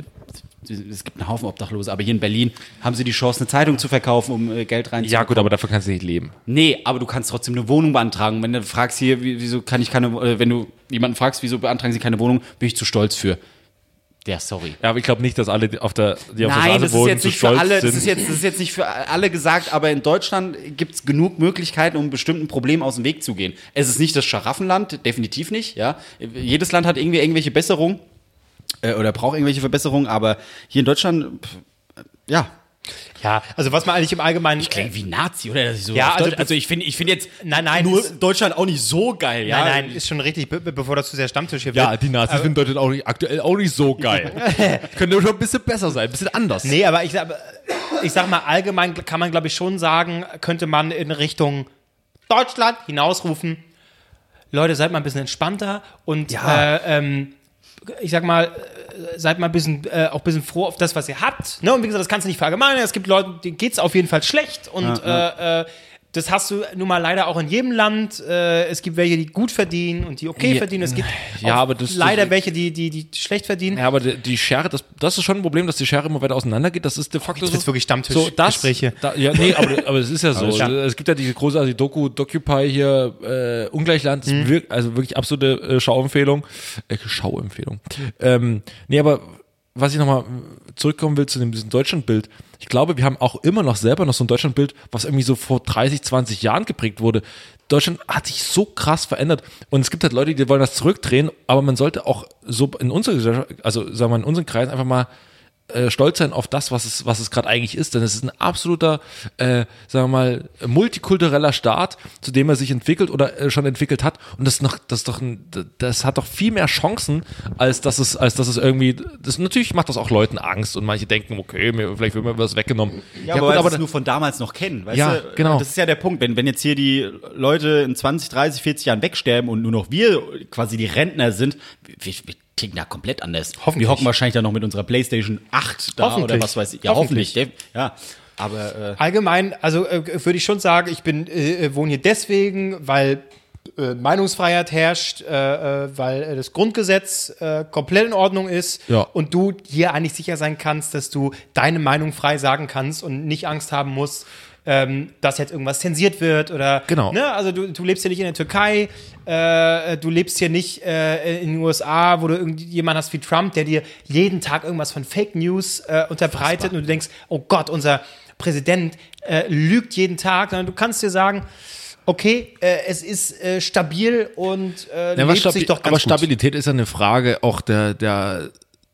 [SPEAKER 3] es gibt einen Haufen Obdachlose, aber hier in Berlin haben sie die Chance, eine Zeitung zu verkaufen, um äh, Geld reinzubekommen.
[SPEAKER 1] Ja, gut, aber dafür kannst du nicht leben.
[SPEAKER 3] Nee, aber du kannst trotzdem eine Wohnung beantragen. Wenn du fragst hier, wie- wieso kann ich keine, äh, wenn du jemanden fragst, wieso beantragen sie keine Wohnung, bin ich zu stolz für. Ja, sorry.
[SPEAKER 1] Ja, aber ich glaube nicht, dass alle, die auf der, die auf der
[SPEAKER 3] Nein,
[SPEAKER 1] Straße
[SPEAKER 3] das ist
[SPEAKER 1] wohnen,
[SPEAKER 3] jetzt
[SPEAKER 1] zu
[SPEAKER 3] nicht für
[SPEAKER 1] stolz
[SPEAKER 3] alle,
[SPEAKER 1] sind.
[SPEAKER 3] das ist jetzt, das ist jetzt nicht für alle gesagt, aber in Deutschland gibt es genug Möglichkeiten, um bestimmten Problemen aus dem Weg zu gehen. Es ist nicht das Scharaffenland, definitiv nicht, ja. Jedes Land hat irgendwie irgendwelche Besserungen äh, oder braucht irgendwelche Verbesserungen, aber hier in Deutschland, pff, ja.
[SPEAKER 2] Ja, also was man eigentlich im Allgemeinen.
[SPEAKER 3] Ich klinge wie Nazi, oder? Dass ich so
[SPEAKER 2] Ja,
[SPEAKER 3] auf
[SPEAKER 2] also-
[SPEAKER 3] Deutsch, also ich finde ich finde jetzt
[SPEAKER 2] Nein, nein,
[SPEAKER 3] nur
[SPEAKER 2] ist-
[SPEAKER 3] Deutschland auch nicht so geil, ja.
[SPEAKER 2] Nein, nein, ist schon richtig, be be- bevor das zu sehr Stammtisch hier
[SPEAKER 1] Ja,
[SPEAKER 2] wird.
[SPEAKER 1] die Nazis finden Deutschland auch nicht, aktuell auch nicht so geil. Könnte schon ein bisschen besser sein, ein bisschen anders.
[SPEAKER 2] Nee, aber ich, sag- ich sag mal, allgemein kann man, glaube ich, schon sagen, könnte man in Richtung Deutschland hinausrufen, Leute, seid mal ein bisschen entspannter und
[SPEAKER 3] Ja.
[SPEAKER 2] äh, ähm, ich sag mal, äh, seid mal ein bisschen, äh, auch ein bisschen froh auf das, was ihr habt. Ne? Und wie gesagt, das kannst du nicht verallgemeinern. Es gibt Leute, denen geht's auf jeden Fall schlecht und Äh, äh, das hast du nun mal leider auch in jedem Land. Äh, es gibt welche, die gut verdienen und die okay
[SPEAKER 1] Ja,
[SPEAKER 2] verdienen. Es gibt
[SPEAKER 1] ja,
[SPEAKER 2] auch
[SPEAKER 1] aber das-
[SPEAKER 2] leider
[SPEAKER 1] das-
[SPEAKER 2] welche, die, die, die schlecht verdienen.
[SPEAKER 1] Ja, aber die, die Schere, das, das ist schon ein Problem, dass die Schere immer weiter auseinandergeht. Das ist de facto
[SPEAKER 2] Jetzt wird's
[SPEAKER 1] so.
[SPEAKER 2] wirklich
[SPEAKER 1] So, das,
[SPEAKER 2] Stammtischgespräche.
[SPEAKER 1] da, ja, nee, aber, aber es ist ja so.
[SPEAKER 2] Ja.
[SPEAKER 1] Es gibt ja diese großartige Doku, Docupy hier, äh, Ungleichland, das ist wirk- also wirklich absolute äh, Schauempfehlung. Äh, Schauempfehlung. Ähm, nee, aber was ich nochmal zurückkommen will zu dem, diesem Deutschlandbild. Ich glaube, wir haben auch immer noch selber noch so ein Deutschlandbild, was irgendwie so vor dreißig, zwanzig Jahren geprägt wurde. Deutschland hat sich so krass verändert und es gibt halt Leute, die wollen das zurückdrehen, aber man sollte auch so in unserer Gesellschaft, also sagen wir mal in unseren Kreisen einfach mal äh, stolz sein auf das, was es, was es gerade eigentlich ist, denn es ist ein absoluter, äh, sagen wir mal, multikultureller Staat, zu dem er sich entwickelt oder äh, schon entwickelt hat und das ist noch, das ist doch ein, das hat doch viel mehr Chancen, als dass es, als dass es irgendwie, das natürlich macht das auch Leuten Angst und manche denken, okay, mir, vielleicht wird mir was weggenommen.
[SPEAKER 3] Ja, aber,
[SPEAKER 1] gut,
[SPEAKER 3] weil sie es nur von damals noch kennen, weißt
[SPEAKER 1] Ja,
[SPEAKER 3] du?
[SPEAKER 1] genau.
[SPEAKER 3] Das ist ja der Punkt. Wenn, wenn jetzt hier die Leute in zwanzig, dreißig, vierzig Jahren wegsterben und nur noch wir quasi die Rentner sind, wir, wir klingen da komplett anders.
[SPEAKER 2] Hoffentlich.
[SPEAKER 3] Wir hocken wahrscheinlich dann noch mit unserer PlayStation acht da
[SPEAKER 2] Hoffentlich.
[SPEAKER 3] oder was weiß ich. Ja, hoffentlich. Ja, aber äh,
[SPEAKER 2] Allgemein, also äh, würde ich schon sagen, ich bin äh, wohne hier deswegen, weil äh, Meinungsfreiheit herrscht, äh, äh, weil äh, das Grundgesetz äh, komplett in Ordnung ist
[SPEAKER 1] Ja.
[SPEAKER 2] und du hier eigentlich sicher sein kannst, dass du deine Meinung frei sagen kannst und nicht Angst haben musst, ähm, dass jetzt irgendwas zensiert wird oder
[SPEAKER 1] Genau.
[SPEAKER 2] ne? Also du, du lebst hier nicht in der Türkei, äh, du lebst hier nicht äh, in den U S A, wo du irgendjemand hast wie Trump, der dir jeden Tag irgendwas von Fake News äh, unterbreitet und du denkst, oh Gott, unser Präsident äh, lügt jeden Tag, sondern du kannst dir sagen, okay, äh, es ist äh, stabil und äh,
[SPEAKER 1] Ja, was
[SPEAKER 2] lebt
[SPEAKER 1] stabi
[SPEAKER 2] sich doch ganz
[SPEAKER 1] aber
[SPEAKER 2] gut.
[SPEAKER 1] Stabilität ist ja eine Frage auch der, der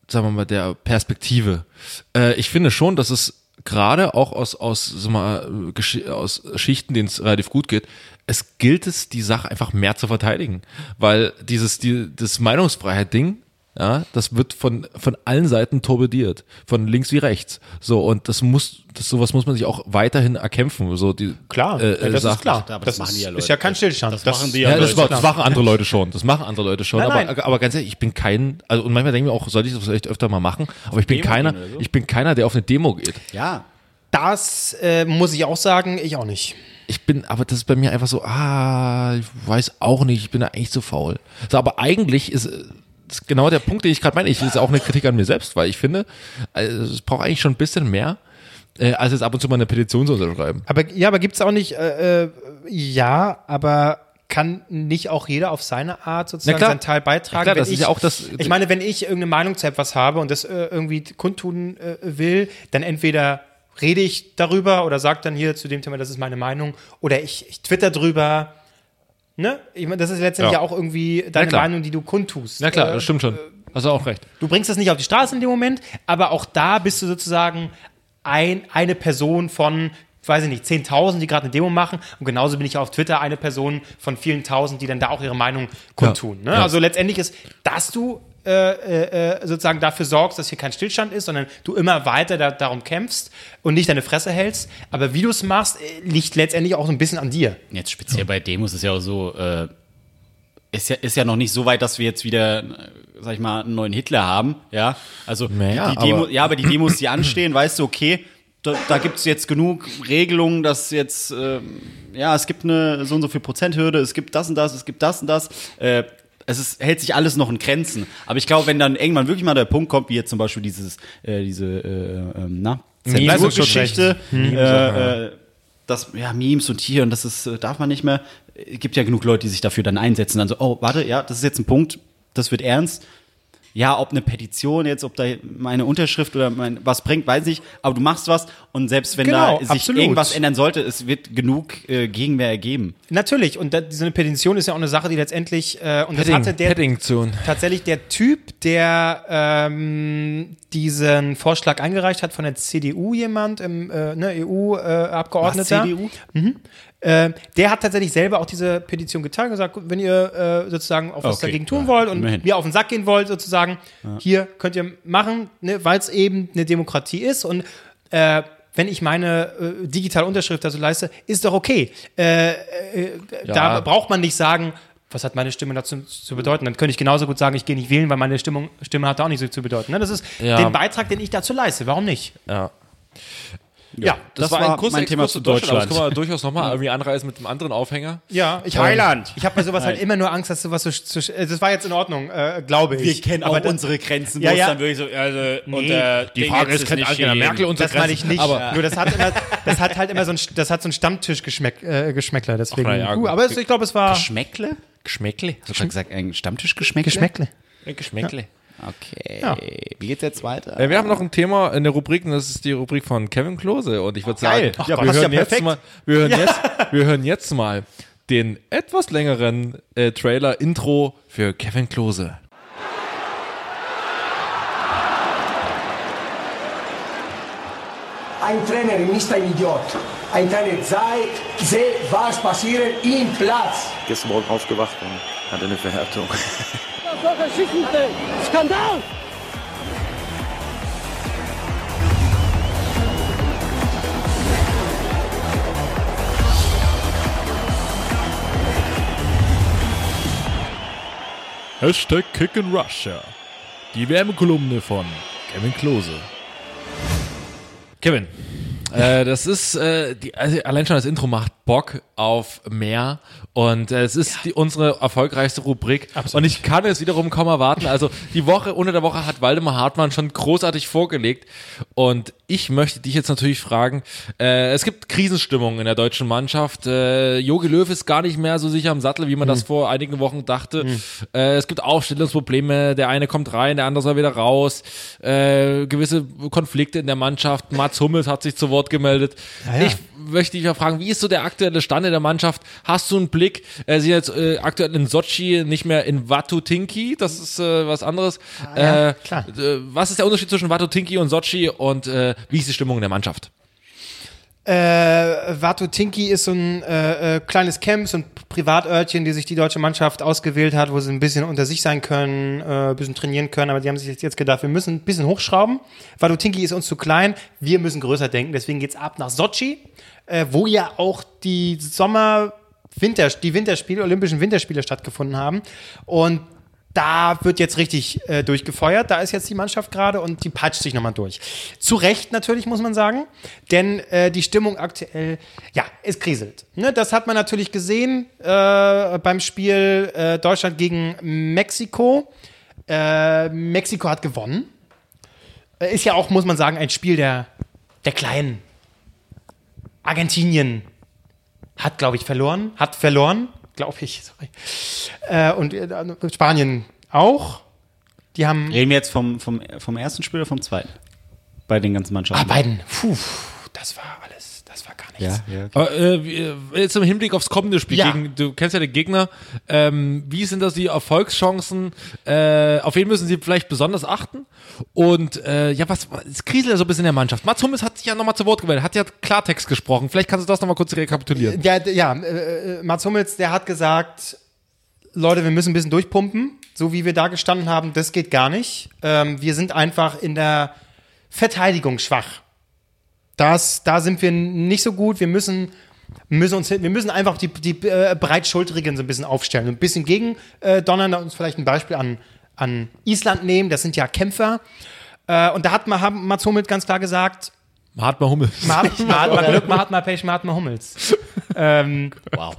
[SPEAKER 1] sagen wir mal, der Perspektive. Äh, ich finde schon, dass es gerade auch aus, aus, sag mal, Gesch- aus Schichten, denen es relativ gut geht, es gilt es, die Sache einfach mehr zu verteidigen. Weil dieses, die, das Meinungsfreiheit-Ding, ja, das wird von, von allen Seiten torpediert. Von links wie rechts. So, und das muss, das, sowas muss man sich auch weiterhin erkämpfen. So, die,
[SPEAKER 2] Klar,
[SPEAKER 1] äh,
[SPEAKER 2] ja, das
[SPEAKER 1] Sachen.
[SPEAKER 2] ist klar.
[SPEAKER 3] Aber
[SPEAKER 2] Das
[SPEAKER 3] das machen
[SPEAKER 2] ist,
[SPEAKER 3] die ja
[SPEAKER 2] ist
[SPEAKER 3] Leute.
[SPEAKER 2] ja kein Stillstand.
[SPEAKER 3] Das machen die
[SPEAKER 1] Ja, das,
[SPEAKER 3] Leute.
[SPEAKER 1] das machen andere Leute schon. Das machen andere Leute schon.
[SPEAKER 2] Nein,
[SPEAKER 1] aber,
[SPEAKER 2] nein.
[SPEAKER 1] aber ganz ehrlich, ich bin kein, also und manchmal denke ich mir auch, sollte ich das vielleicht öfter mal machen, aber ich bin
[SPEAKER 3] Demo
[SPEAKER 1] keiner,
[SPEAKER 3] gehen oder so?
[SPEAKER 1] ich bin keiner, der auf eine Demo geht.
[SPEAKER 3] Ja.
[SPEAKER 2] Das äh, muss ich auch sagen, ich auch nicht.
[SPEAKER 1] Ich bin, aber das ist bei mir einfach so, ah, ich weiß auch nicht, ich bin da eigentlich zu faul. So, aber eigentlich ist, äh, das ist genau der Punkt, den ich gerade meine. Ich ist auch eine Kritik an mir selbst, weil ich finde, also, es braucht eigentlich schon ein bisschen mehr, äh, als jetzt ab und zu mal eine Petition zu unterschreiben.
[SPEAKER 2] Aber ja, aber gibt's auch nicht, äh, äh, ja, aber kann nicht auch jeder auf seine Art sozusagen
[SPEAKER 1] Na klar.
[SPEAKER 2] seinen Teil beitragen?
[SPEAKER 1] Ja klar,
[SPEAKER 2] Wenn
[SPEAKER 1] das ist
[SPEAKER 2] ich,
[SPEAKER 1] ja auch das-
[SPEAKER 2] Ich meine, wenn ich irgendeine Meinung zu etwas habe und das äh, irgendwie kundtun äh, will, dann entweder rede ich darüber oder sage dann hier zu dem Thema, das ist meine Meinung, oder ich, ich twitter drüber. Ne? Ich meine, das ist letztendlich
[SPEAKER 1] Ja.
[SPEAKER 2] auch irgendwie deine
[SPEAKER 1] klar.
[SPEAKER 2] Meinung, die du kundtust.
[SPEAKER 1] Na klar,
[SPEAKER 2] Äh,
[SPEAKER 1] das stimmt schon. Hast du auch recht.
[SPEAKER 2] Du bringst das nicht auf die Straße in dem Moment, aber auch da bist du sozusagen ein, eine Person von, weiß ich nicht, zehntausend, die gerade eine Demo machen. Und genauso bin ich auf Twitter eine Person von vielen Tausend, die dann da auch ihre Meinung kundtun. Ne?
[SPEAKER 1] Ja.
[SPEAKER 2] Also letztendlich ist, dass du äh, äh, sozusagen dafür sorgst, dass hier kein Stillstand ist, sondern du immer weiter da, darum kämpfst und nicht deine Fresse hältst. Aber wie du es machst, äh, liegt letztendlich auch so ein bisschen an dir.
[SPEAKER 3] Jetzt speziell bei Demos ist ja auch so, äh, ist ja, ist ja noch nicht so weit, dass wir jetzt wieder, äh, sag ich mal, einen neuen Hitler haben, ja. Also
[SPEAKER 1] Naja,
[SPEAKER 3] die Demo,
[SPEAKER 1] aber-
[SPEAKER 3] ja, aber die Demos, die anstehen, weißt du, okay, da, da gibt es jetzt genug Regelungen, dass jetzt, ähm, ja, es gibt eine so und so viel Prozenthürde, es gibt das und das, es gibt das und das. Äh, es ist, hält sich alles noch in Grenzen. Aber ich glaube, wenn dann irgendwann wirklich mal der Punkt kommt, wie jetzt zum Beispiel dieses, äh, diese, äh, ähm, na, Zensurgeschichte, äh, äh, das, ja, Memes und hier und das ist, äh, darf man nicht mehr. Es gibt ja genug Leute, die sich dafür dann einsetzen. Dann so, oh, warte, ja, das ist jetzt ein Punkt, das wird ernst. Ja, ob eine Petition jetzt, ob da meine Unterschrift oder mein, was bringt, weiß ich. Aber du machst was und selbst wenn
[SPEAKER 2] Genau,
[SPEAKER 3] da sich
[SPEAKER 2] absolut.
[SPEAKER 3] irgendwas ändern sollte, es wird genug äh, Gegenwehr ergeben.
[SPEAKER 2] Natürlich, und da, so eine Petition ist ja auch eine Sache, die letztendlich, äh, und das
[SPEAKER 1] Padding,
[SPEAKER 2] hatte der,
[SPEAKER 1] Paddington.
[SPEAKER 2] tatsächlich der Typ, der ähm, diesen Vorschlag eingereicht hat von der C D U, jemand, im, äh, ne, E U-Abgeordneter.
[SPEAKER 3] C D U?
[SPEAKER 2] Äh, der hat tatsächlich selber auch diese Petition geteilt und gesagt, wenn ihr äh, sozusagen auf was
[SPEAKER 3] Okay,
[SPEAKER 2] dagegen tun
[SPEAKER 3] ja,
[SPEAKER 2] wollt und
[SPEAKER 3] immerhin.
[SPEAKER 2] mir auf den Sack gehen wollt, sozusagen, hier könnt ihr machen, ne, weil es eben eine Demokratie ist und äh, wenn ich meine äh, digitale Unterschrift dazu leiste, ist doch okay. Äh, äh,
[SPEAKER 1] Ja.
[SPEAKER 2] Da braucht man nicht sagen, was hat meine Stimme dazu zu bedeuten? Dann könnte ich genauso gut sagen, ich gehe nicht wählen, weil meine Stimmung, Stimme hat da auch nicht so zu bedeuten. Ne? Das ist
[SPEAKER 1] Ja.
[SPEAKER 2] den Beitrag, den ich dazu leiste. Warum nicht?
[SPEAKER 1] Ja.
[SPEAKER 2] Ja,
[SPEAKER 3] das war mein Thema zu
[SPEAKER 1] Aber das
[SPEAKER 3] Deutschland.
[SPEAKER 1] können wir durchaus nochmal irgendwie anreißen mit einem anderen Aufhänger.
[SPEAKER 2] Ja, ich
[SPEAKER 3] Thailand.
[SPEAKER 2] Ich habe bei sowas halt immer nur Angst, dass sowas so, so äh, das war jetzt in Ordnung, äh, glaube ich.
[SPEAKER 3] Wir kennen
[SPEAKER 2] Aber
[SPEAKER 3] auch
[SPEAKER 2] das-
[SPEAKER 3] unsere Grenzen,
[SPEAKER 2] Ja,
[SPEAKER 3] wo es
[SPEAKER 2] ja.
[SPEAKER 3] dann wirklich so, also,
[SPEAKER 2] Nee,
[SPEAKER 3] unter
[SPEAKER 1] die
[SPEAKER 3] Ding
[SPEAKER 1] Frage
[SPEAKER 3] jetzt
[SPEAKER 1] ist, kennt
[SPEAKER 3] nicht
[SPEAKER 1] Angela
[SPEAKER 3] gehen.
[SPEAKER 1] Merkel unsere
[SPEAKER 2] Das meine ich
[SPEAKER 1] Grenzen?
[SPEAKER 2] nicht.
[SPEAKER 1] Aber
[SPEAKER 2] Nur das hat immer, das hat halt immer so ein, das hat so ein Stammtischgeschmäckler, äh, Geschmäckler, deswegen.
[SPEAKER 1] Ach, na ja,
[SPEAKER 2] uh,
[SPEAKER 1] gut.
[SPEAKER 2] aber es, ich glaube, es war
[SPEAKER 3] Geschmäckle?
[SPEAKER 1] Geschmäckle.
[SPEAKER 3] Hast du gerade gesagt, ein Stammtischgeschmäckle?
[SPEAKER 2] Geschmäckle.
[SPEAKER 1] Geschmäckle.
[SPEAKER 3] Okay.
[SPEAKER 2] Ja.
[SPEAKER 3] Wie geht's jetzt weiter?
[SPEAKER 1] Äh, wir haben noch ein Thema in der Rubrik, und das ist die Rubrik von Kevin Klose. Und ich würde
[SPEAKER 2] Geil.
[SPEAKER 1] sagen,
[SPEAKER 2] Ach
[SPEAKER 1] wir,
[SPEAKER 2] Gott, das ist
[SPEAKER 1] hören
[SPEAKER 2] ja
[SPEAKER 1] jetzt
[SPEAKER 2] perfekt.
[SPEAKER 1] mal, wir, hören jetzt, wir hören jetzt mal den etwas längeren äh, Trailer-Intro für Kevin Klose.
[SPEAKER 6] Ein Trainer ist ein Idiot. Ein Trainer sei, sehe, was passiert im Platz.
[SPEAKER 7] Gestern Morgen aufgewacht und hatte eine Verhärtung.
[SPEAKER 6] Skandal!
[SPEAKER 1] Hashtag Kick in Russia. Die Wärmekolumne von Kevin Klose. Kevin, äh, das ist, äh, die, also allein schon das Intro macht Bock auf mehr und äh, es ist die, unsere erfolgreichste Rubrik.
[SPEAKER 2] Absolut.
[SPEAKER 1] Und ich kann es wiederum kaum erwarten. Also die Woche, unter der Woche hat Waldemar Hartmann schon großartig vorgelegt und ich möchte dich jetzt natürlich fragen, äh, es gibt Krisenstimmung in der deutschen Mannschaft. Äh, Jogi Löw ist gar nicht mehr so sicher am Sattel, wie man das vor einigen Wochen dachte. Äh, es gibt Aufstellungsprobleme, der eine kommt rein, der andere soll wieder raus. Äh, gewisse Konflikte in der Mannschaft. Mats Hummels hat sich zu Wort Wort gemeldet.
[SPEAKER 2] Ah, ja.
[SPEAKER 1] Ich möchte dich mal fragen, wie ist so der aktuelle Stand in der Mannschaft? Hast du einen Blick? Äh, sie sind jetzt äh, aktuell in Sochi, nicht mehr in Watutinki, das ist äh, was anderes.
[SPEAKER 2] Ah, ja,
[SPEAKER 1] äh,
[SPEAKER 2] klar.
[SPEAKER 1] äh, was ist der Unterschied zwischen Watutinki und Sochi und äh, wie ist die Stimmung in der Mannschaft?
[SPEAKER 2] Äh, Watutinki ist so ein äh, äh, kleines Camp, so ein Privatörtchen, die sich die deutsche Mannschaft ausgewählt hat, wo sie ein bisschen unter sich sein können, äh, ein bisschen trainieren können, aber die haben sich jetzt, jetzt gedacht, wir müssen ein bisschen hochschrauben. Watutinki ist uns zu klein, wir müssen größer denken, deswegen geht's ab nach Sochi, äh, wo ja auch die Sommer Winter, die Winterspiele, Olympischen Winterspiele stattgefunden haben und da wird jetzt richtig äh, durchgefeuert. Da ist jetzt die Mannschaft gerade und die peitscht sich nochmal durch. Zu Recht natürlich, muss man sagen. Denn äh, die Stimmung aktuell, ja, es kriselt. Ne, das hat man natürlich gesehen äh, beim Spiel äh, Deutschland gegen Mexiko. Äh, Mexiko hat gewonnen. Äh, ist ja auch, muss man sagen, ein Spiel der, der Kleinen. Argentinien hat, glaube ich, verloren. Hat verloren. Glaube ich, sorry. Äh, und äh, Spanien auch. Die haben.
[SPEAKER 3] Reden wir jetzt vom, vom, vom ersten Spiel oder vom zweiten? Bei den ganzen Mannschaften.
[SPEAKER 2] Ah, beiden. Puh, das war alles, das war gar nichts.
[SPEAKER 3] Ja, ja.
[SPEAKER 1] Aber, äh, wie- jetzt im Hinblick aufs kommende Spiel,
[SPEAKER 2] Ja.
[SPEAKER 1] gegen, du kennst ja den Gegner, ähm, wie sind das die Erfolgschancen? Äh, auf wen müssen sie vielleicht besonders achten? Und äh, ja, was, es kriselt ja so ein bisschen in der Mannschaft. Mats Hummels hat sich ja nochmal zu Wort gemeldet, hat ja Klartext gesprochen. Vielleicht kannst du das nochmal kurz rekapitulieren.
[SPEAKER 2] Ja, d- ja äh, äh, Mats Hummels, der hat gesagt, Leute, wir müssen ein bisschen durchpumpen. So wie wir da gestanden haben, das geht gar nicht. Ähm, wir sind einfach in der Verteidigung schwach. Das, da sind wir nicht so gut. Wir müssen, müssen uns, wir müssen einfach die, die äh, Breitschultrigen so ein bisschen aufstellen. Ein bisschen gegen äh, donnern, uns vielleicht ein Beispiel an, an Island nehmen. Das sind ja Kämpfer. Äh, und da hat man, haben Mats Hummels ganz klar gesagt,
[SPEAKER 1] Mahatma Hummels.
[SPEAKER 2] man hat, man hat mal Glück, man hat mal Pech, man hat mal Hummels. ähm,
[SPEAKER 3] Wow.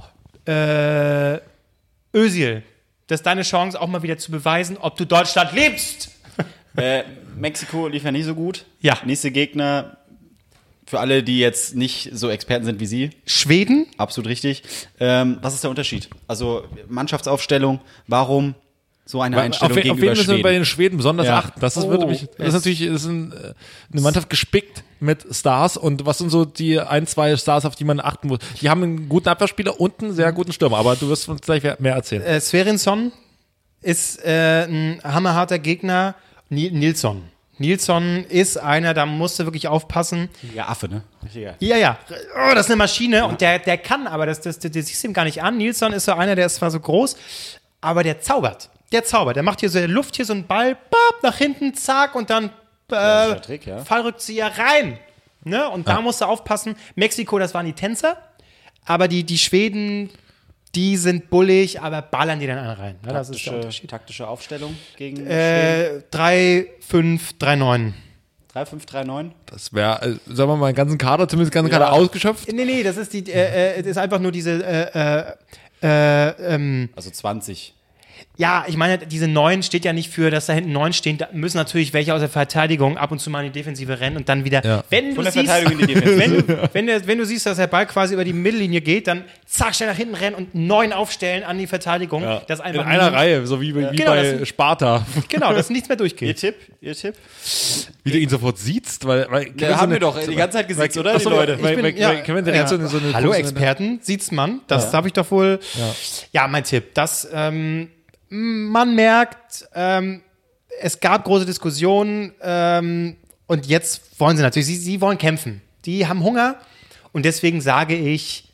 [SPEAKER 2] äh, Özil, das ist deine Chance, auch mal wieder zu beweisen, ob du Deutschland liebst.
[SPEAKER 3] Äh, Mexiko lief ja nicht so gut.
[SPEAKER 2] Ja.
[SPEAKER 3] Nächste Gegner, für alle, die jetzt nicht so Experten sind wie Sie,
[SPEAKER 2] Schweden?
[SPEAKER 3] absolut richtig. Ähm, was ist der Unterschied? Also Mannschaftsaufstellung, warum so eine
[SPEAKER 1] Auf,
[SPEAKER 3] Einstellung
[SPEAKER 1] auf wen
[SPEAKER 3] gegenüber
[SPEAKER 1] müssen wir bei
[SPEAKER 3] Schweden?
[SPEAKER 1] den Schweden besonders
[SPEAKER 3] Ja.
[SPEAKER 1] achten? Das ist,
[SPEAKER 2] Oh,
[SPEAKER 1] würde mich, das ist
[SPEAKER 2] es-
[SPEAKER 1] natürlich das ist ein, äh, eine Mannschaft gespickt mit Stars. Und was sind so die ein, zwei Stars, auf die man achten muss? Die haben einen guten Abwehrspieler und einen sehr guten Stürmer. Aber du wirst uns gleich mehr erzählen.
[SPEAKER 2] Äh, Svensson ist äh, ein hammerharter Gegner. Ni- Nilsson. Nilsson ist einer, da musst du wirklich aufpassen.
[SPEAKER 3] Ja, Affe, ne? Richtiger.
[SPEAKER 2] Ja, ja. Oh, das ist eine Maschine. Und der, der kann, aber das, das, das, das siehst du ihm gar nicht an. Nilsson ist so einer, der ist zwar so groß, aber der zaubert. Der zaubert. Der macht hier so in der Luft hier so einen Ball, bap, nach hinten, zack, und dann äh,
[SPEAKER 3] Klassischer Trick, ja.
[SPEAKER 2] Fallrückzieher rein. Ne? Und da musst du aufpassen. Mexiko, das waren die Tänzer, aber die, die Schweden, die sind bullig, aber ballern die dann alle rein. Ne? Das ist der
[SPEAKER 3] Taktische,
[SPEAKER 2] Unterschied.
[SPEAKER 3] taktische Aufstellung gegen Schweden.
[SPEAKER 2] Äh, drei, fünf, drei, neun.
[SPEAKER 3] drei fünf drei neun.
[SPEAKER 1] Das wäre, äh, sagen wir mal, den ganzen Kader, zumindest den ganzen Kader ausgeschöpft.
[SPEAKER 2] Nee, nee, das ist die, äh, äh, das ist einfach nur diese, äh, äh, äh, ähm,
[SPEAKER 3] Also zwanzig.
[SPEAKER 2] ja, ich meine, diese neun steht ja nicht für, dass da hinten neun stehen. Da müssen natürlich welche aus der Verteidigung ab und zu mal in die Defensive rennen und dann wieder,
[SPEAKER 1] Ja.
[SPEAKER 2] wenn du
[SPEAKER 3] Von der
[SPEAKER 2] siehst,
[SPEAKER 3] Verteidigung in die Defensive.
[SPEAKER 2] wenn du, wenn, du, wenn du siehst, dass der Ball quasi über die Mittellinie geht, dann zack, schnell nach hinten rennen und neun aufstellen an die Verteidigung. Das
[SPEAKER 1] In
[SPEAKER 2] einfach
[SPEAKER 1] einer
[SPEAKER 2] nie-
[SPEAKER 1] Reihe, so wie, wie
[SPEAKER 2] Genau,
[SPEAKER 1] bei
[SPEAKER 2] das-
[SPEAKER 1] Sparta.
[SPEAKER 2] Genau, dass nichts mehr
[SPEAKER 3] Ihr
[SPEAKER 2] durchgeht.
[SPEAKER 3] Tipp? Ihr Tipp?
[SPEAKER 1] Wie du ihn sofort siehst, weil, weil Kevin
[SPEAKER 3] Ja,
[SPEAKER 1] so
[SPEAKER 3] haben
[SPEAKER 1] eine-
[SPEAKER 3] wir doch die ganze Zeit gesitzt, oder?
[SPEAKER 1] Achso,
[SPEAKER 3] die Leute.
[SPEAKER 1] Weil,
[SPEAKER 2] Ich
[SPEAKER 1] weil,
[SPEAKER 2] bin- ja,
[SPEAKER 1] weil Kevin direkt so eine, so eine
[SPEAKER 2] Hallo
[SPEAKER 1] große-
[SPEAKER 2] Experten, sieht's man, das darf ich doch wohl. Ja, mein Tipp, das, ähm, man merkt, ähm, es gab große Diskussionen ähm, und jetzt wollen sie natürlich, sie, sie wollen kämpfen. Die haben Hunger und deswegen sage ich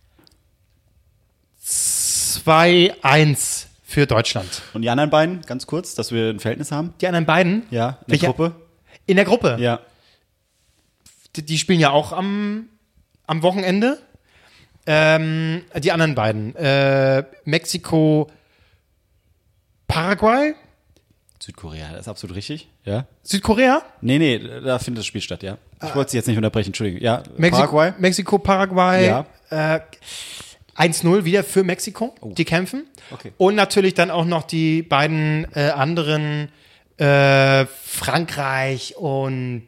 [SPEAKER 2] zwei eins für Deutschland.
[SPEAKER 3] Und die anderen beiden, ganz kurz, dass wir ein Verhältnis haben.
[SPEAKER 2] Die anderen beiden
[SPEAKER 3] Ja, in der
[SPEAKER 2] Welche?
[SPEAKER 3] Gruppe.
[SPEAKER 2] in der Gruppe,
[SPEAKER 3] Ja.
[SPEAKER 2] die, die spielen ja auch am, am Wochenende. Ähm, die anderen beiden, äh, Mexiko, Paraguay,
[SPEAKER 3] Südkorea, das ist absolut richtig. Ja.
[SPEAKER 2] Südkorea,
[SPEAKER 3] Nee, nee, da findet das Spiel statt, ja. Ich wollte Sie jetzt nicht unterbrechen, Entschuldigung. Ja,
[SPEAKER 2] Mexiko,
[SPEAKER 3] Paraguay.
[SPEAKER 2] Mexiko, Paraguay,
[SPEAKER 3] Ja.
[SPEAKER 2] äh, eins null wieder für Mexiko, die kämpfen.
[SPEAKER 3] Okay.
[SPEAKER 2] Und natürlich dann auch noch die beiden äh, anderen, äh, Frankreich und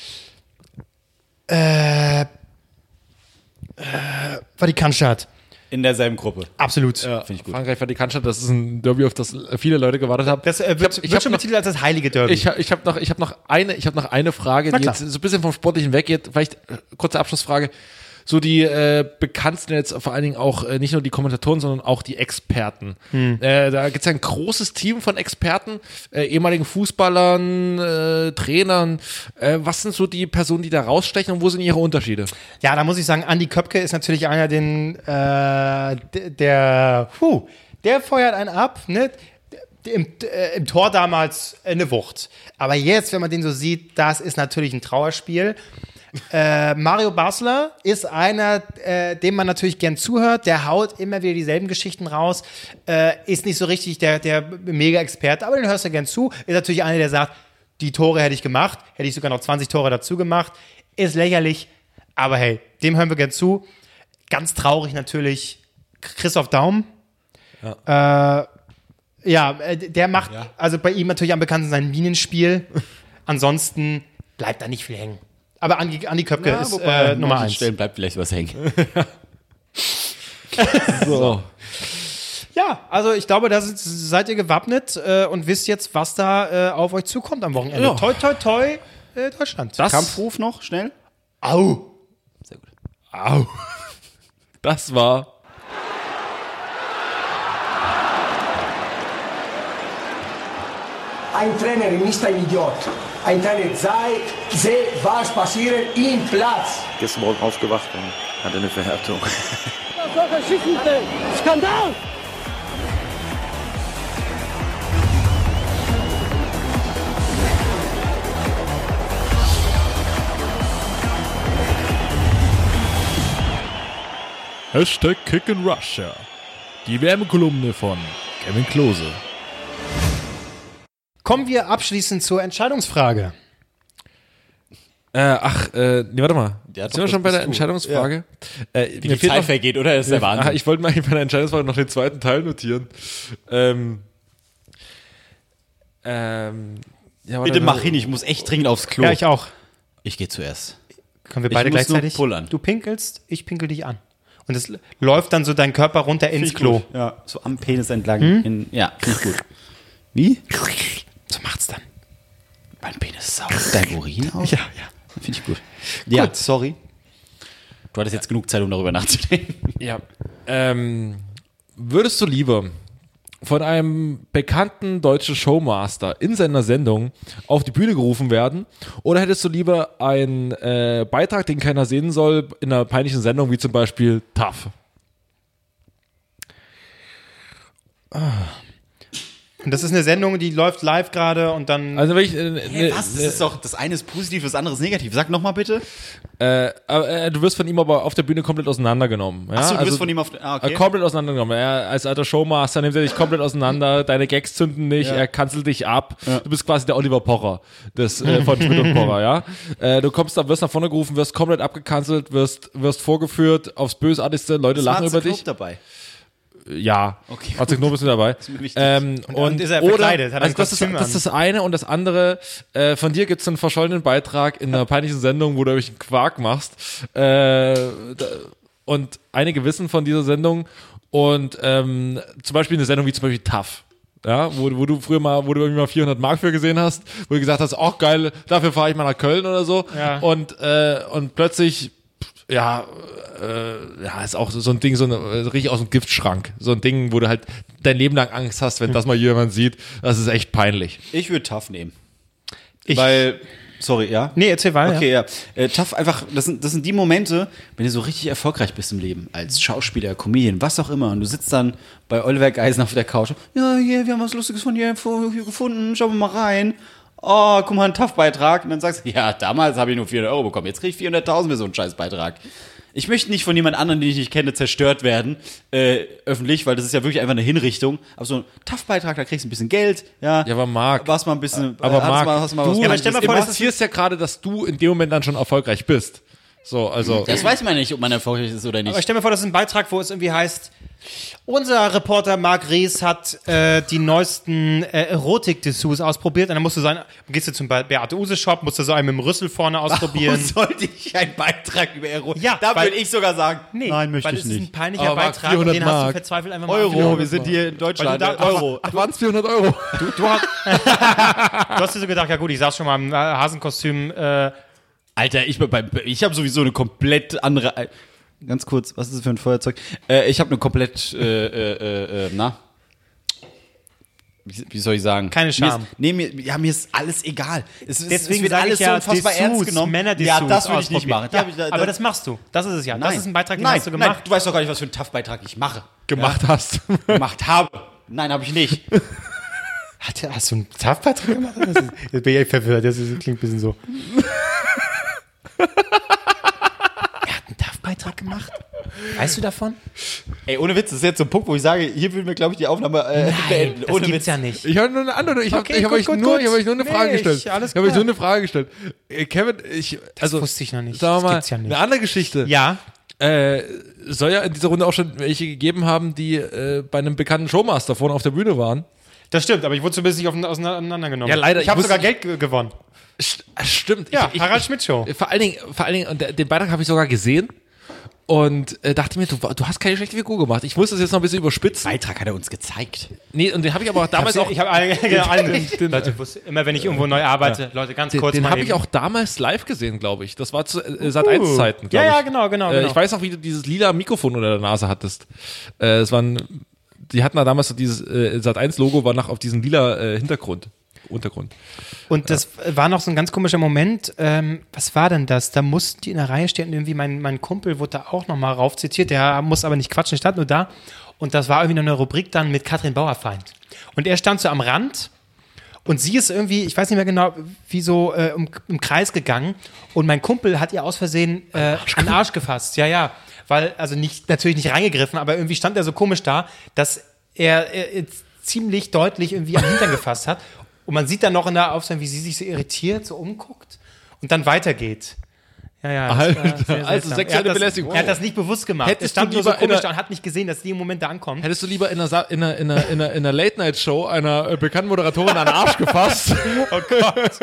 [SPEAKER 2] äh, äh, Vatikanstadt.
[SPEAKER 3] in derselben Gruppe.
[SPEAKER 2] Absolut.
[SPEAKER 1] Ja,
[SPEAKER 3] Finde ich gut.
[SPEAKER 1] Frankreich, Vatikanstadt, das ist ein Derby, auf das viele Leute gewartet haben.
[SPEAKER 2] Das äh, wird,
[SPEAKER 1] ich hab, ich
[SPEAKER 2] wird
[SPEAKER 1] hab
[SPEAKER 2] schon
[SPEAKER 1] noch,
[SPEAKER 2] betitelt als das heilige Derby.
[SPEAKER 1] Ich, ich habe noch, ich hab noch eine, ich habe noch eine Frage,
[SPEAKER 2] Na
[SPEAKER 1] die
[SPEAKER 2] klar.
[SPEAKER 1] jetzt so ein bisschen vom Sportlichen weggeht. Vielleicht äh, kurze Abschlussfrage. So die äh, bekanntesten jetzt vor allen Dingen auch äh, nicht nur die Kommentatoren, sondern auch die Experten.
[SPEAKER 2] Hm.
[SPEAKER 1] Äh, da gibt es ein großes Team von Experten, äh, ehemaligen Fußballern, äh, Trainern. Äh, was sind so die Personen, die da rausstechen und wo sind ihre Unterschiede?
[SPEAKER 2] Ja, da muss ich sagen, Andi Köpke ist natürlich einer, den, äh, d- der, puh, der feuert einen ab, ne? Im, äh, Im Tor damals eine Wucht. Aber jetzt, wenn man den so sieht, das ist natürlich ein Trauerspiel. Äh, Mario Basler ist einer, äh, dem man natürlich gern zuhört. Der haut immer wieder dieselben Geschichten raus. Äh, ist nicht so richtig der, der Mega-Experte, aber den hörst du gern zu. Ist natürlich einer, der sagt, die Tore hätte ich gemacht, hätte ich sogar noch zwanzig Tore dazu gemacht. Ist lächerlich, aber hey, dem hören wir gern zu. Ganz traurig natürlich Christoph Daum. Ja, äh, ja äh, der macht, ja. also bei ihm natürlich am bekanntesten sein Minenspiel. Ansonsten bleibt da nicht viel hängen. Aber Andi, Andi Köpke
[SPEAKER 3] Ja,
[SPEAKER 2] ist
[SPEAKER 3] wobei,
[SPEAKER 2] äh,
[SPEAKER 3] an
[SPEAKER 2] Nummer
[SPEAKER 3] manchen
[SPEAKER 2] eins.
[SPEAKER 3] Stellen bleibt vielleicht was hängen.
[SPEAKER 1] So.
[SPEAKER 2] Ja, also ich glaube, da seid ihr gewappnet äh, und wisst jetzt, was da äh, auf euch zukommt am Wochenende.
[SPEAKER 1] Ja.
[SPEAKER 2] Toi, toi, toi, äh, Deutschland.
[SPEAKER 1] Das,
[SPEAKER 3] Kampfruf noch, schnell.
[SPEAKER 2] Au.
[SPEAKER 3] Sehr gut.
[SPEAKER 1] au. Das war
[SPEAKER 6] Ein Trainer ist ein Idiot. Ein Trainer zeigt, seht, was passiert im Platz.
[SPEAKER 7] Gestern Morgen aufgewacht und hatte eine Verhärtung.
[SPEAKER 6] Skandal!
[SPEAKER 1] Hashtag Kick in Russia. Die Wärmekolumne von Kevin Klose.
[SPEAKER 2] Kommen wir abschließend zur Entscheidungsfrage.
[SPEAKER 1] Äh, ach, äh, nee, warte mal.
[SPEAKER 3] Ja,
[SPEAKER 1] Sind
[SPEAKER 3] doch,
[SPEAKER 1] wir schon
[SPEAKER 3] das
[SPEAKER 1] bei der
[SPEAKER 3] bist du.
[SPEAKER 1] Entscheidungsfrage? Äh,
[SPEAKER 3] Wie die Zeit vergeht, oder? Das ist der Wahnsinn.
[SPEAKER 1] Ah, ich wollte mal bei der Entscheidungsfrage noch den zweiten Teil notieren. Ähm, ähm, ja, warte,
[SPEAKER 3] Bitte mach hin, ich muss echt dringend aufs Klo.
[SPEAKER 2] Ja, ich auch.
[SPEAKER 3] Ich gehe zuerst.
[SPEAKER 2] Können wir
[SPEAKER 3] Ich
[SPEAKER 2] beide
[SPEAKER 3] muss nur
[SPEAKER 2] gleichzeitig?
[SPEAKER 3] pullern.
[SPEAKER 2] Du pinkelst, ich pinkel dich an. Und es läuft dann so dein Körper runter ins Klo.
[SPEAKER 3] Ja, so am Penis entlang. Hm? In, ja, finde ich gut. Wie?
[SPEAKER 2] So macht's dann.
[SPEAKER 3] Mein Penis saugt dein Urin aus?
[SPEAKER 2] Ja, ja.
[SPEAKER 3] Finde ich gut. Ja, sorry. Du hattest jetzt genug Zeit, um darüber nachzudenken.
[SPEAKER 1] Ja. Ähm, würdest du lieber von einem bekannten deutschen Showmaster in seiner Sendung auf die Bühne gerufen werden oder hättest du lieber einen äh, Beitrag, den keiner sehen soll, in einer peinlichen Sendung wie zum Beispiel Tough?
[SPEAKER 2] Und das ist eine Sendung, die läuft live gerade und dann.
[SPEAKER 1] Also wenn ich, äh,
[SPEAKER 3] Hey,
[SPEAKER 1] ne-
[SPEAKER 3] was? Das ist doch, das eine ist positiv, das andere ist negativ. Sag nochmal bitte.
[SPEAKER 1] Äh, aber, äh, du wirst von ihm aber auf der Bühne komplett auseinandergenommen. Ja?
[SPEAKER 3] Achso, du
[SPEAKER 1] also,
[SPEAKER 3] bist von ihm auf. Ah, okay.
[SPEAKER 1] äh, komplett auseinandergenommen. Er als alter Showmaster nimmt er dich komplett auseinander, deine Gags zünden nicht, er kanzelt dich ab. Du bist quasi der Oliver Pocher des, äh, von Schmidt und Pocher, ja. Äh, du kommst da, wirst nach vorne gerufen, wirst komplett abgekanzelt, wirst, wirst vorgeführt aufs Bösartigste, Leute lachen über dich.
[SPEAKER 3] dabei.
[SPEAKER 1] Ja,
[SPEAKER 3] Okay,
[SPEAKER 1] Arzt Knob ist mit dabei.
[SPEAKER 3] mir wichtig.
[SPEAKER 1] Ähm, und,
[SPEAKER 2] und ist er
[SPEAKER 1] oder,
[SPEAKER 2] verkleidet, hat er
[SPEAKER 1] also
[SPEAKER 2] ein
[SPEAKER 1] das, ist,
[SPEAKER 2] Kostüm
[SPEAKER 1] das ist
[SPEAKER 2] an.
[SPEAKER 1] das eine und das andere, äh, von dir gibt es einen verschollenen Beitrag in einer peinlichen Sendung, wo du euch einen Quark machst. Äh, da, und einige wissen von dieser Sendung und ähm, zum Beispiel eine Sendung wie zum Beispiel Tough. Ja, wo, wo du früher mal, wo du irgendwie mal vierhundert Mark für gesehen hast, wo du gesagt hast, ach geil, dafür fahre ich mal nach Köln oder so.
[SPEAKER 2] Ja.
[SPEAKER 1] Und, äh, und plötzlich, ja, äh, ja, ist auch so ein Ding, so eine, richtig aus dem Giftschrank. So ein Ding, wo du halt dein Leben lang Angst hast, wenn das mal jemand sieht. Das ist echt peinlich.
[SPEAKER 3] Ich würde Tough nehmen.
[SPEAKER 2] Ich-
[SPEAKER 3] Weil, sorry, ja?
[SPEAKER 2] Nee, erzähl weiter.
[SPEAKER 3] Okay, ja. Äh, Tough einfach, das sind, das sind die Momente, wenn du so richtig erfolgreich bist im Leben, als Schauspieler, Comedian, was auch immer, und du sitzt dann bei Oliver Geisen auf der Couch, ja, hier, wir haben was Lustiges von dir hier gefunden, schauen wir mal rein. Oh, guck mal, ein Tough-Beitrag. Und dann sagst du, ja, damals habe ich nur vierhundert Euro bekommen, jetzt kriege ich vierhunderttausend für so einen Scheißbeitrag. Ich möchte nicht von jemand anderem, den ich nicht kenne, zerstört werden, äh, öffentlich, weil das ist ja wirklich einfach eine Hinrichtung. Aber so ein Tough-Beitrag, da kriegst du ein bisschen Geld, ja.
[SPEAKER 1] Ja, aber Marc.
[SPEAKER 3] Warst mal ein bisschen,
[SPEAKER 1] Aber
[SPEAKER 3] äh, hast
[SPEAKER 1] Marc,
[SPEAKER 3] mal, hast mal
[SPEAKER 1] du
[SPEAKER 3] was
[SPEAKER 2] Ja, aber stell mal vor, das ist-
[SPEAKER 1] investierst ja gerade, dass du in dem Moment dann schon erfolgreich bist. So, also.
[SPEAKER 3] Das weiß man nicht, ob man erfolgreich ist oder nicht.
[SPEAKER 2] Aber stell mir vor, das ist ein Beitrag, wo es irgendwie heißt, unser Reporter Marc Rees hat äh, die neuesten äh, Erotik-Dessous ausprobiert. Und dann musst du sein, gehst du zum Be- Beate Use Shop, musst du so einen mit dem Rüssel vorne ausprobieren.
[SPEAKER 3] Warum sollte ich einen Beitrag über Erotik?
[SPEAKER 2] Ja,
[SPEAKER 3] da
[SPEAKER 2] weil-
[SPEAKER 3] würde ich sogar sagen,
[SPEAKER 2] Nee,
[SPEAKER 3] nein, möchte
[SPEAKER 2] weil
[SPEAKER 3] ich
[SPEAKER 2] das ist ein
[SPEAKER 3] nicht.
[SPEAKER 2] peinlicher
[SPEAKER 1] Aber Marc,
[SPEAKER 2] Beitrag und den
[SPEAKER 1] vierhundert
[SPEAKER 2] hast du
[SPEAKER 1] Mark.
[SPEAKER 2] verzweifelt einfach mal
[SPEAKER 3] Euro,
[SPEAKER 2] abgenommen.
[SPEAKER 3] wir sind hier in Deutschland.
[SPEAKER 2] Weil du da-
[SPEAKER 3] Euro.
[SPEAKER 1] Waren es vierhundert Euro?
[SPEAKER 2] Du, du, hast, du hast dir so gedacht, ja gut, ich saß schon mal im äh, Hasenkostüm. Äh,
[SPEAKER 3] Alter, ich, bei- ich habe sowieso eine komplett andere. Ganz kurz, was ist das für ein Feuerzeug? Äh, ich habe eine komplett, äh, äh, äh, na? Wie, wie soll ich sagen?
[SPEAKER 2] Keine Scham.
[SPEAKER 3] Mir ist, nee, mir, ja, mir ist alles egal. Es, ist,
[SPEAKER 2] Deswegen
[SPEAKER 3] es wird
[SPEAKER 2] sage
[SPEAKER 3] alles
[SPEAKER 2] ich ja,
[SPEAKER 3] so unfassbar
[SPEAKER 2] Dessous,
[SPEAKER 3] ernst genommen.
[SPEAKER 2] Männerdessous
[SPEAKER 3] Ja, das würde ich nicht machen.
[SPEAKER 2] Ja,
[SPEAKER 3] Da hab ich- da-
[SPEAKER 2] aber das machst du. Das ist es ja. Das
[SPEAKER 3] Nein.
[SPEAKER 2] ist ein Beitrag, den
[SPEAKER 3] nein,
[SPEAKER 2] hast du gemacht.
[SPEAKER 3] Nein, du weißt doch gar nicht, was für einen T A F-Beitrag ich mache.
[SPEAKER 1] Gemacht hast.
[SPEAKER 3] Gemacht habe. Nein, habe ich nicht.
[SPEAKER 2] Hat der, hast du einen T A F-Beitrag gemacht? Das ist, jetzt bin ich echt verwirrt. Das ist, klingt ein bisschen so. Er hat einen T A F-Beitrag gemacht? Weißt du davon?
[SPEAKER 3] Ey, ohne Witz, das ist jetzt so ein Punkt, wo ich sage, hier würden wir, glaube ich, die Aufnahme äh, beenden.
[SPEAKER 2] Das
[SPEAKER 3] Ohne
[SPEAKER 2] gibt's
[SPEAKER 3] Witz.
[SPEAKER 2] ja nicht.
[SPEAKER 1] Ich habe nur eine andere, ich habe
[SPEAKER 2] Okay,
[SPEAKER 1] ich hab
[SPEAKER 2] gut,
[SPEAKER 1] euch,
[SPEAKER 2] gut,
[SPEAKER 1] nur-
[SPEAKER 2] gut.
[SPEAKER 1] ich hab euch nur eine Frage
[SPEAKER 2] Nee,
[SPEAKER 1] gestellt.
[SPEAKER 2] ich- alles
[SPEAKER 1] Ich habe euch
[SPEAKER 2] klar.
[SPEAKER 1] nur eine Frage gestellt. Äh, Kevin, ich, also,
[SPEAKER 2] wusste ich noch nicht.
[SPEAKER 1] Sagen wir
[SPEAKER 2] Das
[SPEAKER 1] mal,
[SPEAKER 2] gibt's ja nicht.
[SPEAKER 1] eine andere Geschichte.
[SPEAKER 2] Ja.
[SPEAKER 1] Äh, soll ja in dieser Runde auch schon welche gegeben haben, die äh, bei einem bekannten Showmaster vorne auf der Bühne waren.
[SPEAKER 2] Das stimmt, aber ich wurde so ein bisschen auf- auseinandergenommen.
[SPEAKER 1] Ja, leider,
[SPEAKER 2] Ich habe
[SPEAKER 1] ich
[SPEAKER 2] sogar
[SPEAKER 1] wusste-
[SPEAKER 2] Geld ge- gewonnen.
[SPEAKER 1] St stimmt.
[SPEAKER 2] Ja,
[SPEAKER 1] ich, ich,
[SPEAKER 2] Harald
[SPEAKER 1] ich,
[SPEAKER 2] Schmidt Show.
[SPEAKER 1] Vor allen Dingen, vor allen Dingen, und der- den Beitrag habe ich sogar gesehen und äh, dachte mir, du, du hast keine schlechte Figur gemacht. Ich muss das jetzt noch ein bisschen überspitzen.
[SPEAKER 3] Beitrag hat er uns gezeigt.
[SPEAKER 1] Nee, und den habe ich aber auch damals auch,
[SPEAKER 2] Ich habe alle, genau, alle Leute, wusste, immer wenn ich irgendwo neu arbeite, Leute, ganz
[SPEAKER 1] den,
[SPEAKER 2] kurz
[SPEAKER 1] den
[SPEAKER 2] mal
[SPEAKER 1] habe ich
[SPEAKER 2] eben.
[SPEAKER 1] auch damals live gesehen, glaube ich. Das war zu äh, Sat eins Zeiten,
[SPEAKER 2] Ja,
[SPEAKER 1] glaube ich.
[SPEAKER 2] ja, genau, genau,
[SPEAKER 1] Äh,
[SPEAKER 2] genau.
[SPEAKER 1] ich weiß noch, wie du dieses lila Mikrofon unter der Nase hattest. Äh, es waren, die hatten da damals so dieses äh, Sat eins Logo war noch auf diesem lila äh, Hintergrund. Untergrund.
[SPEAKER 2] Und das war noch so ein ganz komischer Moment. Ähm, was war denn das? Da mussten die in der Reihe stehen und irgendwie mein, mein Kumpel wurde da auch nochmal rauf zitiert. Der muss aber nicht quatschen, stand nur da. Und das war irgendwie noch eine Rubrik dann mit Katrin Bauerfeind. Und er stand so am Rand und sie ist irgendwie, ich weiß nicht mehr genau, wie so äh, im, im Kreis gegangen. Und mein Kumpel hat ihr aus Versehen äh, an den Arsch gefasst. Ja, ja. Weil, also nicht, natürlich nicht reingegriffen, aber irgendwie stand er so komisch da, dass er, er jetzt ziemlich deutlich irgendwie am Hintern gefasst hat. Und man sieht dann noch in der Aufnahme, wie sie sich so irritiert, so umguckt und dann weitergeht. Ja, ja. das war
[SPEAKER 1] Alter,
[SPEAKER 2] sehr
[SPEAKER 1] also
[SPEAKER 2] seltsam.
[SPEAKER 1] sexuelle
[SPEAKER 2] Er hat das-
[SPEAKER 1] Belästigung.
[SPEAKER 2] Er hat das nicht bewusst gemacht.
[SPEAKER 1] Hättest
[SPEAKER 2] er stand
[SPEAKER 1] du
[SPEAKER 2] nur so
[SPEAKER 1] lieber in
[SPEAKER 2] komisch
[SPEAKER 1] der-
[SPEAKER 2] da und hat nicht gesehen, dass die im Moment da ankommt.
[SPEAKER 1] Hättest du lieber in einer, Sa- in einer, in einer, in einer, in einer Late-Night-Show einer äh, bekannten Moderatorin an den Arsch gefasst?
[SPEAKER 2] Oh Gott.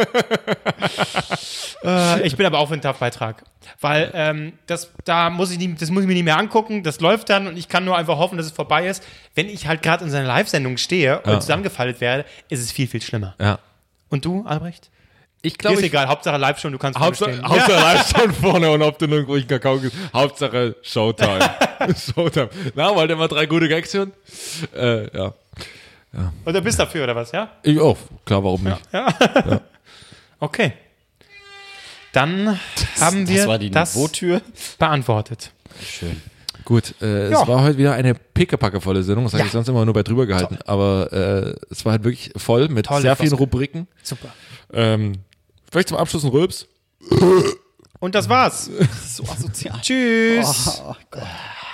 [SPEAKER 2] äh, ich bin aber auch für einen T A F-Beitrag. Weil ähm, das, da muss ich nie, das muss ich mir nicht mehr angucken, das läuft dann und ich kann nur einfach hoffen, dass es vorbei ist. Wenn ich halt gerade in seiner Live-Sendung stehe und
[SPEAKER 1] Ja.
[SPEAKER 2] zusammengefaltet werde, ist es viel, viel schlimmer.
[SPEAKER 1] Ja.
[SPEAKER 2] Und du, Albrecht?
[SPEAKER 1] Ich
[SPEAKER 2] Ist
[SPEAKER 1] glaube, ich,
[SPEAKER 2] egal, Hauptsache Live-Show, du kannst vorne
[SPEAKER 1] Hauptsache,
[SPEAKER 2] stehen.
[SPEAKER 1] Hauptsache live schon vorne und ob du irgendwo einen Kakao gibst. Hauptsache Showtime. Showtime. Na, wollt ihr mal drei gute Gags hören? Äh, ja.
[SPEAKER 2] Und du bist dafür, oder was, ja?
[SPEAKER 1] Ich auch. Klar, warum nicht?
[SPEAKER 2] Okay. Dann haben wir
[SPEAKER 3] Das war die
[SPEAKER 2] das
[SPEAKER 3] Niveautür.
[SPEAKER 2] beantwortet.
[SPEAKER 3] Schön.
[SPEAKER 1] Gut, äh,
[SPEAKER 2] Ja.
[SPEAKER 1] es war heute wieder eine pickepackevolle Sendung. Das habe ich sonst immer nur bei drüber gehalten. Aber äh, es war halt wirklich voll mit
[SPEAKER 2] Tolle
[SPEAKER 1] sehr vielen
[SPEAKER 2] Floskel.
[SPEAKER 1] Rubriken.
[SPEAKER 2] Super.
[SPEAKER 1] Ähm, vielleicht zum Abschluss ein Rülps.
[SPEAKER 2] Und das war's.
[SPEAKER 3] So asozial.
[SPEAKER 2] Tschüss.
[SPEAKER 3] Oh Gott.